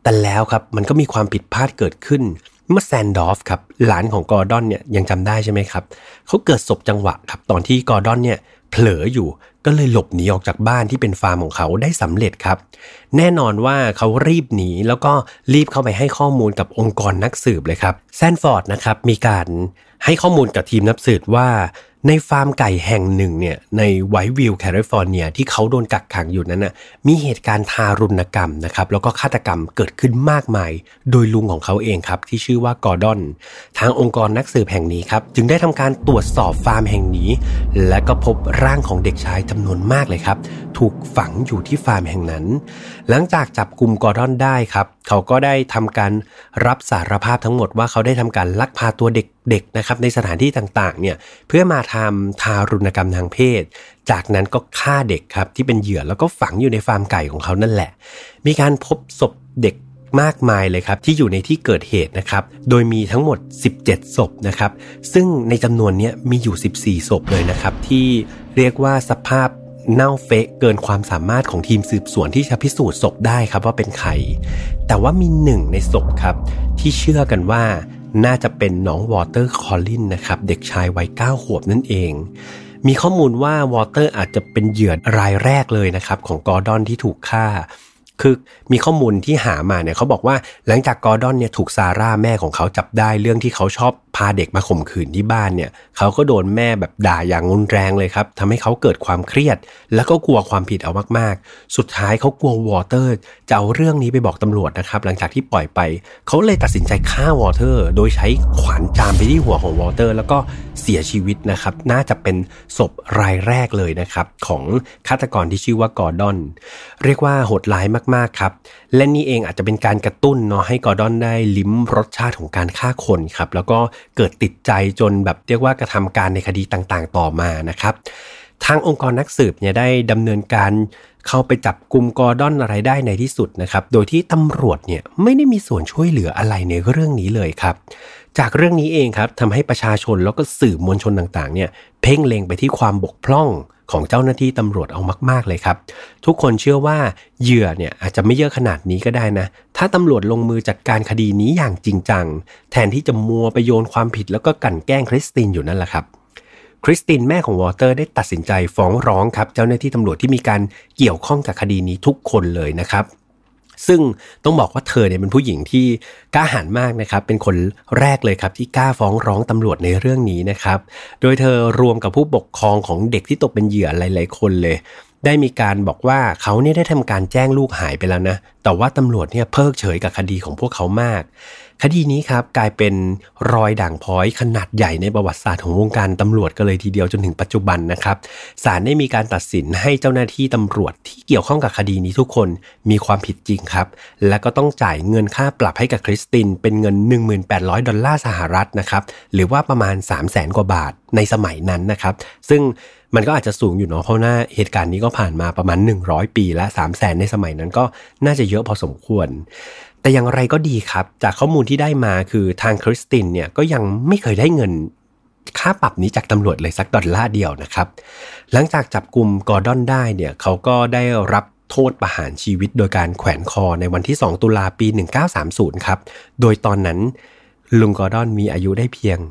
แต่แล้วครับมันก็มีความผิดพลาดเกิดขึ้นเมื่อแซนดอฟครับหลานของกอร์ดอนเนี่ยยังจำได้ใช่ไหมครับเขาเกิดสบจังหวะครับตอนที่กอร์ดอนเนี่ยเผลออยู่ก็เลยหลบหนีออกจากบ้านที่เป็นฟาร์มของเขาได้สำเร็จครับแน่นอนว่าเขารีบหนีแล้วก็รีบเข้าไปให้ข้อมูลกับองค์กรนักสืบเลยครับแซนฟอร์ดนะครับมีการให้ข้อมูลกับทีมนักสืบว่าในฟาร์มไก่แห่งหนึ่งเนี่ยในไวท์วิลล์แคลิฟอร์เนียที่เขาโดนกักขังอยู่นั้นน่ะมีเหตุการณ์ทารุณกรรมนะครับแล้วก็ฆาตกรรมเกิดขึ้นมากมายโดยลุงของเขาเองครับที่ชื่อว่ากอร์ดอนทางองค์กรนักสืบแห่งนี้ครับจึงได้ทำการตรวจสอบฟาร์มแห่งนี้และก็พบร่างของเด็กชายจำนวนมากเลยครับถูกฝังอยู่ที่ฟาร์มแห่งนั้นหลังจากจับกุมกอร์ดอนได้ครับเขาก็ได้ทำการรับสารภาพทั้งหมดว่าเขาได้ทำการลักพาตัวเด็กนะครับในสถานที่ต่างๆเนี่ยเพื่อมาทำทารุณกรรมทางเพศจากนั้นก็ฆ่าเด็กครับที่เป็นเหยื่อแล้วก็ฝังอยู่ในฟาร์มไก่ของเขานั่นแหละมีการพบศพเด็กมากมายเลยครับที่อยู่ในที่เกิดเหตุนะครับโดยมีทั้งหมด17ศพนะครับซึ่งในจำนวนนี้มีอยู่14ศพเลยนะครับที่เรียกว่าสภาพเน่าเฟะเกินความสามารถของทีมสืบสวนที่จะพิสูจน์ศพได้ครับว่าเป็นใครแต่ว่ามีหนึ่งในศพครับที่เชื่อกันว่าน่าจะเป็นน้องวอเตอร์คอลลินนะครับเด็กชายวัย9 ขวบนั่นเองมีข้อมูลว่าวอเตอร์อาจจะเป็นเหยื่อรายแรกเลยนะครับของกอร์ดอนที่ถูกฆ่าคือมีข้อมูลที่หามาเนี่ยเขาบอกว่าหลังจากกอร์ดอนเนี่ยถูกซาร่าแม่ของเขาจับได้เรื่องที่เขาชอบพาเด็กมาข่มขืนที่บ้านเนี่ยเขาก็โดนแม่แบบด่าอย่างรุนแรงเลยครับทำให้เขาเกิดความเครียดแล้วก็กลัวความผิดเอามากๆสุดท้ายเขากลัววอเตอร์จะเอาเรื่องนี้ไปบอกตำรวจนะครับหลังจากที่ปล่อยไปเขาเลยตัดสินใจฆ่าวอเตอร์โดยใช้ขวานจามไปที่หัวของวอเตอร์แล้วก็เสียชีวิตนะครับน่าจะเป็นศพรายแรกเลยนะครับของฆาตกรที่ชื่อว่ากอร์ดอนเรียกว่าโหดร้ายมากๆครับและนี่เองอาจจะเป็นการกระตุ้นเนาะให้กอร์ดอนได้ลิ้มรสชาติของการฆ่าคนครับแล้วก็เกิดติดใจจนแบบเรียกว่ากระทำการในคดีต่างๆต่อมานะครับทางองค์กรนักสืบเนี่ยได้ดำเนินการเข้าไปจับกุมกอร์ดอนอะไรได้ในที่สุดนะครับโดยที่ตำรวจเนี่ยไม่ได้มีส่วนช่วยเหลืออะไรในเรื่องนี้เลยครับจากเรื่องนี้เองครับทำให้ประชาชนแล้วก็สื่อมวลชนต่างๆเนี่ยเพ่งเล็งไปที่ความบกพร่องของเจ้าหน้าที่ตำรวจเอามากๆเลยครับทุกคนเชื่อว่าเหยื่อเนี่ยอาจจะไม่เยอะขนาดนี้ก็ได้นะถ้าตำรวจลงมือจัดการคดีนี้อย่างจริงจังแทนที่จะมัวไปโยนความผิดแล้วก็กลั่นแกล้งคริสตินอยู่นั่นแหละครับคริสตินแม่ของวอเตอร์ได้ตัดสินใจฟ้องร้องครับเจ้าหน้าที่ตำรวจที่มีการเกี่ยวข้องกับคดีนี้ทุกคนเลยนะครับซึ่งต้องบอกว่าเธอเนี่ยเป็นผู้หญิงที่กล้าหาญมากนะครับเป็นคนแรกเลยครับที่กล้าฟ้องร้องตำรวจในเรื่องนี้นะครับโดยเธอรวมกับผู้ปกครองของเด็กที่ตกเป็นเหยื่อหลายๆคนเลยได้มีการบอกว่าเขาเนี่ยได้ทำการแจ้งลูกหายไปแล้วนะแต่ว่าตำรวจเนี่ยเพิกเฉยกับคดีของพวกเขามากคดีนี้ครับกลายเป็นรอยด่างพร้อยขนาดใหญ่ในประวัติศาสตร์ของวงการตำรวจกันเลยทีเดียวจนถึงปัจจุบันนะครับศาลได้มีการตัดสินให้เจ้าหน้าที่ตำรวจที่เกี่ยวข้องกับคดีนี้ทุกคนมีความผิดจริงครับและก็ต้องจ่ายเงินค่าปรับให้กับคริสตินเป็นเงิน $1,800 ดอลลาร์สหรัฐนะครับหรือว่าประมาณ 300,000 กว่าบาทในสมัยนั้นนะครับซึ่งมันก็อาจจะสูงอยู่เนาะเพราะว่าเหตุการณ์นี้ก็ผ่านมาประมาณ100 ปีและ 300,000 ในสมัยนั้นก็น่าจะเยอะพอสมควรแต่อย่างไรก็ดีครับจากข้อมูลที่ได้มาคือทางคริสตินเนี่ยก็ยังไม่เคยได้เงินค่าปรับนี้จากตำรวจเลยสักดอลลาร์เดียวนะครับหลังจากจับกุมกอร์ดอนได้เนี่ยเขาก็ได้รับโทษประหารชีวิตโดยการแขวนคอในวันที่2 ตุลาปี 1930ครับโดยตอนนั้นลุงกอร์ดอนมีอายุได้เพียง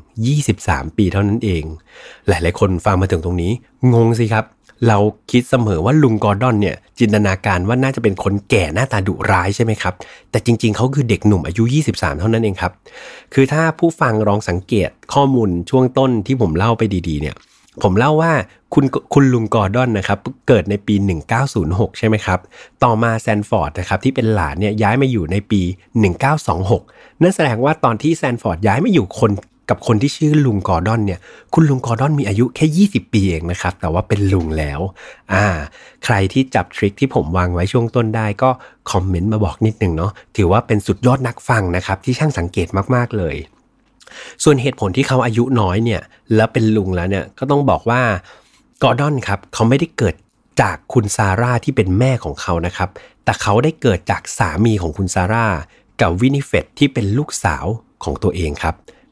23 ปีเท่านั้นเองหลายๆคนฟังมาถึงตรงนี้งงสิครับเราคิดเสมอว่าลุงกอร์ดอนเนี่ยจินตนาการว่าน่าจะเป็นคนแก่หน้าตาดุร้ายใช่ไหมครับแต่จริงๆเขาคือเด็กหนุ่มอายุ23เท่านั้นเองครับคือถ้าผู้ฟังลองสังเกตข้อมูลช่วงต้นที่ผมเล่าไปดีๆเนี่ยผมเล่าว่าคุณลุงกอร์ดอนนะครับเกิดในปี1906ใช่ไหมครับต่อมาแซนฟอร์ดนะครับที่เป็นหลานเนี่ยย้ายมาอยู่ในปี1926นั่นแสดงว่าตอนที่แซนฟอร์ดย้ายมาอยู่กับคนที่ชื่อลุงกอร์ดอนเนี่ยคุณลุงกอร์ดอนมีอายุแค่20 ปีเองนะครับแต่ว่าเป็นลุงแล้วใครที่จับทริคที่ผมวางไว้ช่วงต้นได้ก็คอมเมนต์มาบอกนิดนึงเนาะถือว่าเป็นสุดยอดนักฟังนะครับที่ช่างสังเกตมากๆเลยส่วนเหตุผลที่เขาอายุน้อยเนี่ยแล้วเป็นลุงแล้วเนี่ยก็ต้องบอกว่ากอร์ดอนครับเขาไม่ได้เกิดจากคุณซาร่าที่เป็นแม่ของเขานะครับแต่เขาได้เกิดจากสามีของคุณซาร่ากับวินิเฟตที่เป็นลูกสาวของตัวเองครับ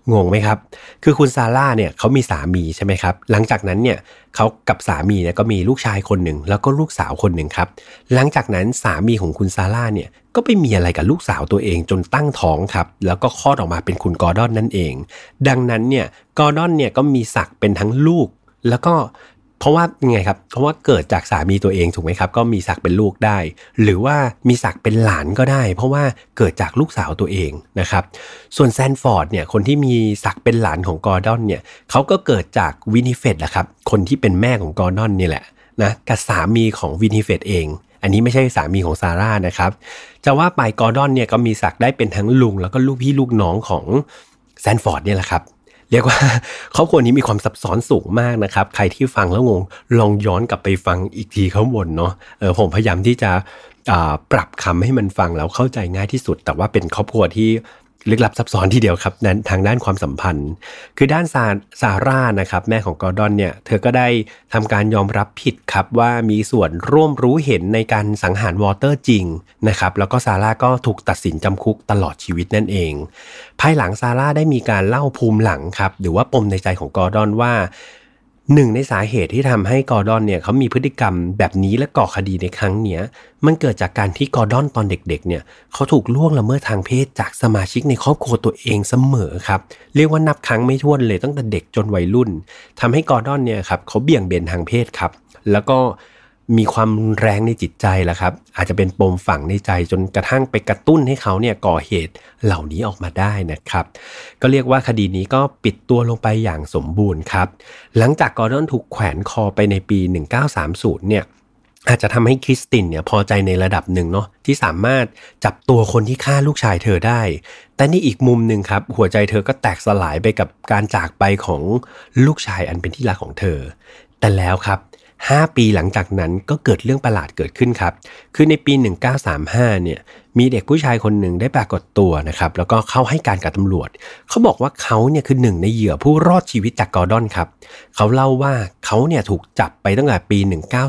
งงไหมครับคือคุณซาร่าเนี่ยเขามีสามีใช่ไหมครับหลังจากนั้นเนี่ยเขากับสามีเนี่ยก็มีลูกชายคนหนึ่งแล้วก็ลูกสาวคนหนึ่งครับหลังจากนั้นสามีของคุณซาร่าเนี่ยก็ไปมีอะไรกับลูกสาวตัวเองจนตั้งท้องครับแล้วก็คลอดออกมาเป็นคุณกอร์ดอนนั่นเองดังนั้นเนี่ยกอร์ดอนเนี่ยก็มีศักดิ์เป็นทั้งลูกแล้วก็เพราะว่าไงครับเพราะว่าเกิดจากสามีตัวเองถูกไหมครับก็มีศักดิ์เป็นลูกได้หรือว่ามีศักดิ์เป็นหลานก็ได้เพราะว่าเกิดจากลูกสาวตัวเองนะครับส่วนแซนฟอร์ดเนี่ยคนที่มีศักดิ์เป็นหลานของกอร์ดอนเนี่ยเขาก็เกิดจากวินิเฟตแหละครับคนที่เป็นแม่ของกอร์ดอนนี่แหละนะกับสามีของวินิเฟตเองอันนี้ไม่ใช่สามีของซาร่านะครับจะว่าไปกอร์ดอนเนี่ยก็มีศักดิ์ได้เป็นทั้งลุงแล้วก็ลูกพี่ลูกน้องของแซนฟอร์ดเนี่ยแหละครับเรียกว่าครอบครัวนี้มีความซับซ้อนสูงมากนะครับใครที่ฟังแล้วงงลองย้อนกลับไปฟังอีกทีข้างบนเนาะผมพยายามที่จะปรับคำให้มันฟังแล้วเข้าใจง่ายที่สุดแต่ว่าเป็นครอบครัวที่ลึกลับซับซ้อนทีเดียวครับนั้นทางด้านความสัมพันธ์คือด้านซาร่านะครับแม่ของกอร์ดอนเนี่ยเธอก็ได้ทำการยอมรับผิดครับว่ามีส่วนร่วมรู้เห็นในการสังหารวอเตอร์จริงนะครับแล้วก็ซาร่าก็ถูกตัดสินจำคุกตลอดชีวิตนั่นเองภายหลังซาร่าได้มีการเล่าภูมิหลังครับหรือว่าปมในใจของกอร์ดอนว่าหนึ่งในสาเหตุที่ทำให้กอร์ดอนเนี่ยเขามีพฤติกรรมแบบนี้และก่อคดีในครั้งเนี้ยมันเกิดจากการที่กอร์ดอนตอนเด็กๆเนี่ยเขาถูกล่วงละเมิดทางเพศจากสมาชิกในครอบครัวตัวเองเสมอครับเรียกว่านับครั้งไม่ถ้วนเลยตั้งแต่เด็กจนวัยรุ่นทำให้กอร์ดอนเนี่ยครับเขาเบี่ยงเบนทางเพศครับแล้วก็มีความแรงในจิตใจแล้วครับอาจจะเป็นปมฝังในใจจนกระทั่งไปกระตุ้นให้เขาเนี่ยก่อเหตุเหล่านี้ออกมาได้นะครับก็เรียกว่าคดีนี้ก็ปิดตัวลงไปอย่างสมบูรณ์ครับหลังจากกอร์ดอนถูกแขวนคอไปในปี1930เนี่ยอาจจะทำให้คริสตินเนี่ยพอใจในระดับหนึ่งเนาะที่สามารถจับตัวคนที่ฆ่าลูกชายเธอได้แต่นี่อีกมุมหนึ่งครับหัวใจเธอก็แตกสลายไปกับการจากไปของลูกชายอันเป็นที่รักของเธอแต่แล้วครับ5 ปีหลังจากนั้นก็เกิดเรื่องประหลาดเกิดขึ้นครับคือในปี1935เนี่ยมีเด็กผู้ชายคนหนึ่งได้ปรากฏตัวนะครับแล้วก็เข้าให้การกับตำรวจเขาบอกว่าเขาเนี่ยคือหนึ่งในเหยื่อผู้รอดชีวิตจากกอร์ดอนครับเขาเล่าว่าเขาเนี่ยถูกจับไปตั้งแต่ปี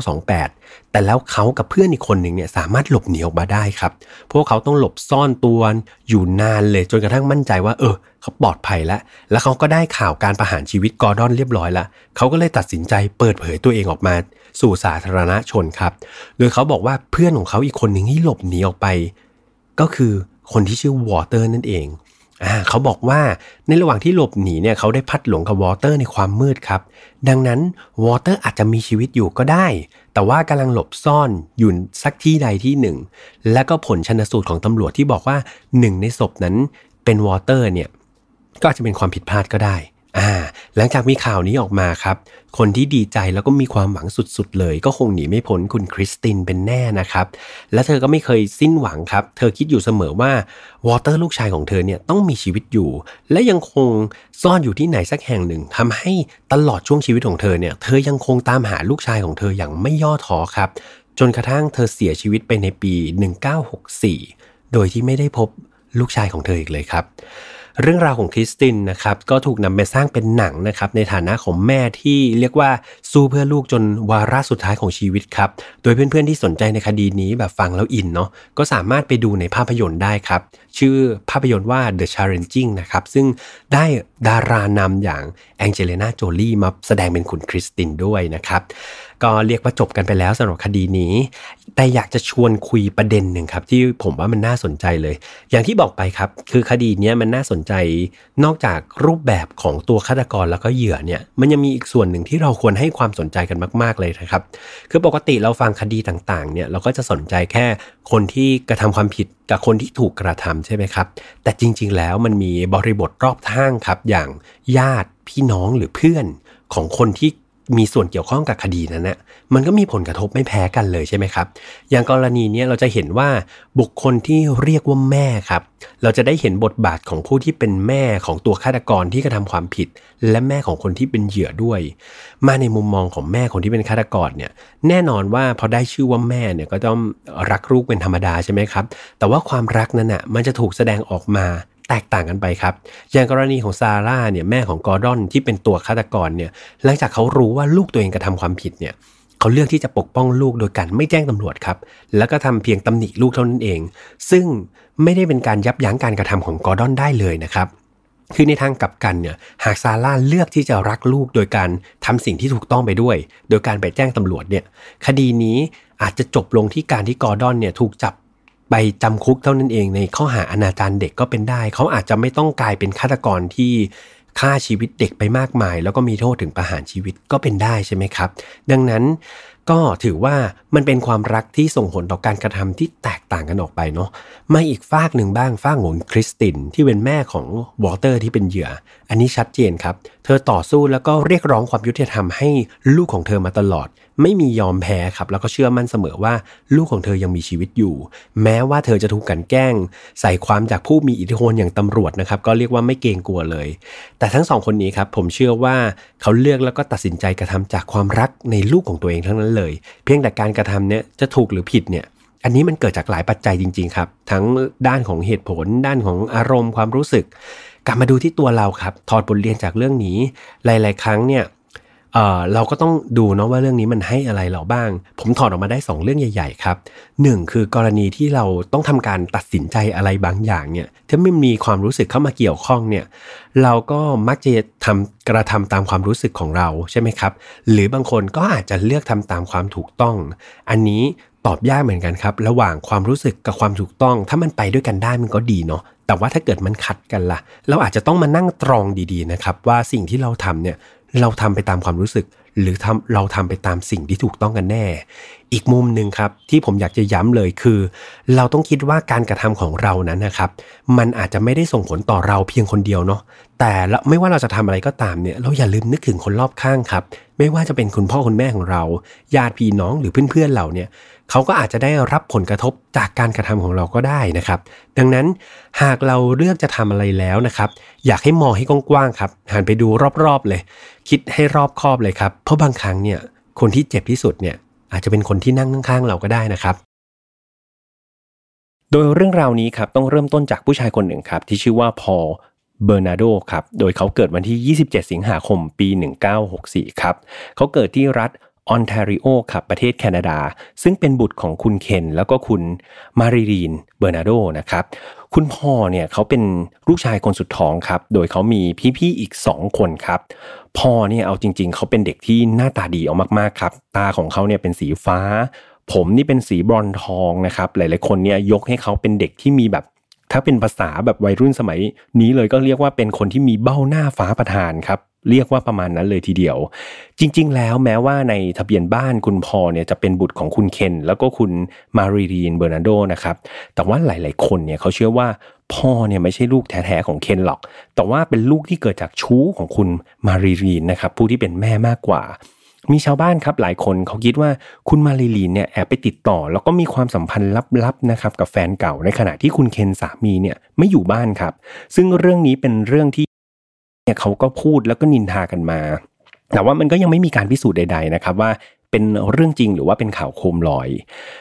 1928แต่แล้วเขากับเพื่อนอีกคนหนึ่งเนี่ยสามารถหลบหนีออกมาได้ครับพวกเขาต้องหลบซ่อนตัวอยู่นานเลยจนกระทั่งมั่นใจว่าเขาปลอดภัยแล้วเขาก็ได้ข่าวการประหารชีวิตกอร์ดอนเรียบร้อยแล้วเขาก็เลยตัดสินใจเปิดเผยตัวเองออกมาสู่สาธารณชนครับโดยเขาบอกว่าเพื่อนของเขาอีกคนหนึ่งที่หลบหนีออกไปก็คือคนที่ชื่อวอเตอร์นั่นเองเขาบอกว่าในระหว่างที่หลบหนีเนี่ยเขาได้พัดหลงกับวอเตอร์ในความมืดครับดังนั้นวอเตอร์อาจจะมีชีวิตอยู่ก็ได้แต่ว่ากำลังหลบซ่อนอยู่สักที่ใดที่หนึ่งและก็ผลชันสูตรของตำรวจที่บอกว่าหนึ่งในศพนั้นเป็นวอเตอร์เนี่ยก็อาจจะเป็นความผิดพลาดก็ได้หลังจากมีข่าวนี้ออกมาครับคนที่ดีใจแล้วก็มีความหวังสุดๆเลยก็คงหนีไม่พ้นคุณคริสตินเป็นแน่นะครับและเธอก็ไม่เคยสิ้นหวังครับเธอคิดอยู่เสมอว่าวอเตอร์ลูกชายของเธอเนี่ยต้องมีชีวิตอยู่และยังคงซ่อนอยู่ที่ไหนสักแห่งหนึ่งทำให้ตลอดช่วงชีวิตของเธอเนี่ยเธอยังคงตามหาลูกชายของเธออย่างไม่ย่อท้อครับจนกระทั่งเธอเสียชีวิตไปในปี1964โดยที่ไม่ได้พบลูกชายของเธออีกเลยครับเรื่องราวของคริสตินนะครับก็ถูกนำไปสร้างเป็นหนังนะครับในฐานะของแม่ที่เรียกว่าสู้เพื่อลูกจนวาระสุดท้ายของชีวิตครับโดยเพื่อนๆที่สนใจในคดีนี้แบบฟังแล้วอินเนาะก็สามารถไปดูในภาพยนตร์ได้ครับชื่อภาพยนตร์ว่า The Challenging นะครับซึ่งได้ดารานำอย่างแองเจลิน่าโจลี่มาแสดงเป็นคุณคริสตินด้วยนะครับก็เรียกว่าจบกันไปแล้วสำหรับคดีนี้แต่อยากจะชวนคุยประเด็นหนึ่งครับที่ผมว่ามันน่าสนใจเลยอย่างที่บอกไปครับคือคดีนี้มันน่าสนใจนอกจากรูปแบบของตัวฆาตกรแล้วก็เหยื่อเนี่ยมันยังมีอีกส่วนหนึ่งที่เราควรให้ความสนใจกันมากๆเลยนะครับคือปกติเราฟังคดีต่างๆเนี่ยเราก็จะสนใจแค่คนที่กระทำความผิดกับคนที่ถูกกระทำใช่ไหมครับแต่จริงๆแล้วมันมีบริบทรอบข้างครับอย่างญาติพี่น้องหรือเพื่อนของคนที่มีส่วนเกี่ยวข้องกับคดีนั้นนะมันก็มีผลกระทบไม่แพ้กันเลยใช่ไหมครับอย่างกรณีนี้เราจะเห็นว่าบุคคลที่เรียกว่าแม่ครับเราจะได้เห็นบทบาทของผู้ที่เป็นแม่ของตัวฆาตกรที่กระทำความผิดและแม่ของคนที่เป็นเหยื่อด้วยมาในมุมมองของแม่คนที่เป็นฆาตกรเนี่ยแน่นอนว่าพอได้ชื่อว่าแม่เนี่ยก็ต้องรักลูกเป็นธรรมดาใช่ไหมครับแต่ว่าความรักนั้นน่ะมันจะถูกแสดงออกมาแตกต่างกันไปครับอย่างกรณีของซาร่าเนี่ยแม่ของกอร์ดอนที่เป็นตัวฆาตกรเนี่ยหลังจากเขารู้ว่าลูกตัวเองกระทำความผิดเนี่ยเขาเลือกที่จะปกป้องลูกโดยการไม่แจ้งตำรวจครับแล้วก็ทำเพียงตำหนิลูกเท่านั้นเองซึ่งไม่ได้เป็นการยับยั้งการกระทำของกอร์ดอนได้เลยนะครับคือในทางกลับกันเนี่ยหากซาร่าเลือกที่จะรักลูกโดยการทำสิ่งที่ถูกต้องไปด้วยโดยการไปแจ้งตำรวจเนี่ยคดีนี้อาจจะจบลงที่การที่กอร์ดอนเนี่ยถูกจับไปจำคุกเท่านั้นเองในข้อหาอนาจารเด็กก็เป็นได้เขาอาจจะไม่ต้องกลายเป็นฆาตกรที่ฆ่าชีวิตเด็กไปมากมายแล้วก็มีโทษถึงประหารชีวิตก็เป็นได้ใช่ไหมครับดังนั้นก็ถือว่ามันเป็นความรักที่ส่งผลต่อการกระทำที่แตกต่างกันออกไปเนาะมาอีกฝากหนึ่งบ้างฝากของคริสตินที่เป็นแม่ของวอลเตอร์ที่เป็นเหยื่ออันนี้ชัดเจนครับเธอต่อสู้แล้วก็เรียกร้องความยุติธรรมให้ลูกของเธอมาตลอดไม่มียอมแพ้ครับแล้วก็เชื่อมั่นเสมอว่าลูกของเธอยังมีชีวิตอยู่แม้ว่าเธอจะถูกกลั่นแกล้งใส่ความจากผู้มีอิทธิพลอย่างตำรวจนะครับก็เรียกว่าไม่เกรงกลัวเลยแต่ทั้งสองคนนี้ครับผมเชื่อว่าเขาเลือกแล้วก็ตัดสินใจกระทำจากความรักในลูกของตัวเองทั้งนั้นเลยเพียงแต่การกระทำเนี่ยจะถูกหรือผิดเนี่ยอันนี้มันเกิดจากหลายปัจจัยจริงๆครับทั้งด้านของเหตุผลด้านของอารมณ์ความรู้สึกกลับมาดูที่ตัวเราครับถอดบทเรียนจากเรื่องนี้หลายๆครั้งเนี่ยเราก็ต้องดูเนาะว่าเรื่องนี้มันให้อะไรเราบ้างผมถอดออกมาได้2เรื่องใหญ่ๆครับ1คือกรณีที่เราต้องทำการตัดสินใจอะไรบางอย่างเนี่ยถ้าไม่มีความรู้สึกเข้ามาเกี่ยวข้องเนี่ยเราก็มักจะกระทำตามความรู้สึกของเราใช่ไหมครับหรือบางคนก็อาจจะเลือกทำตามความถูกต้องอันนี้ตอบยากเหมือนกันครับระหว่างความรู้สึกกับความถูกต้องถ้ามันไปด้วยกันได้มันก็ดีเนาะแต่ว่าถ้าเกิดมันขัดกันล่ะเราอาจจะต้องมานั่งตรองดีๆนะครับว่าสิ่งที่เราทำเนี่ยเราทำไปตามความรู้สึกหรือเราทำไปตามสิ่งที่ถูกต้องกันแน่อีกมุมหนึ่งครับที่ผมอยากจะย้ำเลยคือเราต้องคิดว่าการกระทำของเรานั้นนะครับมันอาจจะไม่ได้ส่งผลต่อเราเพียงคนเดียวเนาะแต่ไม่ว่าเราจะทำอะไรก็ตามเนี่ยเราอย่าลืมนึกถึงคนรอบข้างครับไม่ว่าจะเป็นคุณพ่อคุณแม่ของเราญาติพี่น้องหรือเพื่อนๆเราเนี่ยเขาก็อาจจะได้รับผลกระทบจากการกระทำของเราก็ได้นะครับดังนั้นหากเราเลือกจะทำอะไรแล้วนะครับอยากให้มองให้กว้างๆครับหันไปดูรอบๆเลยคิดให้รอบคอบเลยครับเพราะบางครั้งเนี่ยคนที่เจ็บที่สุดเนี่ยอาจจะเป็นคนที่นั่งข้างๆเราก็ได้นะครับโดยเรื่องราวนี้ครับต้องเริ่มต้นจากผู้ชายคนหนึ่งครับที่ชื่อว่าพอลเบอร์นาโดครับโดยเขาเกิดวันที่27สิงหาคมปี1964ครับเขาเกิดที่รัฐออนแทริโอครับประเทศแคนาดาซึ่งเป็นบุตรของคุณเคนแล้วก็คุณมารีลีนเบอร์นาโดนะครับคุณพ่อเนี่ยเขาเป็นลูกชายคนสุดท้องครับโดยเขามีพี่ๆอีก2คนครับพ่อเนี่ยเอาจริงๆเขาเป็นเด็กที่หน้าตาดีเอามากๆครับตาของเขาเนี่ยเป็นสีฟ้าผมนี่เป็นสีบรอนซ์ทองนะครับหลายๆคนเนี่ยยกให้เขาเป็นเด็กที่มีแบบถ้าเป็นภาษาแบบวัยรุ่นสมัยนี้เลยก็เรียกว่าเป็นคนที่มีเบ้าหน้าฟ้าประทานครับเรียกว่าประมาณนั้นเลยทีเดียวจริงๆแล้วแม้ว่าในทะเบียนบ้านคุณพ่อเนี่ยจะเป็นบุตรของคุณเคนแล้วก็คุณมารีลีนเบอร์นาโดนะครับแต่ว่าหลายๆคนเนี่ยเขาเชื่อว่าพ่อเนี่ยไม่ใช่ลูกแท้ๆของเคนหรอกแต่ว่าเป็นลูกที่เกิดจากชู้ของคุณมารีลีนนะครับผู้ที่เป็นแม่มากกว่ามีชาวบ้านครับหลายคนเขาคิดว่าคุณมารีลีนเนี่ยแอบไปติดต่อแล้วก็มีความสัมพันธ์ลับๆนะครับกับแฟนเก่าในขณะที่คุณเคนสามีเนี่ยไม่อยู่บ้านครับซึ่งเรื่องนี้เป็นเรื่องที่เนี่ยเขาก็พูดแล้วก็นินทากันมาแต่ว่ามันก็ยังไม่มีการพิสูจน์ใดๆนะครับว่าเป็นเรื่องจริงหรือว่าเป็นข่าวโคมลอย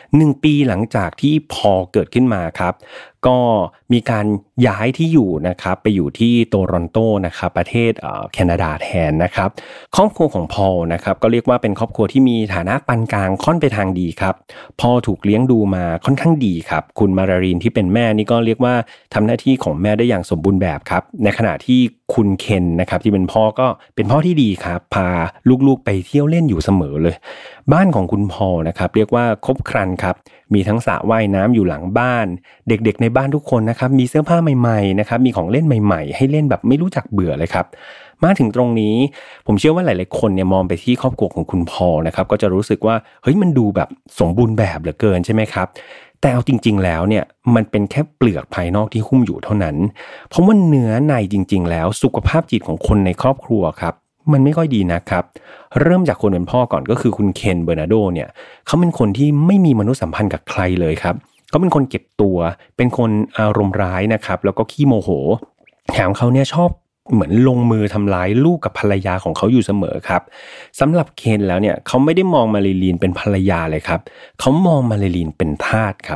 1ปีหลังจากที่พอเกิดขึ้นมาครับก็มีการย้ายที่อยู่นะครับไปอยู่ที่โตรอนโตนะครับประเทศแคนาดาแทนนะครับครอบครัวของพอลนะครับก็เรียกว่าเป็นครอบครัวที่มีฐานะปานกลางค่อนไปทางดีครับพอถูกเลี้ยงดูมาค่อนข้างดีครับคุณมารีลีนที่เป็นแม่นี่ก็เรียกว่าทำหน้าที่ของแม่ได้อย่างสมบูรณ์แบบครับในขณะที่คุณเคนนะครับที่เป็นพ่อก็เป็นพ่อที่ดีครับพาลูกๆไปเที่ยวเล่นอยู่เสมอเลยบ้านของคุณพอลนะครับเรียกว่าครบครันครับมีทั้งสระว่ายน้ำอยู่หลังบ้านเด็กๆในบ้านทุกคนนะครับมีเสื้อผ้าใหม่ๆนะครับมีของเล่นใหม่ๆให้เล่นแบบไม่รู้จักเบื่อเลยครับมาถึงตรงนี้ผมเชื่อว่าหลายๆคนเนี่ยมองไปที่ครอบครัวของคุณพอลนะครับก็จะรู้สึกว่าเฮ้ยมันดูแบบสมบูรณ์แบบเหลือเกินใช่ไหมครับแต่เอาจริงๆแล้วเนี่ยมันเป็นแค่เปลือกภายนอกที่หุ้มอยู่เท่านั้นเพราะว่าเนื้อในจริงๆแล้วสุขภาพจิตของคนในครอบครัวครับมันไม่ค่อยดีนะครับเริ่มจากคนเป็นพ่อก่อนก็คือคุณเคนเบอร์นาโดเนี่ยเขาเป็นคนที่ไม่มีมนุษยสัมพันธ์กับใครเลยครับเขาเป็นคนเก็บตัวเป็นคนอารมณ์ร้ายนะครับแล้วก็ขี้โมโหแถมเขาเนี่ยชอบเหมือนลงมือทำร้ายลูกกับภรรยาของเขาอยู่เสมอครับสำหรับเคนแล้วเนี่ยเขาไม่ได้มองมารีลีนเป็นภรรยาเลยครับเขามองมารีลีนเป็นทาสครับ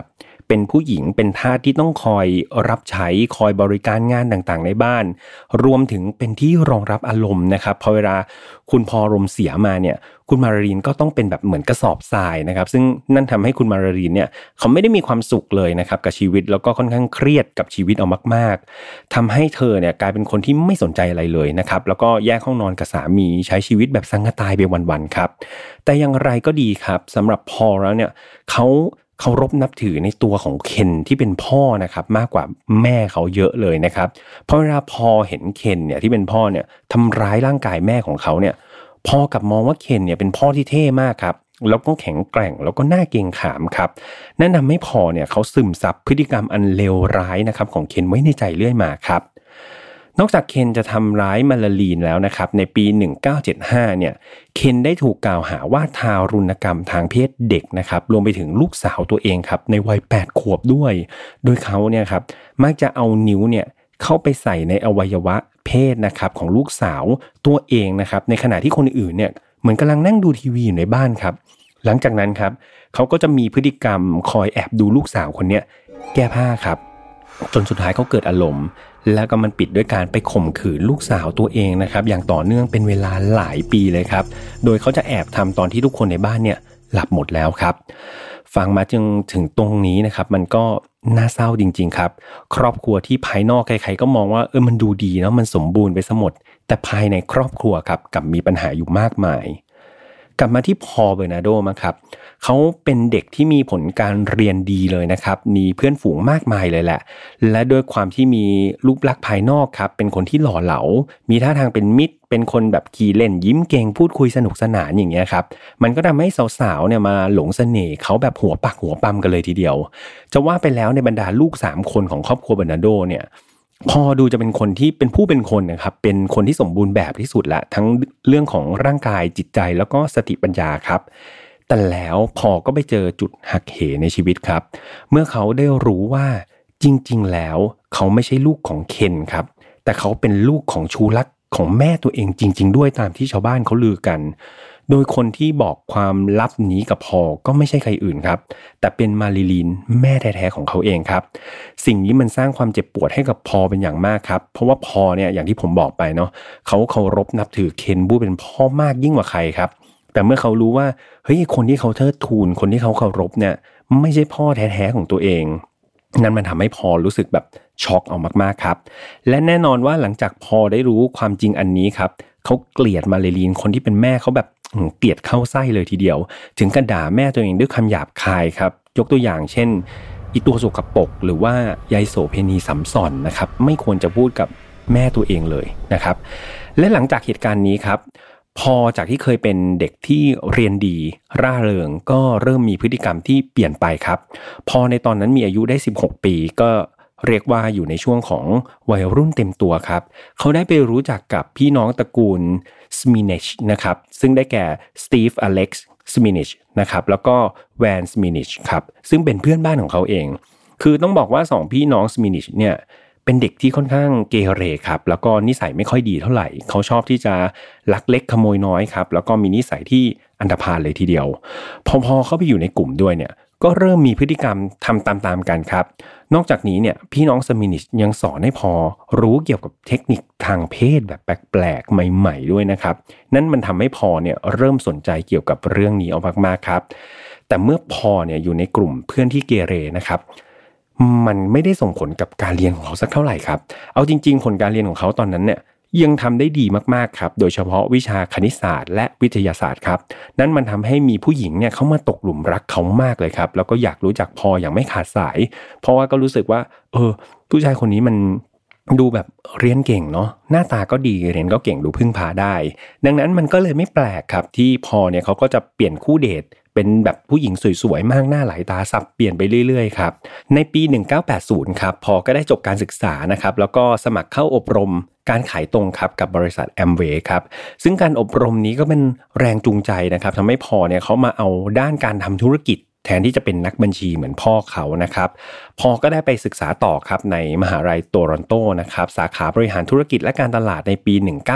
เป็นผู้หญิงเป็นทาสที่ต้องคอยรับใช้คอยบริการงานต่างๆในบ้านรวมถึงเป็นที่รองรับอารมณ์นะครับพอเวลาคุณพออารมณ์เสียมาเนี่ยคุณมารีนก็ต้องเป็นแบบเหมือนกระสอบทรายนะครับซึ่งนั่นทำให้คุณมารีนเนี่ยเขาไม่ได้มีความสุขเลยนะครับกับชีวิตแล้วก็ค่อนข้างเครียดกับชีวิตเอามากๆทำให้เธอเนี่ยกลายเป็นคนที่ไม่สนใจอะไรเลยนะครับแล้วก็แยกห้องนอนกับสามีใช้ชีวิตแบบสังฆตายไปวันๆครับแต่อย่างไรก็ดีครับสำหรับพอลแล้วเนี่ยเขาเคารพนับถือในตัวของเคนที่เป็นพ่อนะครับมากกว่าแม่เขาเยอะเลยนะครับเพราะเวลาพอเห็นเคนเนี่ยที่เป็นพ่อเนี่ยทำร้ายร่างกายแม่ของเขาเนี่ยพ่อกับมองว่าเคนเนี่ยเป็นพ่อที่เท่มากครับแล้วก็แข็งแกร่งแล้วก็น่าเกรงขามครับนั่นทำให้พอเนี่ยเขาซึมซับพฤติกรรมอันเลวร้ายนะครับของเคนไว้ในใจเรื่อยมาครับนอกจากเคนจะทำร้ายมาลาลีนแล้วนะครับในปี1975เนี่ยเคนได้ถูกกล่าวหาว่าทารุณกรรมทางเพศเด็กนะครับรวมไปถึงลูกสาวตัวเองครับในวัย8 ขวบด้วยโดยเขาเนี่ยครับมักจะเอานิ้วเนี่ยเข้าไปใส่ในอวัยวะเพศนะครับของลูกสาวตัวเองนะครับในขณะที่คนอื่นเนี่ยเหมือนกำลังนั่งดูทีวีอยู่ในบ้านครับหลังจากนั้นครับเขาก็จะมีพฤติกรรมคอยแอบดูลูกสาวคนเนี้ยแก้ผ้าครับจนสุดท้ายเขาเกิดอารมณ์แล้วก็มันปิดด้วยการไปข่มขืนลูกสาวตัวเองนะครับอย่างต่อเนื่องเป็นเวลาหลายปีเลยครับโดยเขาจะแอบทำตอนที่ทุกคนในบ้านเนี่ยหลับหมดแล้วครับฟังมาจนถึงตรงนี้นะครับมันก็น่าเศร้าจริงๆครับครอบครัวที่ภายนอกใครๆก็มองว่ามันดูดีเนาะมันสมบูรณ์ไปซะหมดแต่ภายในครอบครัวครับกลับมีปัญหาอยู่มากมายกลับมาที่พอล เบอร์นาโดมั้งครับเขาเป็นเด็กที่มีผลการเรียนดีเลยนะครับมีเพื่อนฝูงมากมายเลยแหละและด้วยความที่มีรูปลักษณ์ภายนอกครับเป็นคนที่หล่อเหลามีท่าทางเป็นมิตรเป็นคนแบบขี้เล่นยิ้มเก่งพูดคุยสนุกสนานอย่างเงี้ยครับมันก็ทำให้สาวๆเนี่ยมาหลงเสน่ห์เขาแบบหัวปักหัวปั๊มกันเลยทีเดียวจะว่าไปแล้วในบรรดาลูก3 คนของครอบครัวเบอร์นาโดเนี่ยพอดูจะเป็นคนที่เป็นผู้เป็นคนนะครับเป็นคนที่สมบูรณ์แบบที่สุดละทั้งเรื่องของร่างกายจิตใจแล้วก็สติปัญญาครับแต่แล้วพอก็ไปเจอจุดหักเหในชีวิตครับเมื่อเขาได้รู้ว่าจริงๆแล้วเขาไม่ใช่ลูกของเคนครับแต่เขาเป็นลูกของชูรักของแม่ตัวเองจริงๆด้วยตามที่ชาวบ้านเขาลือกันโดยคนที่บอกความลับนี้กับพอก็ไม่ใช่ใครอื่นครับแต่เป็นมาริลีนแม่แท้ๆของเขาเองครับสิ่งนี้มันสร้างความเจ็บปวดให้กับพอเป็นอย่างมากครับเพราะว่าพอเนี่ยอย่างที่ผมบอกไปเนาะเขาเคารพนับถือเคนบูเป็นพ่อมากยิ่งกว่าใครครับแต่เมื่อเขารู้ว่าเฮ้ยคนที่เขาเทิดทูนคนที่เขาเคารพเนี่ยไม่ใช่พ่อแท้ๆของตัวเองนั่นมันทำให้พอรู้สึกแบบช็อกเอามากๆครับและแน่นอนว่าหลังจากพอได้รู้ความจริงอันนี้ครับเขาเกลียดมาริลีนคนที่เป็นแม่เขาแบบเกลียดเข้าไส้เลยทีเดียวถึงกระด่าแม่ตัวเองด้วยคำหยาบคายครับยกตัวอย่างเช่นอีตัวสกปรกหรือว่ายายโสเพณีสำส่อนนะครับไม่ควรจะพูดกับแม่ตัวเองเลยนะครับและหลังจากเหตุการณ์นี้ครับพอจากที่เคยเป็นเด็กที่เรียนดีร่าเริงก็เริ่มมีพฤติกรรมที่เปลี่ยนไปครับพอในตอนนั้นมีอายุได้16 ปีก็เรียกว่าอยู่ในช่วงของวัยรุ่นเต็มตัวครับเขาได้ไปรู้จักกับพี่น้องตระกูลสมิเนชนะครับซึ่งได้แก่สตีฟอเล็กซ์สมิเนชนะครับแล้วก็แวนสมิเนชครับซึ่งเป็นเพื่อนบ้านของเขาเองคือต้องบอกว่า2พี่น้องสมิเนชเนี่ยเป็นเด็กที่ค่อนข้างเกเรครับแล้วก็นิสัยไม่ค่อยดีเท่าไหร่เขาชอบที่จะลักเล็กขโมยน้อยครับแล้วก็มีนิสัยที่อันธพาลเลยทีเดียวพอเข้าไปอยู่ในกลุ่มด้วยเนี่ยก็เริ่มมีพฤติกรรมทำตามๆกันครับนอกจากนี้เนี่ยพี่น้องสมินิชยังสอนให้พอรู้เกี่ยวกับเทคนิคทางเพศแบบแปลกๆใหม่ๆด้วยนะครับนั่นมันทำให้พอเนี่ยเริ่มสนใจเกี่ยวกับเรื่องนี้เอามากๆครับแต่เมื่อพอเนี่ยอยู่ในกลุ่มเพื่อนที่เกเรนะครับมันไม่ได้ส่งผลกับการเรียนของเขาสักเท่าไหร่ครับเอาจริงๆผลการเรียนของเขาตอนนั้นเนี่ยยังทำได้ดีมากๆครับโดยเฉพาะวิชาคณิตศาสตร์และวิทยาศาสตร์ครับนั่นมันทำให้มีผู้หญิงเนี่ยเขามาตกหลุมรักเขามากเลยครับแล้วก็อยากรู้จักพออย่างไม่ขาดสายเพราะว่าก็รู้สึกว่าผู้ชายคนนี้มันดูแบบเรียนเก่งเนาะหน้าตาก็ดีเรียนก็เก่งดูพึ่งพาได้ดังนั้นมันก็เลยไม่แปลกครับที่พอเนี่ยเขาก็จะเปลี่ยนคู่เดทเป็นแบบผู้หญิงสวยๆมากหน้าหลายตาสับเปลี่ยนไปเรื่อยๆครับในปี1980ครับพอก็ได้จบการศึกษานะครับแล้วก็สมัครเข้าอบรมการขายตรงครับกับบริษัท Amway ครับซึ่งการอบรมนี้ก็เป็นแรงจูงใจนะครับทำให้พอเนี่ยเขามาเอาด้านการทำธุรกิจแทนที่จะเป็นนักบัญชีเหมือนพ่อเขานะครับพอก็ได้ไปศึกษาต่อครับในมหาวิทยาลัยโตรอนโตนะครับสาขาบริหารธุรกิจและการตลาดในปี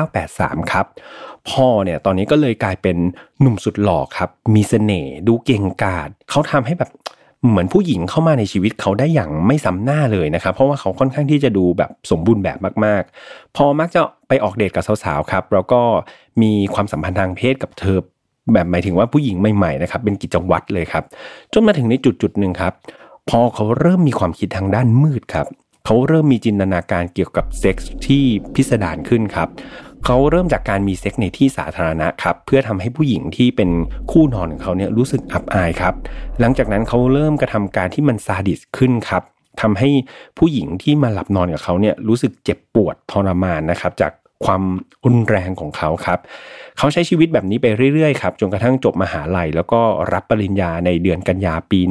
1983ครับพ่อเนี่ยตอนนี้ก็เลยกลายเป็นหนุ่มสุดหล่อครับมีเสน่ห์ดูเก่งกาจเขาทำให้แบบเหมือนผู้หญิงเข้ามาในชีวิตเขาได้อย่างไม่ซ้ำหน้าเลยนะครับเพราะว่าเขาค่อนข้างที่จะดูแบบสมบูรณ์แบบมากๆพอมักจะไปออกเดทกับสาวๆครับแล้วก็มีความสัมพันธ์ทางเพศกับเธอแบบหมายถึงว่าผู้หญิงใหม่ๆนะครับเป็นกิจวัตรเลยครับจนมาถึงในจุดๆนึงครับพอเขาเริ่มมีความคิดทางด้านมืดครับเขาเริ่มมีจินตนาการเกี่ยวกับเซ็กส์ที่พิสดารขึ้นครับเขาเริ่มจากการมีเซ็กส์ในที่สาธารณะครับเพื่อทำให้ผู้หญิงที่เป็นคู่นอนของเขาเนี่ยรู้สึกอับอายครับหลังจากนั้นเขาเริ่มกระทำการที่มันซาดิสขึ้นครับทำให้ผู้หญิงที่มาหลับนอนกับเขาเนี่ยรู้สึกเจ็บปวดทรมานนะครับจากความรุนแรงของเขาครับเขาใช้ชีวิตแบบนี้ไปเรื่อยๆครับจนกระทั่งจบมหาลัยแล้วก็รับปริญญาในเดือนกันยาปี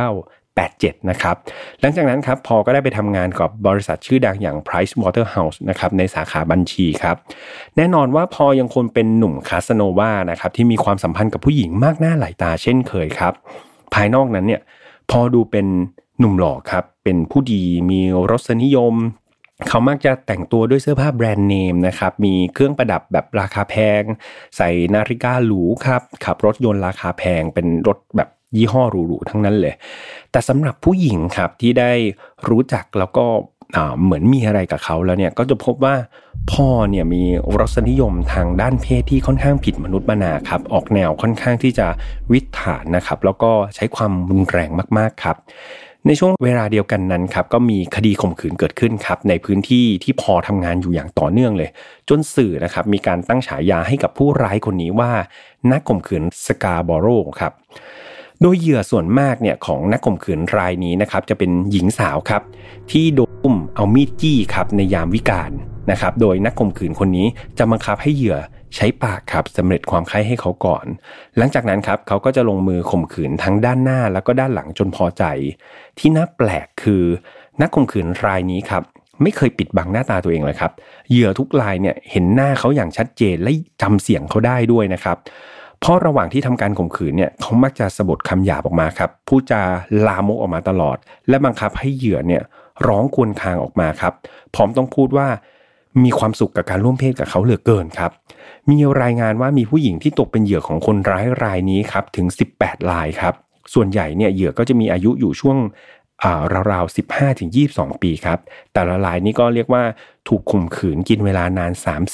1987นะครับหลังจากนั้นครับพอก็ได้ไปทำงานกับบริษัทชื่อดังอย่าง Price Waterhouse นะครับในสาขาบัญชีครับแน่นอนว่าพอยังคงเป็นหนุ่มคาสโนวานะครับที่มีความสัมพันธ์กับผู้หญิงมากหน้าหลายตาเช่นเคยครับภายนอกนั้นเนี่ยพอดูเป็นหนุ่มหล่อครับเป็นผู้ดีมีรสนิยมเขามักจะแต่งตัวด้วยเสื้อผ้าแบรนด์เนมนะครับมีเครื่องประดับแบบราคาแพงใส่นาฬิกาหรูครับขับรถยนต์ราคาแพงเป็นรถแบบยี่ห้อหรูๆทั้งนั้นเลยแต่สำหรับผู้หญิงครับที่ได้รู้จักแล้วก็เหมือนมีอะไรกับเขาแล้วเนี่ยก็จะพบว่าพ่อเนี่ยมีรสนิยมทางด้านเพศที่ค่อนข้างผิดมนุษย์มนาครับออกแนวค่อนข้างที่จะวิถฐานนะครับแล้วก็ใช้ความรุนแรงมากๆครับในช่วงเวลาเดียวกันนั้นครับก็มีคดีข่มขืนเกิดขึ้นครับในพื้นที่ที่พอทำงานอยู่อย่างต่อเนื่องเลยจนสื่อนะครับมีการตั้งฉายาให้กับผู้ร้ายคนนี้ว่านักข่มขืนสกาบอโรครับโดยเหยื่อส่วนมากเนี่ยของนักข่มขืนรายนี้นะครับจะเป็นหญิงสาวครับที่โดนเอามีดจี้ครับในยามวิกาลนะครับโดยนักข่มขืนคนนี้จะบังคับให้เหยื่อใช้ปากครับสำเร็จความใคร่ให้เขาก่อนหลังจากนั้นครับเขาก็จะลงมือข่มขืนทั้งด้านหน้าแล้วก็ด้านหลังจนพอใจที่น่าแปลกคือนักข่มขืนรายนี้ครับไม่เคยปิดบังหน้าตาตัวเองเลยครับเหยื่อทุกรายเนี่ยเห็นหน้าเขาอย่างชัดเจนและจำเสียงเขาได้ด้วยนะครับเพราะระหว่างที่ทำการข่มขืนเนี่ยเขามักจะสะบัดคำหยาบออกมาครับพูดจาลามกออกมาตลอดและบังคับให้เหยื่อเนี่ยร้องครวญครางออกมาครับพร้อมต้องพูดว่ามีความสุขกับการร่วมเพศกับเขาเหลือเกินครับมีรายงานว่ามีผู้หญิงที่ตกเป็นเหยื่อของคนร้ายรายนี้ครับถึง18รายครับส่วนใหญ่เนี่ยเหยื่อก็จะมีอายุอยู่ช่วงราวๆ 15-22 ปีครับแต่ละรายนี้ก็เรียกว่าถูกข่มขืนกินเวลานาน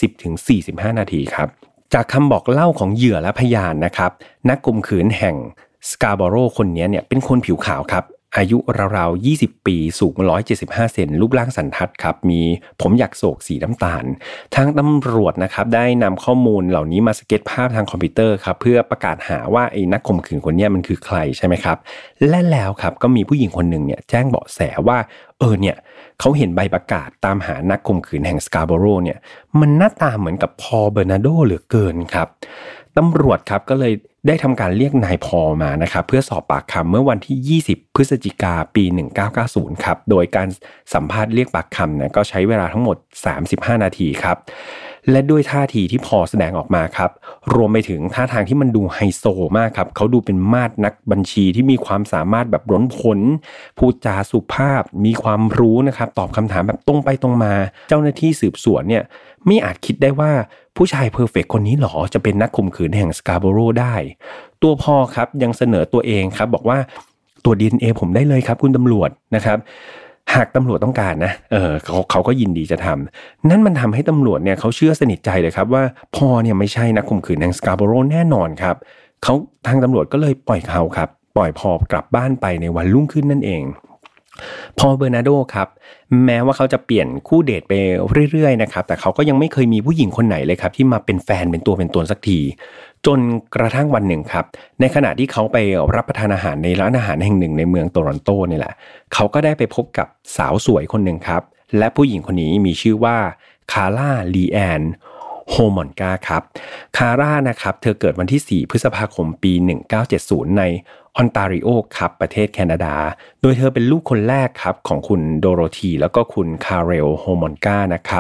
30-45 นาทีครับจากคำบอกเล่าของเหยื่อและพยานนะครับนักข่มขืนแห่งสกาบอโรคนนี้เนี่ยเป็นคนผิวขาวครับอายุราวๆ20ปีสูง175เซนรูปร่างสันทัดครับมีผมหยักโศกสีน้ำตาลทางตำรวจนะครับได้นำข้อมูลเหล่านี้มาสเก็ตภาพทางคอมพิวเตอร์ครับเพื่อประกาศหาว่าไอ้นักข่มขืนคนนี้มันคือใครใช่ไหมครับและแล้วครับก็มีผู้หญิงคนหนึ่งเนี่ยแจ้งเบาะแสว่าเนี่ยเขาเห็นใบประกาศตามหานักข่มขืนแห่งสกาบอโรเนี่ยมันหน้าตาเหมือนกับพอลเบอร์นาโดเหลือเกินครับตำรวจครับก็เลยได้ทำการเรียกนายพอลมานะครับเพื่อสอบปากคำเมื่อวันที่20พฤศจิกายนปี1990ครับโดยการสัมภาษณ์เรียกปากคำเนี่ยก็ใช้เวลาทั้งหมด35นาทีครับและด้วยท่าทีที่พอแสดงออกมาครับรวมไปถึงท่าทางที่มันดูไฮโซมากครับเขาดูเป็นมาดนักบัญชีที่มีความสามารถแบบล้นพ้นพูดจาสุภาพมีความรู้นะครับตอบคำถามแบบตรงไปตรงมาเจ้าหน้าที่สืบสวนเนี่ยไม่อาจคิดได้ว่าผู้ชายเพอร์เฟกต์คนนี้หรอจะเป็นนักข่มขืนแห่งสกาบอโรได้ตัวพอครับยังเสนอตัวเองครับบอกว่าตรวจ DNA ผมได้เลยครับคุณตำรวจนะครับหากตำรวจต้องการนะเขาก็ยินดีจะทำนั่นมันทำให้ตำรวจเนี่ยเขาเชื่อสนิทใจเลยครับว่าพอเนี่ยไม่ใช่นักข่มขืนแห่งสกาบอโรแน่นอนครับเขาทางตำรวจก็เลยปล่อยเขาครับปล่อยพอกลับบ้านไปในวันรุ่งขึ้นนั่นเองพอเบอร์นาโดครับแม้ว่าเขาจะเปลี่ยนคู่เดทไปเรื่อยๆนะครับแต่เขาก็ยังไม่เคยมีผู้หญิงคนไหนเลยครับที่มาเป็นแฟนเป็นตัวเป็นตนสักทีจนกระทั่งวันหนึ่งครับในขณะที่เขาไปรับประทานอาหารในร้านอาหารแห่งหนึ่งในเมืองโตรอนโตนี่แหละเขาก็ได้ไปพบกับสาวสวยคนหนึ่งครับและผู้หญิงคนนี้มีชื่อว่าคาร่าลีแอนโฮมอนกาครับคาร่านะครับเธอเกิดวันที่4พฤษภาคมปี1970ในออนตาริโอครับประเทศแคนาดาโดยเธอเป็นลูกคนแรกครับของคุณโดโรธีแล้วก็คุณคาเรลโฮมอนกานะครับ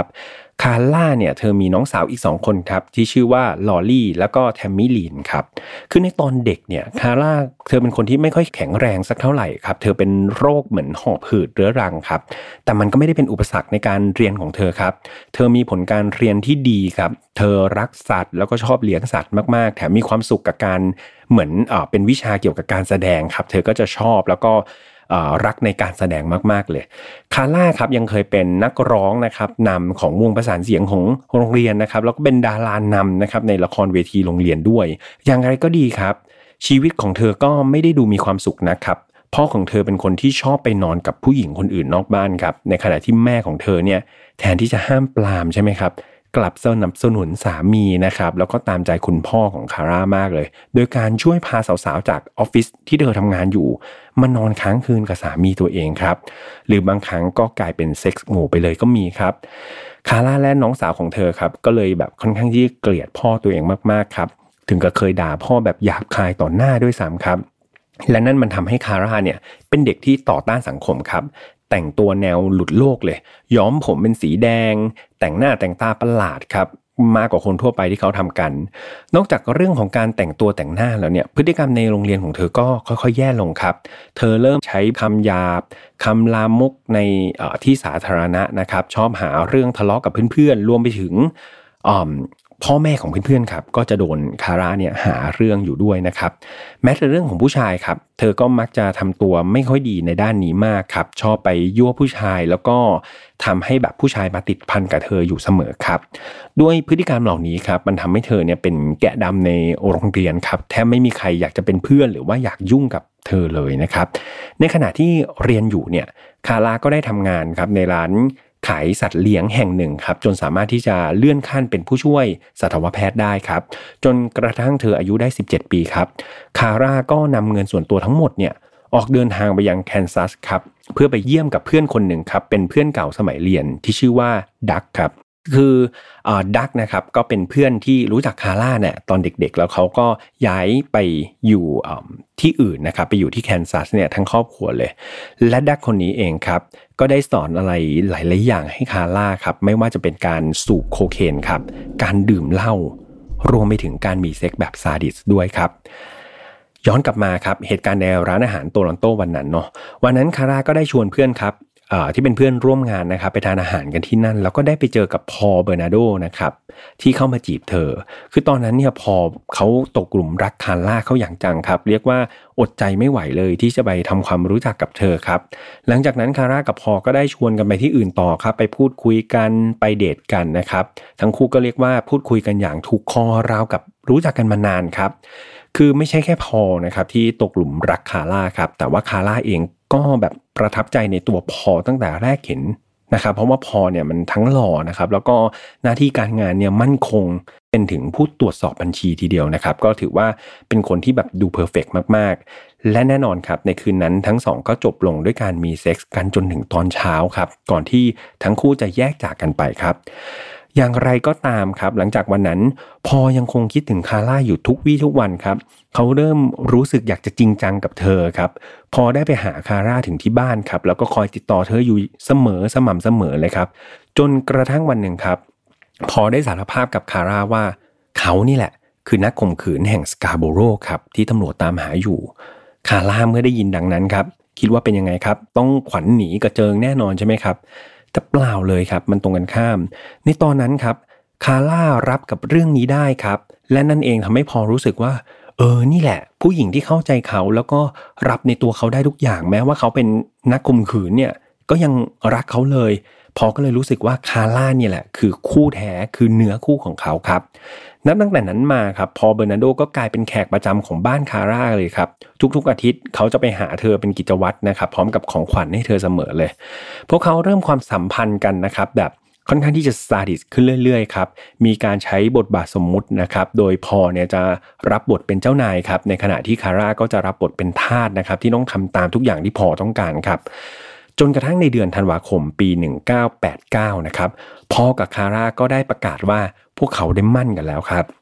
คาร่าเนี่ยเธอมีน้องสาวอีก2คนครับที่ชื่อว่าลอรี่แล้วก็แทมมี่ลีนครับคือในตอนเด็กเนี่ยคาร่าเธอเป็นคนที่ไม่ค่อยแข็งแรงสักเท่าไหร่ครับเธอเป็นโรคเหมือนหอบหืดเรื้อรังครับแต่มันก็ไม่ได้เป็นอุปสรรคในการเรียนของเธอครับเธอมีผลการเรียนที่ดีครับเธอรักสัตว์แล้วก็ชอบเลี้ยงสัตว์มากๆแถมมีความสุขกับการเหมือนเป็นวิชาเกี่ยวกับการแสดงครับเธอก็จะชอบแล้วก็รักในการแสดงมากๆเลยคาร่าครับยังเคยเป็นนักร้องนะครับนำของวงประสานเสียงของโรงเรียนนะครับแล้วก็เป็นดารานำนะครับในละครเวทีโรงเรียนด้วยอย่างไรก็ดีครับชีวิตของเธอก็ไม่ได้ดูมีความสุขนะครับพ่อของเธอเป็นคนที่ชอบไปนอนกับผู้หญิงคนอื่นนอกบ้านครับในขณะที่แม่ของเธอเนี่ยแทนที่จะห้ามปรามใช่ไหมครับกลับสนับสนุนสามีนะครับแล้วก็ตามใจคุณพ่อของคาร่ามากเลยโดยการช่วยพาสาวๆจากออฟฟิศที่เธอทำงานอยู่มานอนค้างคืนกับสามีตัวเองครับหรือบางครั้งก็กลายเป็นเซ็กส์หมู่ไปเลยก็มีครับคาร่าและน้องสาวของเธอครับก็เลยแบบค่อนข้างที่เกลียดพ่อตัวเองมากๆครับถึงกับเคยด่าพ่อแบบหยาบคายต่อหน้าด้วยซ้ำครับและนั่นมันทำให้คาร่าเนี่ยเป็นเด็กที่ต่อต้านสังคมครับแต่งตัวแนวหลุดโลกเลยย้อมผมเป็นสีแดงแต่งหน้าแต่งตาประหลาดครับมากกว่าคนทั่วไปที่เขาทำกันนอกจากเรื่องของการแต่งตัวแต่งหน้าแล้วเนี่ยพฤติกรรมในโรงเรียนของเธอก็ค่อยๆแย่ลงครับเธอเริ่มใช้คำหยาบคำลามกในที่สาธารณะนะครับชอบหาเรื่องทะเลาะกับเพื่อนๆรวมไปถึงพ่อแม่ของเพื่อนๆครับก็จะโดนคาร่าเนี่ยหาเรื่องอยู่ด้วยนะครับแม้แต่เรื่องของผู้ชายครับเธอก็มักจะทำตัวไม่ค่อยดีในด้านนี้มากครับชอบไปยั่วผู้ชายแล้วก็ทำให้แบบผู้ชายมาติดพันกับเธออยู่เสมอครับด้วยพฤติกรรมเหล่านี้ครับมันทำให้เธอเนี่ยเป็นแกะดำในโรงเรียนครับแทบไม่มีใครอยากจะเป็นเพื่อนหรือว่าอยากยุ่งกับเธอเลยนะครับในขณะที่เรียนอยู่เนี่ยคาร่าก็ได้ทำงานครับในร้านขายสัตว์เลี้ยงแห่งหนึ่งครับจนสามารถที่จะเลื่อนขั้นเป็นผู้ช่วยสัตวแพทย์ได้ครับจนกระทั่งเธออายุได้17ปีครับคาร่าก็นำเงินส่วนตัวทั้งหมดเนี่ยออกเดินทางไปยังแคนซัสครับเพื่อไปเยี่ยมกับเพื่อนคนหนึ่งครับเป็นเพื่อนเก่าสมัยเรียนที่ชื่อว่าดักครับคือดักนะครับก็เป็นเพื่อนที่รู้จักคาร่าเนี่ยตอนเด็กๆแล้วเขาก็ย้ายไปอยู่ที่อื่นนะครับไปอยู่ที่แคนซัสเนี่ยทั้งครอบครัวเลยและดักคนนี้เองครับก็ได้สอนอะไรหลายๆอย่างให้คาร่าครับไม่ว่าจะเป็นการสูบโคเคนครับการดื่มเหล้ารวมไปถึงการมีเซ็กแบบซาดิสด้วยครับย้อนกลับมาครับเหตุการณ์ในร้านอาหารโตรอนโตวันนั้นเนาะวันนั้นคาร่าก็ได้ชวนเพื่อนครับที่เป็นเพื่อนร่วมงานนะครับไปทานอาหารกันที่นั่นแล้วก็ได้ไปเจอกับพอลเบอร์นาโดนะครับที่เข้ามาจีบเธอคือตอนนั้นเนี่ยพอเขาตกกลุ่มรักคาร่าเขาอย่างจังครับเรียกว่าอดใจไม่ไหวเลยที่จะไปทำความรู้จักกับเธอครับหลังจากนั้นคาร่ากับพอลก็ได้ชวนกันไปที่อื่นต่อครับไปพูดคุยกันไปเดทกันนะครับทั้งคู่ก็เรียกว่าพูดคุยกันอย่างถูกคอราวกับรู้จักกันมานานครับคือไม่ใช่แค่พอลนะครับที่ตกหลุมรักคาร่าครับแต่ว่าคาร่าเองก็แบบประทับใจในตัวพอลตั้งแต่แรกเห็นนะครับเพราะว่าพอลเนี่ยมันทั้งหล่อนะครับแล้วก็หน้าที่การงานเนี่ยมั่นคงเป็นถึงผู้ตรวจสอบบัญชีทีเดียวนะครับก็ถือว่าเป็นคนที่แบบดูเพอร์เฟกต์มากๆและแน่นอนครับในคืนนั้นทั้งสองก็จบลงด้วยการมีเซ็กส์กันจนถึงตอนเช้าครับก่อนที่ทั้งคู่จะแยกจากกันไปครับอย่างไรก็ตามครับหลังจากวันนั้นพอยังคงคิดถึงคาร่าอยู่ทุกวี่ทุกวันครับเขาเริ่มรู้สึกอยากจะจริงจังกับเธอครับพอได้ไปหาคาร่าถึงที่บ้านครับแล้วก็คอยติดต่อเธออยู่เสมอสม่ำเสมอเลยครับจนกระทั่งวันหนึ่งครับพอได้สารภาพกับคาร่าว่าเขานี่แหละคือนักข่มขืนแห่งสกาโบโรครับที่ตำรวจตามหาอยู่คาร่าเมื่อได้ยินดังนั้นครับคิดว่าเป็นยังไงครับต้องขวัญหนีกระเจิงแน่นอนใช่ไหมครับแต่เปล่าเลยครับมันตรงกันข้ามในตอนนั้นครับคาร่ารับกับเรื่องนี้ได้ครับและนั่นเองทำให้พอรู้สึกว่านี่แหละผู้หญิงที่เข้าใจเขาแล้วก็รับในตัวเขาได้ทุกอย่างแม้ว่าเขาเป็นนักข่มขืนเนี่ยก็ยังรักเขาเลยพอก็เลยรู้สึกว่าคาร่าเนี่ยแหละคือคู่แท้คือเนื้อคู่ของเขาครับนับตั้งแต่นั้นมาครับพอเบอร์นาโดก็กลายเป็นแขกประจำของบ้านคาร่าเลยครับทุกๆอาทิตย์เขาจะไปหาเธอเป็นกิจวัตรนะครับพร้อมกับของขวัญให้เธอเสมอเลยพวกเขาเริ่มความสัมพันธ์กันนะครับแบบค่อนข้างที่จะซาดิสขึ้นเรื่อยๆครับมีการใช้บทบาทสมมุตินะครับโดยพอเนี่ยจะรับบทเป็นเจ้านายครับในขณะที่คาร่าก็จะรับบทเป็นทาสนะครับที่ต้องทำตามทุกอย่างที่พอต้องการครับจนกระทั่งในเดือนธันวาคมปี1989นะครับพอกับคาร่าก็ได้ประกาศว่าพวกเขาได้มั่นกันแล้วครับ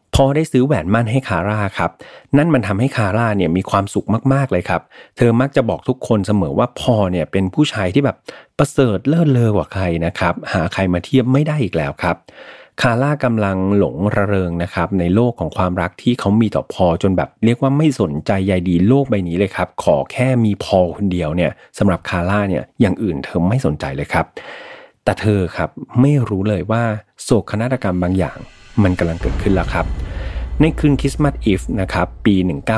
พอได้ซื้อแหวนมั่นให้คาร่าครับนั่นมันทำให้คาร่าเนี่ยมีความสุขมากๆเลยครับเธอมักจะบอกทุกคนเสมอว่าพอเนี่ยเป็นผู้ชายที่แบบประเสริฐเลิศเลอกว่าใครนะครับหาใครมาเทียบไม่ได้อีกแล้วครับคาร่ากำลังหลงระเริงนะครับในโลกของความรักที่เขามีต่อพอจนแบบเรียกว่าไม่สนใจใยดีโลกใบนี้เลยครับขอแค่มีพอคนเดียวเนี่ยสำหรับคาร่าเนี่ยอย่างอื่นเธอไม่สนใจเลยครับแต่เธอครับไม่รู้เลยว่าโศกนาฏกรรมบางอย่างมันกำลังเกิดขึ้นแล้วครับในคืนคริสต์มาสอีฟนะครับปี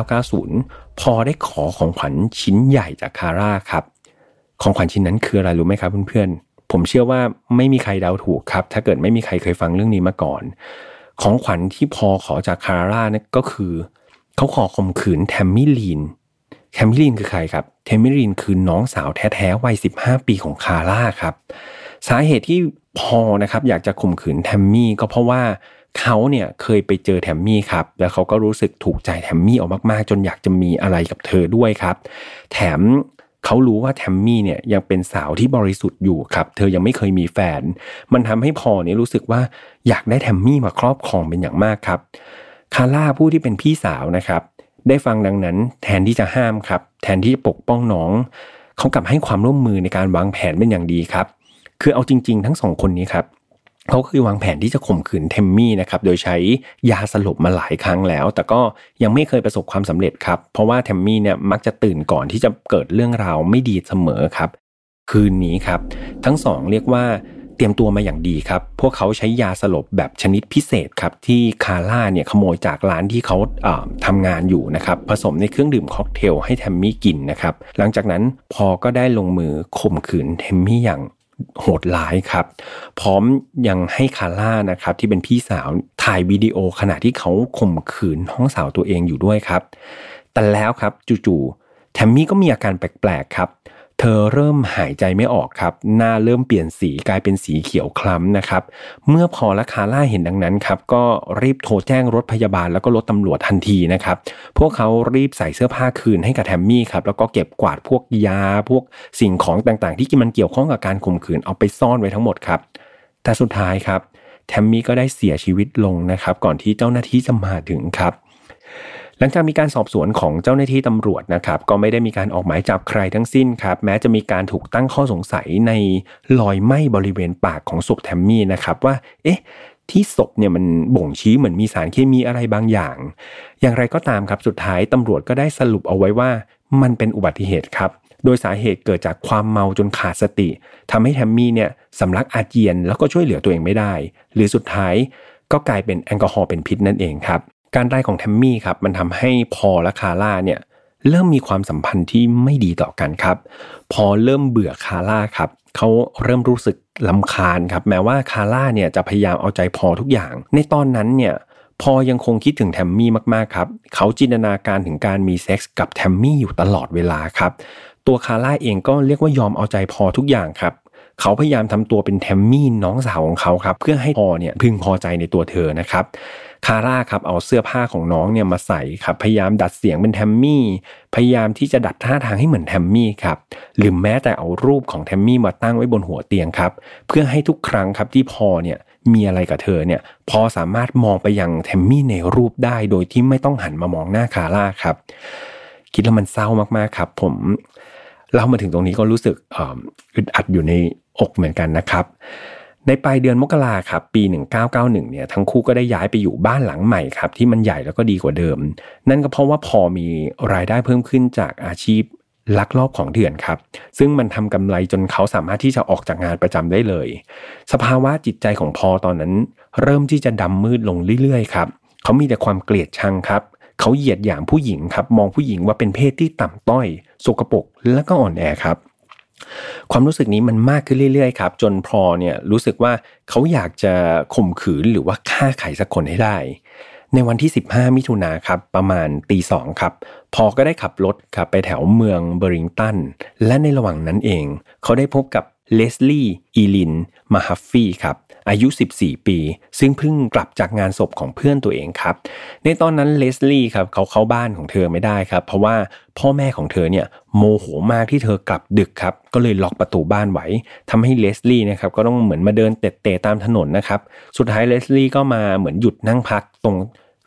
1990พอได้ขอของขวัญชิ้นใหญ่จากคาร่าครับของขวัญชิ้นนั้นคืออะไรรู้ไหมครับเพื่อนๆผมเชื่อว่าไม่มีใครเดาถูกครับถ้าเกิดไม่มีใครเคยฟังเรื่องนี้มาก่อนของขวัญที่พอขอจากคาร่าเนี่ยก็คือเขาขอข่มขืนแทมมี่ลีนคือใครครับแทมมี่ลีนคือน้องสาวแท้ๆวัย15ปีของคาร่าครับสาเหตุที่พอนะครับอยากจะข่มขืนแทมมี่ก็เพราะว่าเขาเนี่ยเคยไปเจอแทมมี่ครับแล้วเขาก็รู้สึกถูกใจแทมมี่ออกมากๆจนอยากจะมีอะไรกับเธอด้วยครับแถมเขารู้ว่าแทมมี่เนี่ยยังเป็นสาวที่บริสุทธิ์อยู่ครับเธอยังไม่เคยมีแฟนมันทำให้พอเนี่ยรู้สึกว่าอยากได้แทมมี่มาครอบครองเป็นอย่างมากครับคาร่าผู้ที่เป็นพี่สาวนะครับได้ฟังดังนั้นแทนที่จะห้ามครับแทนที่จะปกป้องน้องเขากลับให้ความร่วมมือในการวางแผนเป็นอย่างดีครับคือเอาจริงๆทั้งสองคนนี้ครับเขาคือวางแผนที่จะข่มขืนเทมมี่นะครับโดยใช้ยาสลบมาหลายครั้งแล้วแต่ก็ยังไม่เคยประสบความสำเร็จครับเพราะว่าเทมมี่เนี่ยมักจะตื่นก่อนที่จะเกิดเรื่องราวไม่ดีเสมอครับคืนนี้ครับทั้งสองเรียกว่าเตรียมตัวมาอย่างดีครับพวกเขาใช้ยาสลบแบบชนิดพิเศษครับที่คาร่าเนี่ยขโมยจากร้านที่เขาทำงานอยู่นะครับผสมในเครื่องดื่มค็อกเทลให้เทมมี่กินนะครับหลังจากนั้นพอก็ได้ลงมือข่มขืนเทมมี่อย่างโหดร้ายครับพร้อมยังให้คาร่านะครับที่เป็นพี่สาวถ่ายวิดีโอขณะที่เขาข่มขืนน้องสาวตัวเองอยู่ด้วยครับแต่แล้วครับจู่ๆแทมมี่ก็มีอาการแปลกๆครับเธอเริ่มหายใจไม่ออกครับหน้าเริ่มเปลี่ยนสีกลายเป็นสีเขียวคล้ำนะครับเมื่อพอและคาร่าเห็นดังนั้นครับก็รีบโทรแจ้งรถพยาบาลแล้วก็รถตำรวจทันทีนะครับพวกเขารีบใส่เสื้อผ้าคืนให้กับแทมมี่ครับแล้วก็เก็บกวาดพวกยาพวกสิ่งของต่างๆที่มันเกี่ยวข้องกับการข่มขืนเอาไปซ่อนไว้ทั้งหมดครับแต่สุดท้ายครับแทมมี่ก็ได้เสียชีวิตลงนะครับก่อนที่เจ้าหน้าที่จะมาถึงครับหลังจากมีการสอบสวนของเจ้าหน้าที่ตำรวจนะครับก็ไม่ได้มีการออกหมายจับใครทั้งสิ้นครับแม้จะมีการถูกตั้งข้อสงสัยในรอยไหม้บริเวณปากของศพแทมมี่นะครับว่าที่ศพเนี่ยมันบ่งชี้เหมือนมีสารเคมีอะไรบางอย่างอย่างไรก็ตามครับสุดท้ายตำรวจก็ได้สรุปเอาไว้ว่ามันเป็นอุบัติเหตุครับโดยสาเหตุเกิดจากความเมาจนขาดสติทำให้แทมมี่เนี่ยสำลักอาเจียนแล้วก็ช่วยเหลือตัวเองไม่ได้หรือสุดท้ายก็กลายเป็นแอลกอฮอล์เป็นพิษนั่นเองครับการตายของแทมมี่ครับมันทำให้พอและคาร่าเนี่ยเริ่มมีความสัมพันธ์ที่ไม่ดีต่อกันครับพอเริ่มเบื่อคาร่าครับเขาเริ่มรู้สึกรำคาญครับแม้ว่าคาร่าเนี่ยจะพยายามเอาใจพอทุกอย่างในตอนนั้นเนี่ยพอยังคงคิดถึงแทมมี่มากๆครับเขาจินตนาการถึงการมีเซ็กส์กับแทมมี่อยู่ตลอดเวลาครับตัวคาร่าเองก็เรียกว่ายอมเอาใจพอทุกอย่างครับเขาพยายามทำตัวเป็นแทมมี่น้องสาวของเขาครับเพื่อให้พอเนี่ยพึงพอใจในตัวเธอนะครับคาร่าครับเอาเสื้อผ้าของน้องเนี่ยมาใส่ครับพยายามดัดเสียงเป็นแทมมี่พยายามที่จะดัดท่าทางให้เหมือนแทมมี่ครับหรือแม้แต่เอารูปของแทมมี่มาตั้งไว้บนหัวเตียงครับเพื่อให้ทุกครั้งครับที่พอเนี่ยมีอะไรกับเธอเนี่ยพอสามารถมองไปยังแทมมี่ในรูปได้โดยที่ไม่ต้องหันมามองหน้าคาร่าครับคิดแล้วมันเศร้ามากๆครับผมเล่ามาถึงตรงนี้ก็รู้สึกอึดอัดอยู่ในอกเหมือนกันนะครับในปลายเดือนมกราครับปี1991เนี่ยทั้งคู่ก็ได้ย้ายไปอยู่บ้านหลังใหม่ครับที่มันใหญ่แล้วก็ดีกว่าเดิมนั่นก็เพราะว่าพอมีรายได้เพิ่มขึ้นจากอาชีพลักลอบของเถื่อนครับซึ่งมันทำกำไรจนเขาสามารถที่จะออกจากงานประจำได้เลยสภาวะจิตใจของพอตอนนั้นเริ่มที่จะดำมืดลงเรื่อยๆครับเขามีแต่ความเกลียดชังครับเขาเหยียดหยามผู้หญิงครับมองผู้หญิงว่าเป็นเพศที่ต่ำต้อยสกปรกและก็อ่อนแอครับความรู้สึกนี้มันมากขึ้นเรื่อยๆครับจนพอเนี่ยรู้สึกว่าเขาอยากจะข่มขืนหรือว่าฆ่าใครสักคนให้ได้ในวันที่15มิถุนายนครับประมาณ 2:00 นครับพอก็ได้ขับรถครับไปแถวเมืองเบอริงตันและในระหว่างนั้นเองเขาได้พบกับเลสลี่อีลินมาฮัฟฟี่ครับอายุ14ปีซึ่งเพิ่งกลับจากงานศพของเพื่อนตัวเองครับในตอนนั้นเลสลี่ครับเขาเข้าบ้านของเธอไม่ได้ครับเพราะว่าพ่อแม่ของเธอเนี่ยโมโหมากที่เธอกลับดึกครับก็เลยล็อกประตูบ้านไว้ทำให้เลสลี่นะครับก็ต้องเหมือนมาเดินเตะๆตามถนนนะครับสุดท้ายเลสลี่ก็มาเหมือนหยุดนั่งพักตรง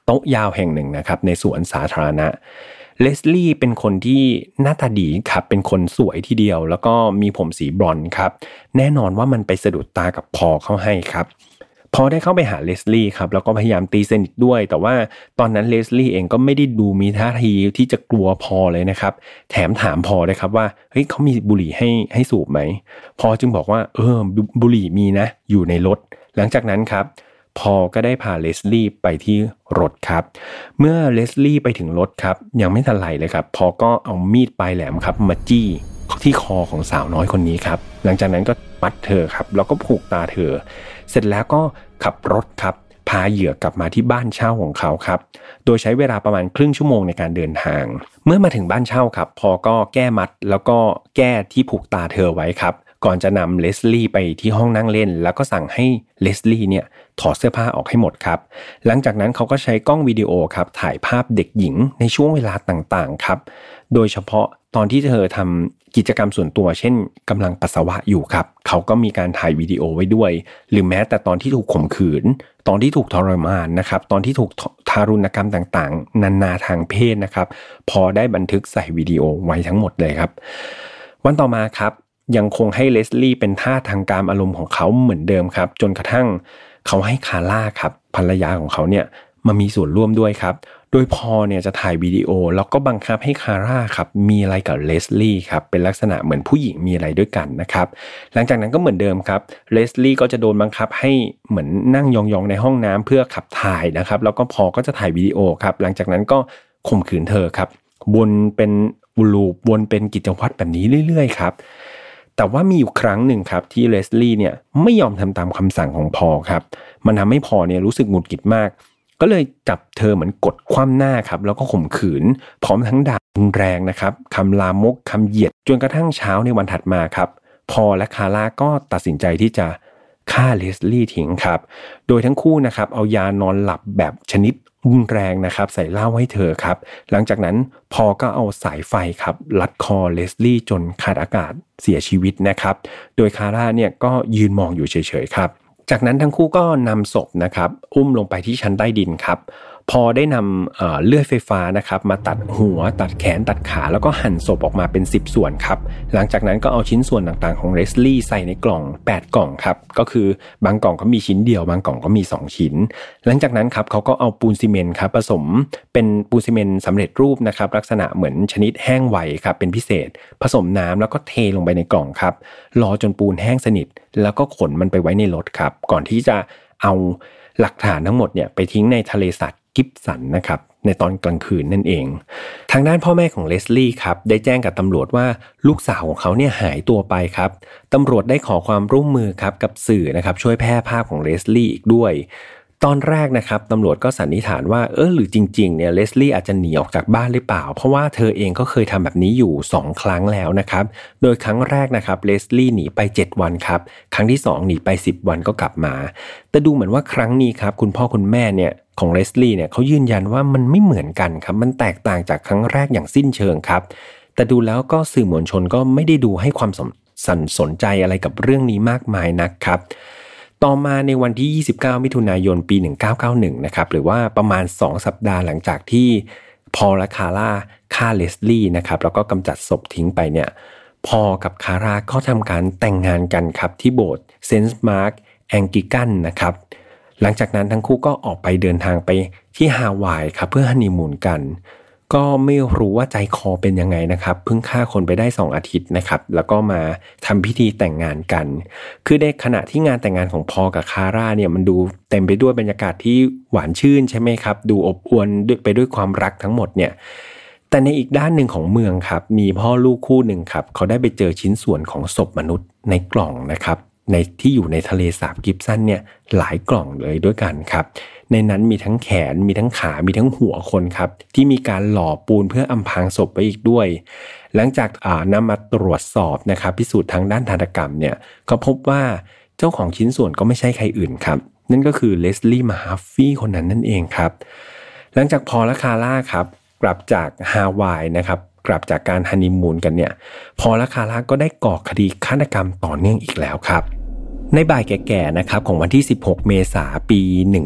โต๊ะยาวแห่งหนึ่งนะครับในสวนสาธารณะเลสลี่เป็นคนที่หน้าตาดีครับเป็นคนสวยทีเดียวแล้วก็มีผมสีบรอนซ์ครับแน่นอนว่ามันไปสะดุดตากับพอเข้าให้ครับพอได้เข้าไปหาเลสลี่ครับแล้วก็พยายามตีสนิทด้วยแต่ว่าตอนนั้นเลสลี่เองก็ไม่ได้ดูมีท่าทีที่จะกลัวพอเลยนะครับแถมถามพอด้วยครับว่าเฮ้ยเขามีบุหรี่ให้สูบไหมพอจึงบอกว่าบุหรี่มีนะอยู่ในรถหลังจากนั้นครับพอก็ได้พาเลสลี่ไปที่รถครับเมื่อเลสลี่ไปถึงรถครับยังไม่ทันไรเลยครับพอก็เอามีดปลายแหลมครับมาจี้ที่คอของสาวน้อยคนนี้ครับหลังจากนั้นก็มัดเธอครับแล้วก็ผูกตาเธอเสร็จแล้วก็ขับรถครับพาเหยื่อกลับมาที่บ้านเช่าของเขาครับโดยใช้เวลาประมาณครึ่งชั่วโมงในการเดินทางเมื่อมาถึงบ้านเช่าครับพอก็แก้มัดแล้วก็แก้ที่ผูกตาเธอไว้ครับก่อนจะนำเลสลี่ไปที่ห้องนั่งเล่นแล้วก็สั่งให้เลสลี่เนี่ยถอดเสื้อผ้าออกให้หมดครับหลังจากนั้นเขาก็ใช้กล้องวิดีโอครับถ่ายภาพเด็กหญิงในช่วงเวลาต่างๆครับโดยเฉพาะตอนที่เธอทำกิจกรรมส่วนตัวเช่นกำลังปัสสาวะอยู่ครับเขาก็มีการถ่ายวิดีโอไว้ด้วยหรือแม้แต่ตอนที่ถูกข่มขืนตอนที่ถูกทรมานนะครับตอนที่ถูกทารุณกรรมต่างๆนานาทางเพศนะครับพอได้บันทึกใส่วิดีโอไว้ทั้งหมดเลยครับวันต่อมาครับยังคงให้เลสลี่เป็นท่าทางการอารมณ์ของเขาเหมือนเดิมครับจนกระทั่งเขาให้คาร่าครับภรรยาของเขาเนี่ยมามีส่วนร่วมด้วยครับโดยพอเนี่ยจะถ่ายวิดีโอแล้วก็บังคับให้คาร่าครับมีอะไรกับเลสลี่ครับเป็นลักษณะเหมือนผู้หญิงมีอะไรด้วยกันนะครับหลังจากนั้นก็เหมือนเดิมครับเลสลี่ก็จะโดนบังคับให้เหมือนนั่งยองๆในห้องน้ำเพื่อขับถ่ายนะครับแล้วก็พอก็จะถ่ายวิดีโอครับหลังจากนั้นก็ข่มขืนเธอครับวนเป็นลูปวนเป็นกิจวัตรแบบนี้เรื่อยๆครับแต่ว่ามีอยู่ครั้งหนึ่งครับที่เลสลี่เนี่ยไม่ยอมทำตามคำสั่งของพอครับมันทำให้พอเนี่ยรู้สึกหงุดหงิดมากก็เลยจับเธอเหมือนกดคว่ำหน้าครับแล้วก็ข่มขืนพร้อมทั้งด่ารุนแรงนะครับคำลามกคำเหยียดจนกระทั่งเช้าในวันถัดมาครับพอและคาร่าก็ตัดสินใจที่จะฆ่าเลสลี่ทิ้งครับโดยทั้งคู่นะครับเอายานอนหลับแบบชนิดรุนแรงนะครับใส่เหล้าให้เธอครับหลังจากนั้นพอก็เอาสายไฟครับลัดคอเลสลี่จนขาดอากาศเสียชีวิตนะครับโดยคาร่าเนี่ยก็ยืนมองอยู่เฉยๆครับจากนั้นทั้งคู่ก็นำศพนะครับอุ้มลงไปที่ชั้นใต้ดินครับพอได้นำเลื่อยไฟฟ้านะครับมาตัดหัวตัดแขนตัดขาแล้วก็หั่นศพออกมาเป็น10ส่วนครับหลังจากนั้นก็เอาชิ้นส่วนต่างๆของเลสลี่ใส่ในกล่อง8กล่องครับก็คือบางกล่องก็มีชิ้นเดียวบางกล่องก็มี2ชิ้นหลังจากนั้นครับเขาก็เอาปูนซีเมนต์ครับผสมเป็นปูนซีเมนต์สำเร็จรูปนะครับลักษณะเหมือนชนิดแห้งไวครับเป็นพิเศษผสมน้ำแล้วก็เทลงไปในกล่องครับรอจนปูนแห้งสนิทแล้วก็ขนมันไปไว้ในรถครับก่อนที่จะเอาหลักฐานทั้งหมดเนี่ยไปทิ้งในทะเลสาบกิฟสันนะครับในตอนกลางคืนนั่นเองทางด้านพ่อแม่ของเลสลี่ครับได้แจ้งกับตำรวจว่าลูกสาวของเขาเนี่ยหายตัวไปครับตำรวจได้ขอความร่วมมือครับกับสื่อนะครับช่วยแพร่ภาพของเลสลี่อีกด้วยตอนแรกนะครับตำรวจก็สันนิษฐานว่าหรือจริงๆเนี่ยเลสลี่อาจจะหนีออกจากบ้านหรือเปล่าเพราะว่าเธอเองก็เคยทำแบบนี้อยู่2ครั้งแล้วนะครับโดยครั้งแรกนะครับเลสลี่หนีไป7วันครับครั้งที่2หนีไป10วันก็กลับมาแต่ดูเหมือนว่าครั้งนี้ครับคุณพ่อคุณแม่เนี่ยของเลสลี่เนี่ยเขายืนยันว่ามันไม่เหมือนกันครับมันแตกต่างจากครั้งแรกอย่างสิ้นเชิงครับแต่ดูแล้วก็สื่อมวลชนก็ไม่ได้ดูให้ความสนใจอะไรกับเรื่องนี้มากมายนักครับต่อมาในวันที่29มิถุนายนปี1991นะครับหรือว่าประมาณ2สัปดาห์หลังจากที่พอและคาร่าฆ่าเลสลี่นะครับแล้วก็กำจัดศพทิ้งไปเนี่ยพอกับคาร่าก็ทำการแต่งงานกันครับที่โบสถ์เซนต์มาร์กแองกิกันนะครับหลังจากนั้นทั้งคู่ก็ออกไปเดินทางไปที่ฮาวายครับเพื่อฮันนีมูนกันก็ไม่รู้ว่าใจคอเป็นยังไงนะครับเพิ่งฆ่าคนไปได้2อาทิตย์นะครับแล้วก็มาทำพิธีแต่งงานกันคือในขณะที่งานแต่งงานของพอกับคาร่าเนี่ยมันดูเต็มไปด้วยบรรยากาศที่หวานชื่นใช่ไหมครับดูอบอวลไปด้วยความรักทั้งหมดเนี่ยแต่ในอีกด้านหนึ่งของเมืองครับมีพ่อลูกคู่หนึ่งครับเขาได้ไปเจอชิ้นส่วนของศพมนุษย์ในกล่องนะครับในที่อยู่ในทะเลสาบกิฟสันเนี่ยหลายกล่องเลยด้วยกันครับในนั้นมีทั้งแขนมีทั้งขามีทั้งหัวคนครับที่มีการหล่อปูนเพื่ออำพรางศพไปอีกด้วยหลังจากนำมาตรวจสอบนะครับพิสูจน์ทางด้านทันตกรรมเนี่ยก็พบว่าเจ้าของชิ้นส่วนก็ไม่ใช่ใครอื่นครับนั่นก็คือเลสลี่มาฮัฟฟี่คนนั้นนั่นเองครับหลังจากพอและคาร่าครับกลับจากฮาวายนะครับกลับจากการฮันนีมูนกันเนี่ยพอและคาร่าก็ได้ก่อคดีฆาตกรรมต่อเนื่องอีกแล้วครับในบ่ายแก่ๆนะครับของวันที่16เมษายนปี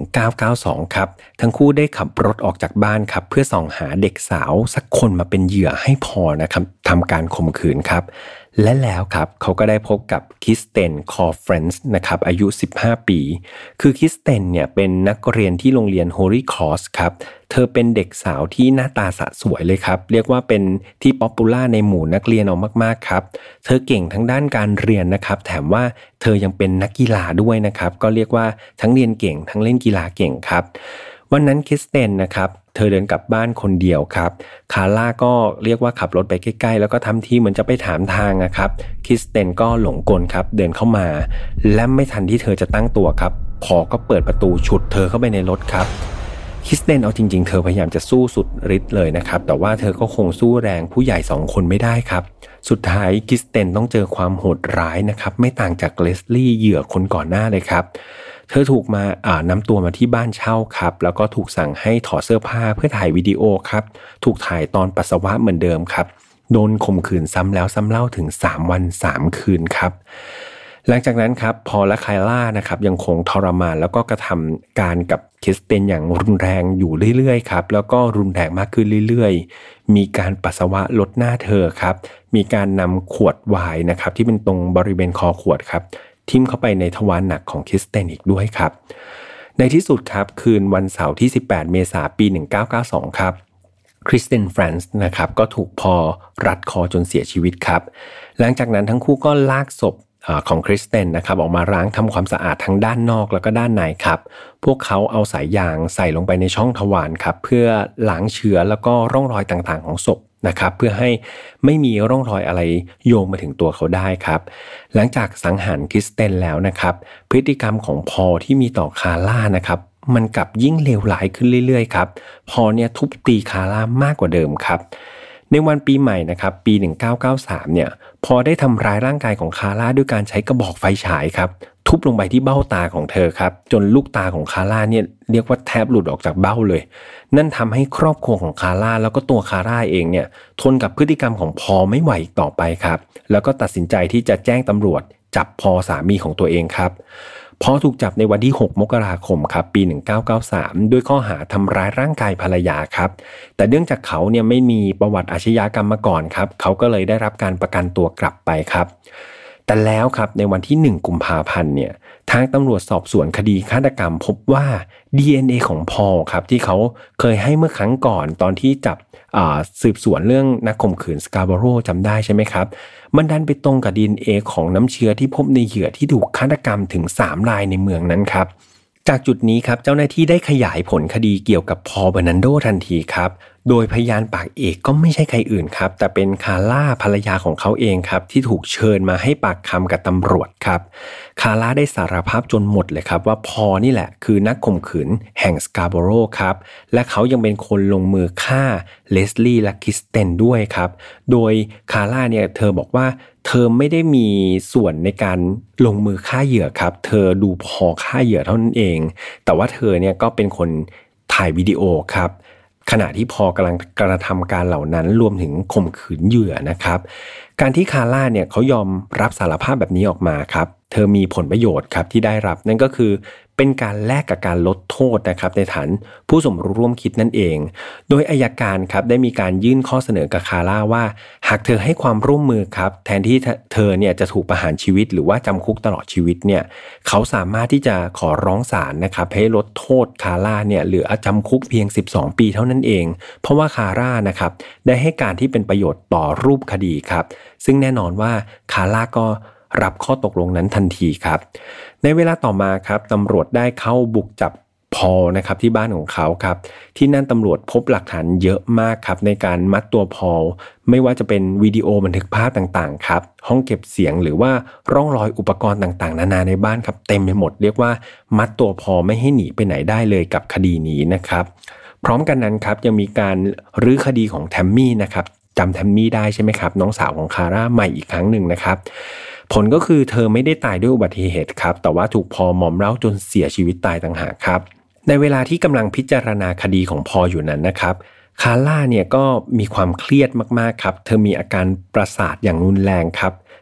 1992ครับทั้งคู่ได้ขับรถออกจากบ้านครับเพื่อส่องหาเด็กสาวสักคนมาเป็นเหยื่อให้พอนะครับทำการข่มขืนครับและแล้วครับเขาก็ได้พบกับคริสเตนคอร์เฟรนซ์นะครับอายุ15ปีคือคริสเตนเนี่ยเป็นนักเรียนที่โรงเรียน Holy Cross ครับเธอเป็นเด็กสาวที่หน้าตาสะสวยเลยครับเรียกว่าเป็นที่ป๊อปปูล่าในหมู่นักเรียนเอามากๆครับเธอเก่งทั้งด้านการเรียนนะครับแถมว่าเธอยังเป็นนักกีฬาด้วยนะครับก็เรียกว่าทั้งเรียนเก่งทั้งเล่นกีฬาเก่งครับวันนั้นคริสเตนนะครับเธอเดินกลับบ้านคนเดียวครับคาร่าก็เรียกว่าขับรถไปใกล้ๆแล้วก็ทำทีเหมือนจะไปถามทางนะครับคริสเตนก็หลงกลครับเดินเข้ามาและไม่ทันที่เธอจะตั้งตัวครับพอก็เปิดประตูฉุดเธอเข้าไปในรถครับคริสเตนเอาจริงๆเธอพยายามจะสู้สุดฤทธิ์เลยนะครับแต่ว่าเธอก็คงสู้แรงผู้ใหญ่2คนไม่ได้ครับสุดท้ายคริสเตนต้องเจอความโหดร้ายนะครับไม่ต่างจากเลสลี่เหยื่อคนก่อนหน้าเลยครับเธอถูกนำตัวมาที่บ้านเช่าครับแล้วก็ถูกสั่งให้ถอดเสื้อผ้าเพื่อถ่ายวิดีโอครับถูกถ่ายตอนปัสสาวะเหมือนเดิมครับโดนข่มขืนซ้ำแล้วซ้ำเล่าถึง3วัน3คืนครับหลังจากนั้นครับพอและไคล่านะครับยังคงทรมานแล้วก็กระทำการกับคริสเตนอย่างรุนแรงอยู่เรื่อยๆครับแล้วก็รุนแรงมากขึ้นเรื่อยๆมีการปัสสาวะลดหน้าเธอครับมีการนำขวดไวน์นะครับที่เป็นตรงบริเวณคอขวดครับทิ่มเข้าไปในทวารหนักของคริสเตนอีกด้วยครับในที่สุดครับคืนวันเสาร์ที่18เมษายนปี1992ครับคริสเตนแฟรนซ์นะครับก็ถูกพอรัดคอจนเสียชีวิตครับหลังจากนั้นทั้งคู่ก็ลากศพของคริสเตนนะครับออกมาล้างทำความสะอาดทั้งด้านนอกแล้วก็ด้านในครับพวกเขาเอาสายยางใส่ลงไปในช่องทวารครับเพื่อล้างเชื้อแล้วก็ร่องรอยต่างๆของศพนะครับเพื่อให้ไม่มีร่องรอยอะไรโยงมาถึงตัวเขาได้ครับหลังจากสังหารคริสเตนแล้วนะครับพฤติกรรมของพอลที่มีต่อคาร่านะครับมันกลับยิ่งเลวร้ายขึ้นเรื่อยๆครับพอลเนี่ยทุบตีคาร่ามากกว่าเดิมครับในวันปีใหม่นะครับปี1993เนี่ยพอได้ทำร้ายร่างกายของคาร่าด้วยการใช้กระบอกไฟฉายครับทุบลงไปที่เบ้าตาของเธอครับจนลูกตาของคาร่าเนี่ยเรียกว่าแทบหลุดออกจากเบ้าเลยนั่นทำให้ครอบครัวของคาร่าแล้วก็ตัวคาร่าเองเนี่ยทนกับพฤติกรรมของพอไม่ไหวอีกต่อไปครับแล้วก็ตัดสินใจที่จะแจ้งตำรวจจับพอสามีของตัวเองครับพอถูกจับในวันที่6มกราคมครับปี1993ด้วยข้อหาทำร้ายร่างกายภรรยาครับแต่เนื่องจากเขาเนี่ยไม่มีประวัติอาชญากรรมมาก่อนครับเขาก็เลยได้รับการประกันตัวกลับไปครับแต่แล้วครับในวันที่1กุมภาพันธ์เนี่ยทางตำรวจสอบสวนคดีฆาตกรรมพบว่า DNA ของพอลครับที่เขาเคยให้เมื่อครั้งก่อนตอนที่จับสืบสวนเรื่องนักข่มขืนสกาโบโรจำได้ใช่ไหมครับมันดันไปตรงกับ DNA ของน้ำเชื้อที่พบในเหยื่อที่ถูกฆาตกรรมถึง3รายในเมืองนั้นครับจากจุดนี้ครับเจ้าหน้าที่ได้ขยายผลคดีเกี่ยวกับพอล เบอร์นันโดทันทีครับโดยพยานปากเอกก็ไม่ใช่ใครอื่นครับแต่เป็นคาร่าภรรยาของเขาเองครับที่ถูกเชิญมาให้ปากคำกับตำรวจครับคาร่าได้สารภาพจนหมดเลยครับว่าพอลนี่แหละคือนักข่มขืนแห่งสกาโบโรครับและเขายังเป็นคนลงมือฆ่าเลสลี่และคริสเตนด้วยครับโดยคาร่าเนี่ยเธอบอกว่าเธอไม่ได้มีส่วนในการลงมือฆ่าเหยื่อครับเธอดูพอฆ่าเหยื่อเท่านั้นเองแต่ว่าเธอเนี่ยก็เป็นคนถ่ายวิดีโอครับขณะที่พอกำลังกระทำการเหล่านั้นรวมถึงข่มขืนเหยื่อนะครับการที่คาร่าเนี่ยเขายอมรับสารภาพแบบนี้ออกมาครับเธอมีผลประโยชน์ครับที่ได้รับนั่นก็คือเป็นการแลกกับการลดโทษนะครับในฐานผู้สมรู้ร่วมคิดนั่นเองโดยอัยการครับได้มีการยื่นข้อเสนอกับคาร่าว่าหากเธอให้ความร่วมมือครับแทนที่เธอเนี่ยจะถูกประหารชีวิตหรือว่าจำคุกตลอดชีวิตเนี่ยเขาสามารถที่จะขอร้องศาลนะครับให้ลดโทษคาร่าเนี่ยเหลือจำคุกเพียง12ปีเท่านั้นเองเพราะว่าคาร่านะครับได้ให้การที่เป็นประโยชน์ต่อรูปคดีครับซึ่งแน่นอนว่าคาร่าก็รับข้อตกลงนั้นทันทีครับในเวลาต่อมาครับตำรวจได้เข้าบุกจับพอลนะครับที่บ้านของเขาครับที่นั่นตำรวจพบหลักฐานเยอะมากครับในการมัดตัวพอลไม่ว่าจะเป็นวิดีโอบันทึกภาพต่างๆครับห้องเก็บเสียงหรือว่าร่องรอยอุปกรณ์ต่างๆนานาในบ้านครับเต็มไปหมดเรียกว่ามัดตัวพอลไม่ให้หนีไปไหนได้เลยกับคดีนี้นะครับพร้อมกันนั้นครับยังมีการรื้อคดีของแทมมี่นะครับจำแทมมี่ได้ใช่ไหมครับน้องสาวของคาร่าใหม่อีกครั้งหนึ่งนะครับผลก็คือเธอไม่ได้ตายด้วยอุบัติเหตุครับแต่ว่าถูกพอลมอมเร้าจนเสียชีวิตตายต่างหากครับในเวลาที่กำลังพิจารณาคดีของพอลอยู่นั้นนะครับคาร่าเนี่ยก็มีความเครียดมากๆครับเธอมีอาการประสาทอย่างรุนแรงครับ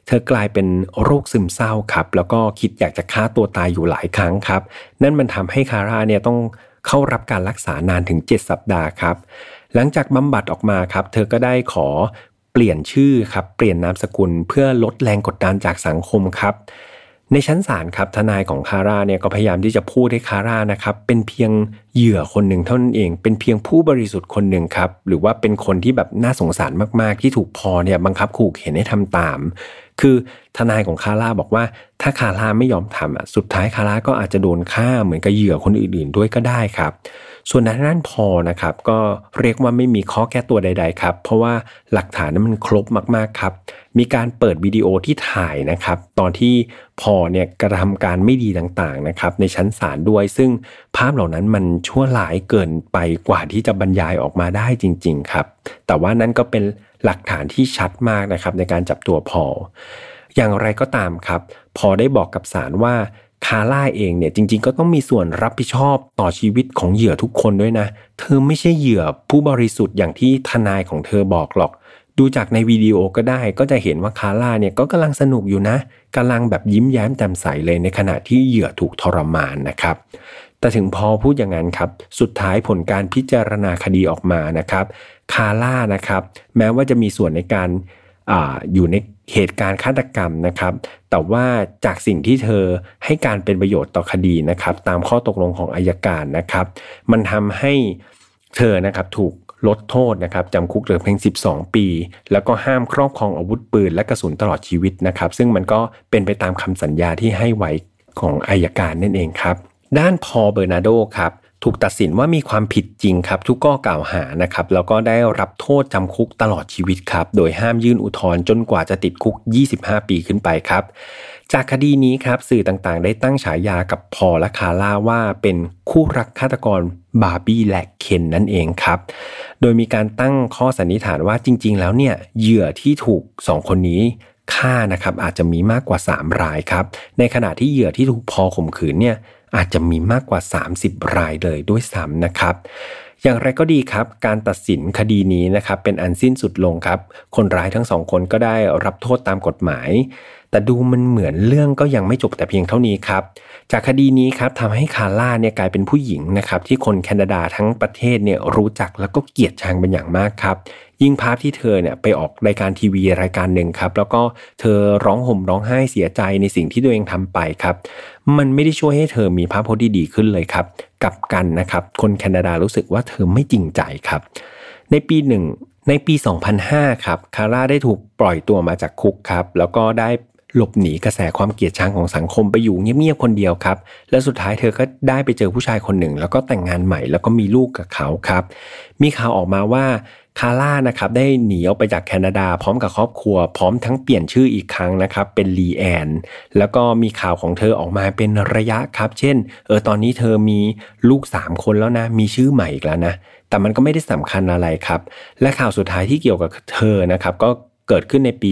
เธอกลายเป็นโรคซึมเศร้าครับแล้วก็คิดอยากจะฆ่าตัวตายอยู่หลายครั้งครับนั่นมันทำให้คาร่าเนี่ยต้องเข้ารับการรักษานานถึง7 สัปดาห์ครับหลังจากบำบัดออกมาครับเธอก็ได้ขอเปลี่ยนชื่อครับเปลี่ยนนามสกุลเพื่อลดแรงกดดันจากสังคมครับในชั้นศาลครับทนายของคาร่าเนี่ยก็พยายามที่จะพูดให้คาร่านะครับเป็นเพียงเหยื่อคนหนึ่งเท่านั้นเองเป็นเพียงผู้บริสุทธิ์คนหนึ่งครับหรือว่าเป็นคนที่แบบน่าสงสารมากๆที่ถูกพอเนี่ยบังคับขู่เข็นให้ทำตามคือทนายของคาร่าบอกว่าถ้าคาร่าไม่ยอมทำสุดท้ายคาร่าก็อาจจะโดนฆ่าเหมือนกับเหยื่อคนอื่นๆด้วยก็ได้ครับส่วนทางด้านพอนะครับก็เรียกว่าไม่มีข้อแก้ตัวใดๆครับเพราะว่าหลักฐานนั้นมันครบมากๆครับมีการเปิดวิดีโอที่ถ่ายนะครับตอนที่พอเนี่ยกระทำการไม่ดีต่างๆนะครับในชั้นศาลด้วยซึ่งภาพเหล่านั้นมันชั่วร้ายเกินไปกว่าที่จะบรรยายออกมาได้จริงๆครับแต่ว่านั่นก็เป็นหลักฐานที่ชัดมากนะครับในการจับตัวพออย่างไรก็ตามครับพอได้บอกกับศาลว่าคาร่าเองเนี่ยจริงๆก็ต้องมีส่วนรับผิดชอบต่อชีวิตของเหยื่อทุกคนด้วยนะเธอไม่ใช่เหยื่อผู้บริสุทธิ์อย่างที่ทนายของเธอบอกหรอกดูจากในวิดีโอก็ได้ก็จะเห็นว่าคาร่าเนี่ยก็กำลังสนุกอยู่นะกำลังแบบยิ้มแย้มแจ่มใสเลยในขณะที่เหยื่อถูกทรมานนะครับแต่ถึงพอพูดอย่างนั้นครับสุดท้ายผลการพิจารณาคดีออกมานะครับคาร่านะครับแม้ว่าจะมีส่วนในการอยู่ในเหตุการณ์ฆาตกรรมนะครับแต่ว่าจากสิ่งที่เธอให้การเป็นประโยชน์ต่อคดีนะครับตามข้อตกลงของอัยการนะครับมันทำให้เธอนะครับถูกลดโทษนะครับจำคุกเหลือเพียง12 ปีแล้วก็ห้ามครอบครองอาวุธปืนและกระสุนตลอดชีวิตนะครับซึ่งมันก็เป็นไปตามคำสัญญาที่ให้ไว้ของอัยการนั่นเองครับด้านพอเบอร์นาโดครับถูกตัดสินว่ามีความผิดจริงครับทุกข้อกล่าวหานะครับแล้วก็ได้รับโทษจำคุกตลอดชีวิตครับโดยห้ามยื่นอุทธรณ์จนกว่าจะติดคุก25 ปีขึ้นไปครับจากคดีนี้ครับสื่อต่างๆได้ตั้งฉายากับพอและคาร่าว่าเป็นคู่รักฆาตกรบาร์บี้และเคนนั่นเองครับโดยมีการตั้งข้อสันนิษฐานว่าจริงๆแล้วเนี่ยเหยื่อที่ถูก2 คนนี้ฆ่านะครับอาจจะมีมากกว่า3 รายครับในขณะที่เหยื่อที่ถูกพอข่มขืนเนี่ยอาจจะมีมากกว่า30 รายเลยด้วยซ้ำนะครับอย่างไรก็ดีครับการตัดสินคดีนี้นะครับเป็นอันสิ้นสุดลงครับคนร้ายทั้ง2 คนก็ได้รับโทษตามกฎหมายแต่ดูมันเหมือนเรื่องก็ยังไม่จบแต่เพียงเท่านี้ครับจากคดีนี้ครับทำให้คาร่าเนี่ยกลายเป็นผู้หญิงนะครับที่คนแคนาดาทั้งประเทศเนี่ยรู้จักแล้วก็เกลียดชังเป็นอย่างมากครับยิ่งภาพที่เธอเนี่ยไปออกรายการทีวีรายการหนึ่งครับแล้วก็เธอร้องห่มร้องไห้เสียใจในสิ่งที่ตัวเองทำไปครับมันไม่ได้ช่วยให้เธอมีภาพพจน์ที่ดีขึ้นเลยครับกลับกันนะครับคนแคนาดารู้สึกว่าเธอไม่จริงใจครับในปี 2005 ครับคาร่าได้ถูกปล่อยตัวมาจากคุกครับแล้วก็ได้หลบหนีกระแสความเกลียดชังของสังคมไปอยู่เงียบๆคนเดียวครับและสุดท้ายเธอก็ได้ไปเจอผู้ชายคนหนึ่งแล้วก็แต่งงานใหม่แล้วก็มีลูกกับเขาครับมีข่าวออกมาว่าคาร่านะครับได้หนีออกไปจากแคนาดาพร้อมกับครอบครัวพร้อมทั้งเปลี่ยนชื่ออีกครั้งนะครับเป็นลีแอนแล้วก็มีข่าวของเธอออกมาเป็นระยะครับเช่นตอนนี้เธอมีลูก3 คนแล้วนะมีชื่อใหม่อีกแล้วนะแต่มันก็ไม่ได้สำคัญอะไรครับและข่าวสุดท้ายที่เกี่ยวกับเธอนะครับก็เกิดขึ้นในปี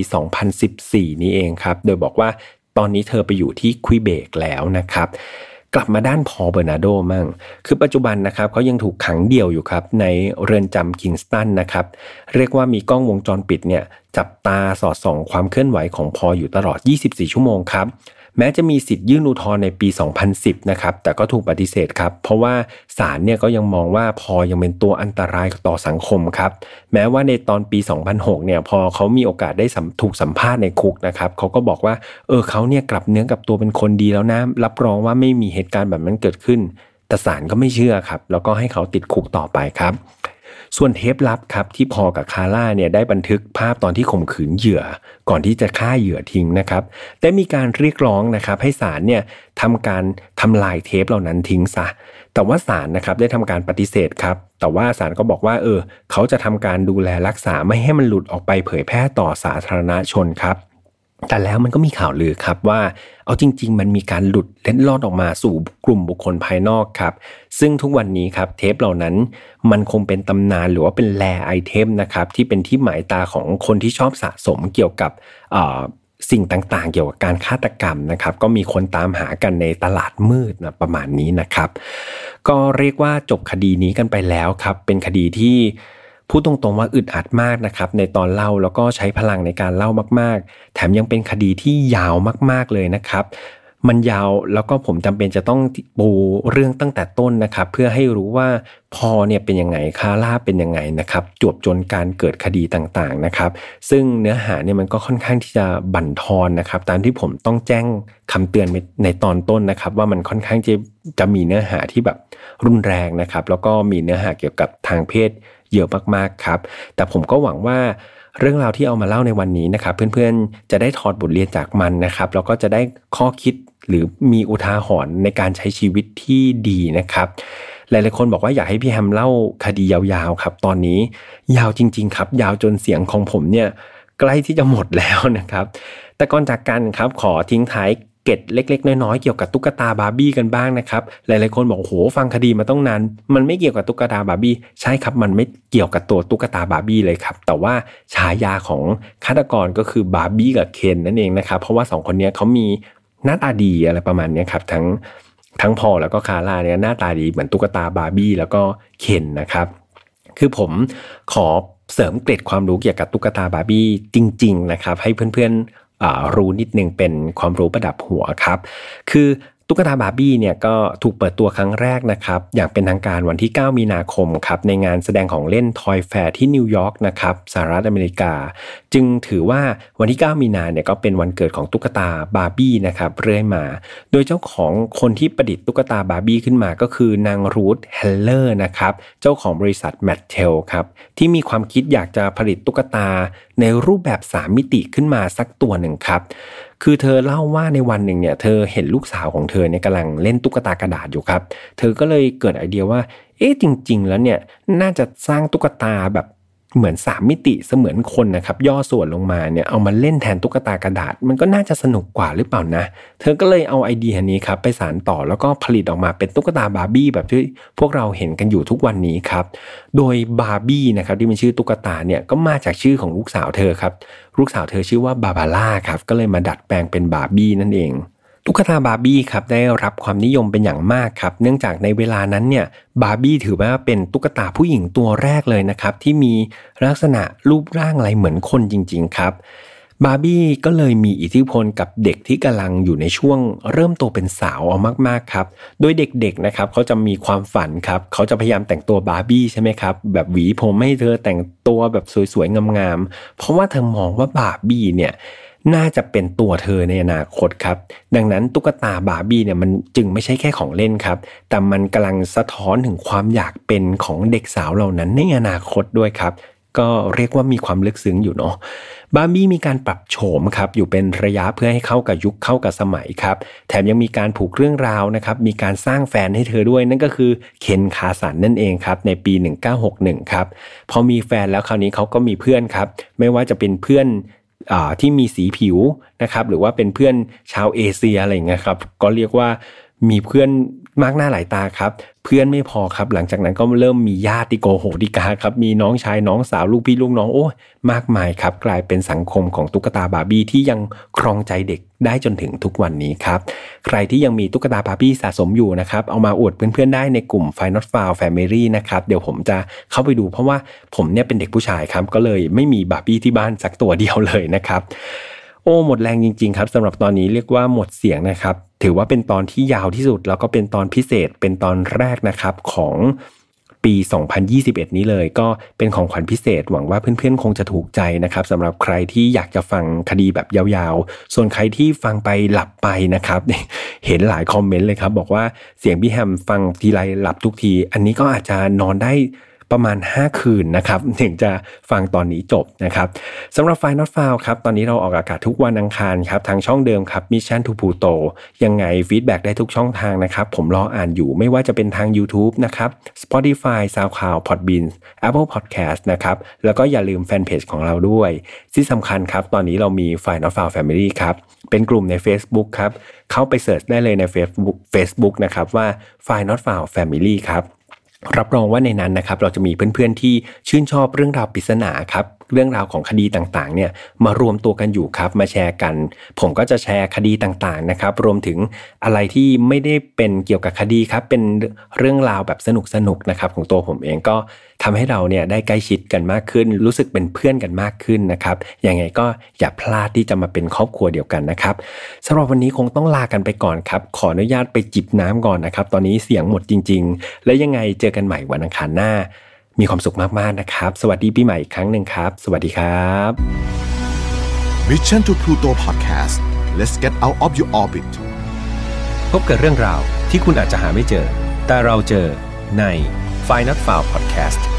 2014 นี้เองครับโดยบอกว่าตอนนี้เธอไปอยู่ที่ควิเบกแล้วนะครับกลับมาด้านพอเบอร์นาโดมั่งคือปัจจุบันนะครับเขายังถูกขังเดี่ยวอยู่ครับในเรือนจำคิงสตันนะครับเรียกว่ามีกล้องวงจรปิดเนี่ยจับตาสอดส่องความเคลื่อนไหวของพออยู่ตลอด24 ชั่วโมงครับแม้จะมีสิทธิ์ยื่นอุทธรณ์ในปี 2010 นะครับแต่ก็ถูกปฏิเสธครับเพราะว่าศาลเนี่ยก็ยังมองว่าพอยังเป็นตัวอันตรายต่อสังคมครับแม้ว่าในตอนปี 2006 เนี่ยพอเขามีโอกาสได้ถูกสัมภาษณ์ในคุกนะครับเขาก็บอกว่าเขาเนี่ยกลับเนื้อกลับตัวเป็นคนดีแล้วนะรับรองว่าไม่มีเหตุการณ์แบบนั้นเกิดขึ้นแต่ศาลก็ไม่เชื่อครับแล้วก็ให้เขาติดคุกต่อไปครับส่วนเทปลับครับที่พอกับคาร่าเนี่ยได้บันทึกภาพตอนที่ข่มขืนเหยื่อก่อนที่จะฆ่าเหยื่อทิ้งนะครับได้มีการเรียกร้องนะครับให้ศาลเนี่ยทำการทำลายเทปเหล่านั้นทิ้งซะแต่ว่าศาลนะครับได้ทำการปฏิเสธครับแต่ว่าศาลก็บอกว่าเขาจะทำการดูแลรักษาไม่ให้มันหลุดออกไปเผยแพร่ต่อสาธารณชนครับแต่แล้วมันก็มีข่าวลือครับว่าเอาจริงๆมันมีการหลุดเล็ดลอดออกมาสู่กลุ่มบุคคลภายนอกครับซึ่งทุกวันนี้ครับเทปเหล่านั้นมันคงเป็นตำนานหรือว่าเป็นแรไอเทมนะครับที่เป็นที่หมายตาของคนที่ชอบสะสมเกี่ยวกับสิ่งต่างๆเกี่ยวกับการฆาตกรรมนะครับก็มีคนตามหากันในตลาดมืดนะประมาณนี้นะครับก็เรียกว่าจบคดีนี้กันไปแล้วครับเป็นคดีที่พูดตรงๆว่าอึดอัดมากนะครับในตอนเล่าแล้วก็ใช้พลังในการเล่ามากๆแถมยังเป็นคดีที่ยาวมากๆเลยนะครับมันยาวแล้วก็ผมจำเป็นจะต้องปูเรื่องตั้งแต่ต้นนะครับเพื่อให้รู้ว่าพอเนี่ยเป็นยังไงคาร่าเป็นยังไงนะครับจวบจนการเกิดคดีต่างๆนะครับซึ่งเนื้อหาเนี่ยมันก็ค่อนข้างที่จะบั่นทอนนะครับตามที่ผมต้องแจ้งคำเตือนในตอนต้นนะครับว่ามันค่อนข้างจะมีเนื้อหาที่แบบรุนแรงนะครับแล้วก็มีเนื้อหาเกี่ยวกับทางเพศเยอะมากๆครับแต่ผมก็หวังว่าเรื่องราวที่เอามาเล่าในวันนี้นะครับเพื่อนๆจะได้ถอดบทเรียนจากมันนะครับแล้วก็จะได้ข้อคิดหรือมีอุทาหรณ์ในการใช้ชีวิตที่ดีนะครับหลายๆคนบอกว่าอยากให้พี่แฮมเล่าคดียาวๆครับตอนนี้ยาวจริงๆครับยาวจนเสียงของผมเนี่ยใกล้ที่จะหมดแล้วนะครับแต่ก่อนจากกันครับขอทิ้งท้ายเกร็ดเล็กๆน้อยๆเกี่ยวกับตุ๊กตาบาร์บี้กันบ้างนะครับหลายๆคนบอกโอ้โหฟังคดีมาต้องนานมันไม่เกี่ยวกับตุ๊กตาบาร์บี้ใช่ครับมันไม่เกี่ยวกับตัวตุ๊กตาบาร์บี้เลยครับแต่ว่าฉายาของฆาตกรก็คือบาร์บี้กับเคนนั่นเองนะครับเพราะว่า2คนนี้เขามีหน้าตาดีอะไรประมาณนี้ครับทั้งพอลแล้วก็คาร่าเนี่ยหน้าตาดีเหมือนตุ๊กตาบาร์บี้แล้วก็เคนนะครับคือผมขอเสริมเกร็ดความรู้เกี่ยวกับตุ๊กตาบาร์บี้จริงๆนะครับให้เพื่อนๆรู้นิดนึงเป็นความรู้ประดับหัวครับคือตุ๊กตาบาร์บี้เนี่ยก็ถูกเปิดตัวครั้งแรกนะครับอย่างเป็นทางการวันที่9มีนาคมครับในงานแสดงของเล่น Toy Fair ที่นิวยอร์กนะครับสหรัฐอเมริกาจึงถือว่าวันที่9มีนาเนี่ยก็เป็นวันเกิดของตุ๊กตาบาร์บี้นะครับเรื่อยมาโดยเจ้าของคนที่ประดิษฐ์ตุ๊กตาบาร์บี้ขึ้นมาก็คือนางรูธเฮลเลอร์นะครับเจ้าของบริษัทแมทเทลครับที่มีความคิดอยากจะผลิตตุ๊กตาในรูปแบบ3มิติขึ้นมาสักตัวหนึ่งครับคือเธอเล่าว่าในวันหนึ่งเนี่ยเธอเห็นลูกสาวของเธอเนี่ยกำลังเล่นตุ๊กตากระดาษอยู่ครับเธอก็เลยเกิดไอเดียว่าจริงๆแล้วเนี่ยน่าจะสร้างตุ๊กตาแบบเหมือน3มิติเสมือนคนนะครับย่อส่วนลงมาเนี่ยเอามาเล่นแทนตุ๊กตากระดาษมันก็น่าจะสนุกกว่าหรือเปล่านะเธอก็เลยเอาไอเดียนี้ครับไปสานต่อแล้วก็ผลิตออกมาเป็นตุ๊กตาบาร์บี้แบบที่พวกเราเห็นกันอยู่ทุกวันนี้ครับโดยบาร์บี้นะครับที่เป็นชื่อตุ๊กตาเนี่ยก็มาจากชื่อของลูกสาวเธอครับลูกสาวเธอชื่อว่าบาบาร่าครับก็เลยมาดัดแปลงเป็นบาร์บี้นั่นเองตุ๊กตาบาร์บี้ครับได้รับความนิยมเป็นอย่างมากครับเนื่องจากในเวลานั้นเนี่ยบาร์บี้ถือว่าเป็นตุ๊กตาผู้หญิงตัวแรกเลยนะครับที่มีลักษณะรูปร่างอะไรเหมือนคนจริงๆครับบาร์บี้ก็เลยมีอิทธิพลกับเด็กที่กำลังอยู่ในช่วงเริ่มโตเป็นสาวเอามากๆครับโดยเด็กๆนะครับเขาจะมีความฝันครับเขาจะพยายามแต่งตัวบาร์บี้ใช่ไหมครับแบบหวีผมให้เธอแต่งตัวแบบสวยๆงามๆเพราะว่าเธอมองว่าบาร์บี้เนี่ยน่าจะเป็นตัวเธอในอนาคตครับดังนั้นตุ๊กตาบาร์บี้เนี่ยมันจึงไม่ใช่แค่ของเล่นครับแต่มันกำลังสะท้อนถึงความอยากเป็นของเด็กสาวเหล่านั้นในอนาคตด้วยครับก็เรียกว่ามีความลึกซึ้งอยู่เนาะบาร์บี้มีการปรับโฉมครับอยู่เป็นระยะเพื่อให้เข้ากับยุคเข้ากับสมัยครับแถมยังมีการผูกเรื่องราวนะครับมีการสร้างแฟนให้เธอด้วยนั่นก็คือเคนคาสันนั่นเองครับในปี1961ครับพอมีแฟนแล้วคราวนี้เขาก็มีเพื่อนครับไม่ว่าจะเป็นเพื่อนที่มีสีผิวนะครับหรือว่าเป็นเพื่อนชาวเอเชียอะไรอย่างเงี้ยครับก็เรียกว่ามีเพื่อนมากหน้าหลายตาครับเพื่อนไม่พอครับหลังจากนั้นก็เริ่มมีญาติโกโหติกาครับมีน้องชายน้องสาวลูกพี่ลูกน้องโอ้มากมายครับกลายเป็นสังคมของตุ๊กตาบาร์บี้ที่ยังครองใจเด็กได้จนถึงทุกวันนี้ครับใครที่ยังมีตุ๊กตาบาร์บี้สะสมอยู่นะครับเอามาอวดเพื่อนๆได้ในกลุ่ม Five Not Found Family นะครับเดี๋ยวผมจะเข้าไปดูเพราะว่าผมเนี่ยเป็นเด็กผู้ชายครับก็เลยไม่มีบาร์บี้ที่บ้านสักตัวเดียวเลยนะครับหมดแรงจริงๆครับสำหรับตอนนี้เรียกว่าหมดเสียงนะครับถือว่าเป็นตอนที่ยาวที่สุดแล้วก็เป็นตอนพิเศษเป็นตอนแรกนะครับของปี 2021 นี้เลยก็เป็นของขวัญพิเศษหวังว่าเพื่อนๆคงจะถูกใจนะครับสำหรับใครที่อยากจะฟังคดีแบบยาวๆส่วนใครที่ฟังไปหลับไปนะครับ เห็นหลายคอมเมนต์เลยครับบอกว่าเสียงพี่แฮมฟังทีไรหลับทุกทีอันนี้ก็อาจจะนอนได้ประมาณ5คืนนะครับถึงจะฟังตอนนี้จบนะครับสำหรับ Five Not Found ครับตอนนี้เราออกอากาศทุกวันอังคารครับทางช่องเดิมครับ Mission to Pluto ยังไงฟีดแบ็กได้ทุกช่องทางนะครับผมรออ่านอยู่ไม่ว่าจะเป็นทาง YouTube นะครับ Spotify SoundCloud Podbean Apple Podcast นะครับแล้วก็อย่าลืมแฟนเพจของเราด้วยที่สำคัญครับตอนนี้เรามี Five Not Found Family ครับเป็นกลุ่มใน Facebook ครับเข้าไปเสิร์ชได้เลยใน Facebook นะครับว่า Five Not Found Family ครับรับรองว่าในนั้นนะครับเราจะมีเพื่อนๆที่ชื่นชอบเรื่องราวปริศนาครับเรื่องราวของคดีต่างๆเนี่ยมารวมตัวกันอยู่ครับมาแชร์กันผมก็จะแชร์คดีต่างๆนะครับรวมถึงอะไรที่ไม่ได้เป็นเกี่ยวกับคดีครับเป็นเรื่องราวแบบสนุกๆนะครับของตัวผมเองก็ทำให้เราเนี่ยได้ใกล้ชิดกันมากขึ้นรู้สึกเป็นเพื่อนกันมากขึ้นนะครับยังไงก็อย่าพลาดที่จะมาเป็นครอบครัวเดียวกันนะครับสำหรับวันนี้คงต้องลากันไปก่อนครับขออนุญาตไปจิบน้ำก่อนนะครับตอนนี้เสียงหมดจริงๆและยังไงเจอกันใหม่วันอังคารหน้ามีความสุขมากๆนะครับสวัสดีปีใหม่อีกครั้งหนึ่งครับสวัสดีครับ Mission to Pluto Podcast let's get out of your orbit พบกับเรื่องราวที่คุณอาจจะหาไม่เจอแต่เราเจอใน Find Not Found Podcast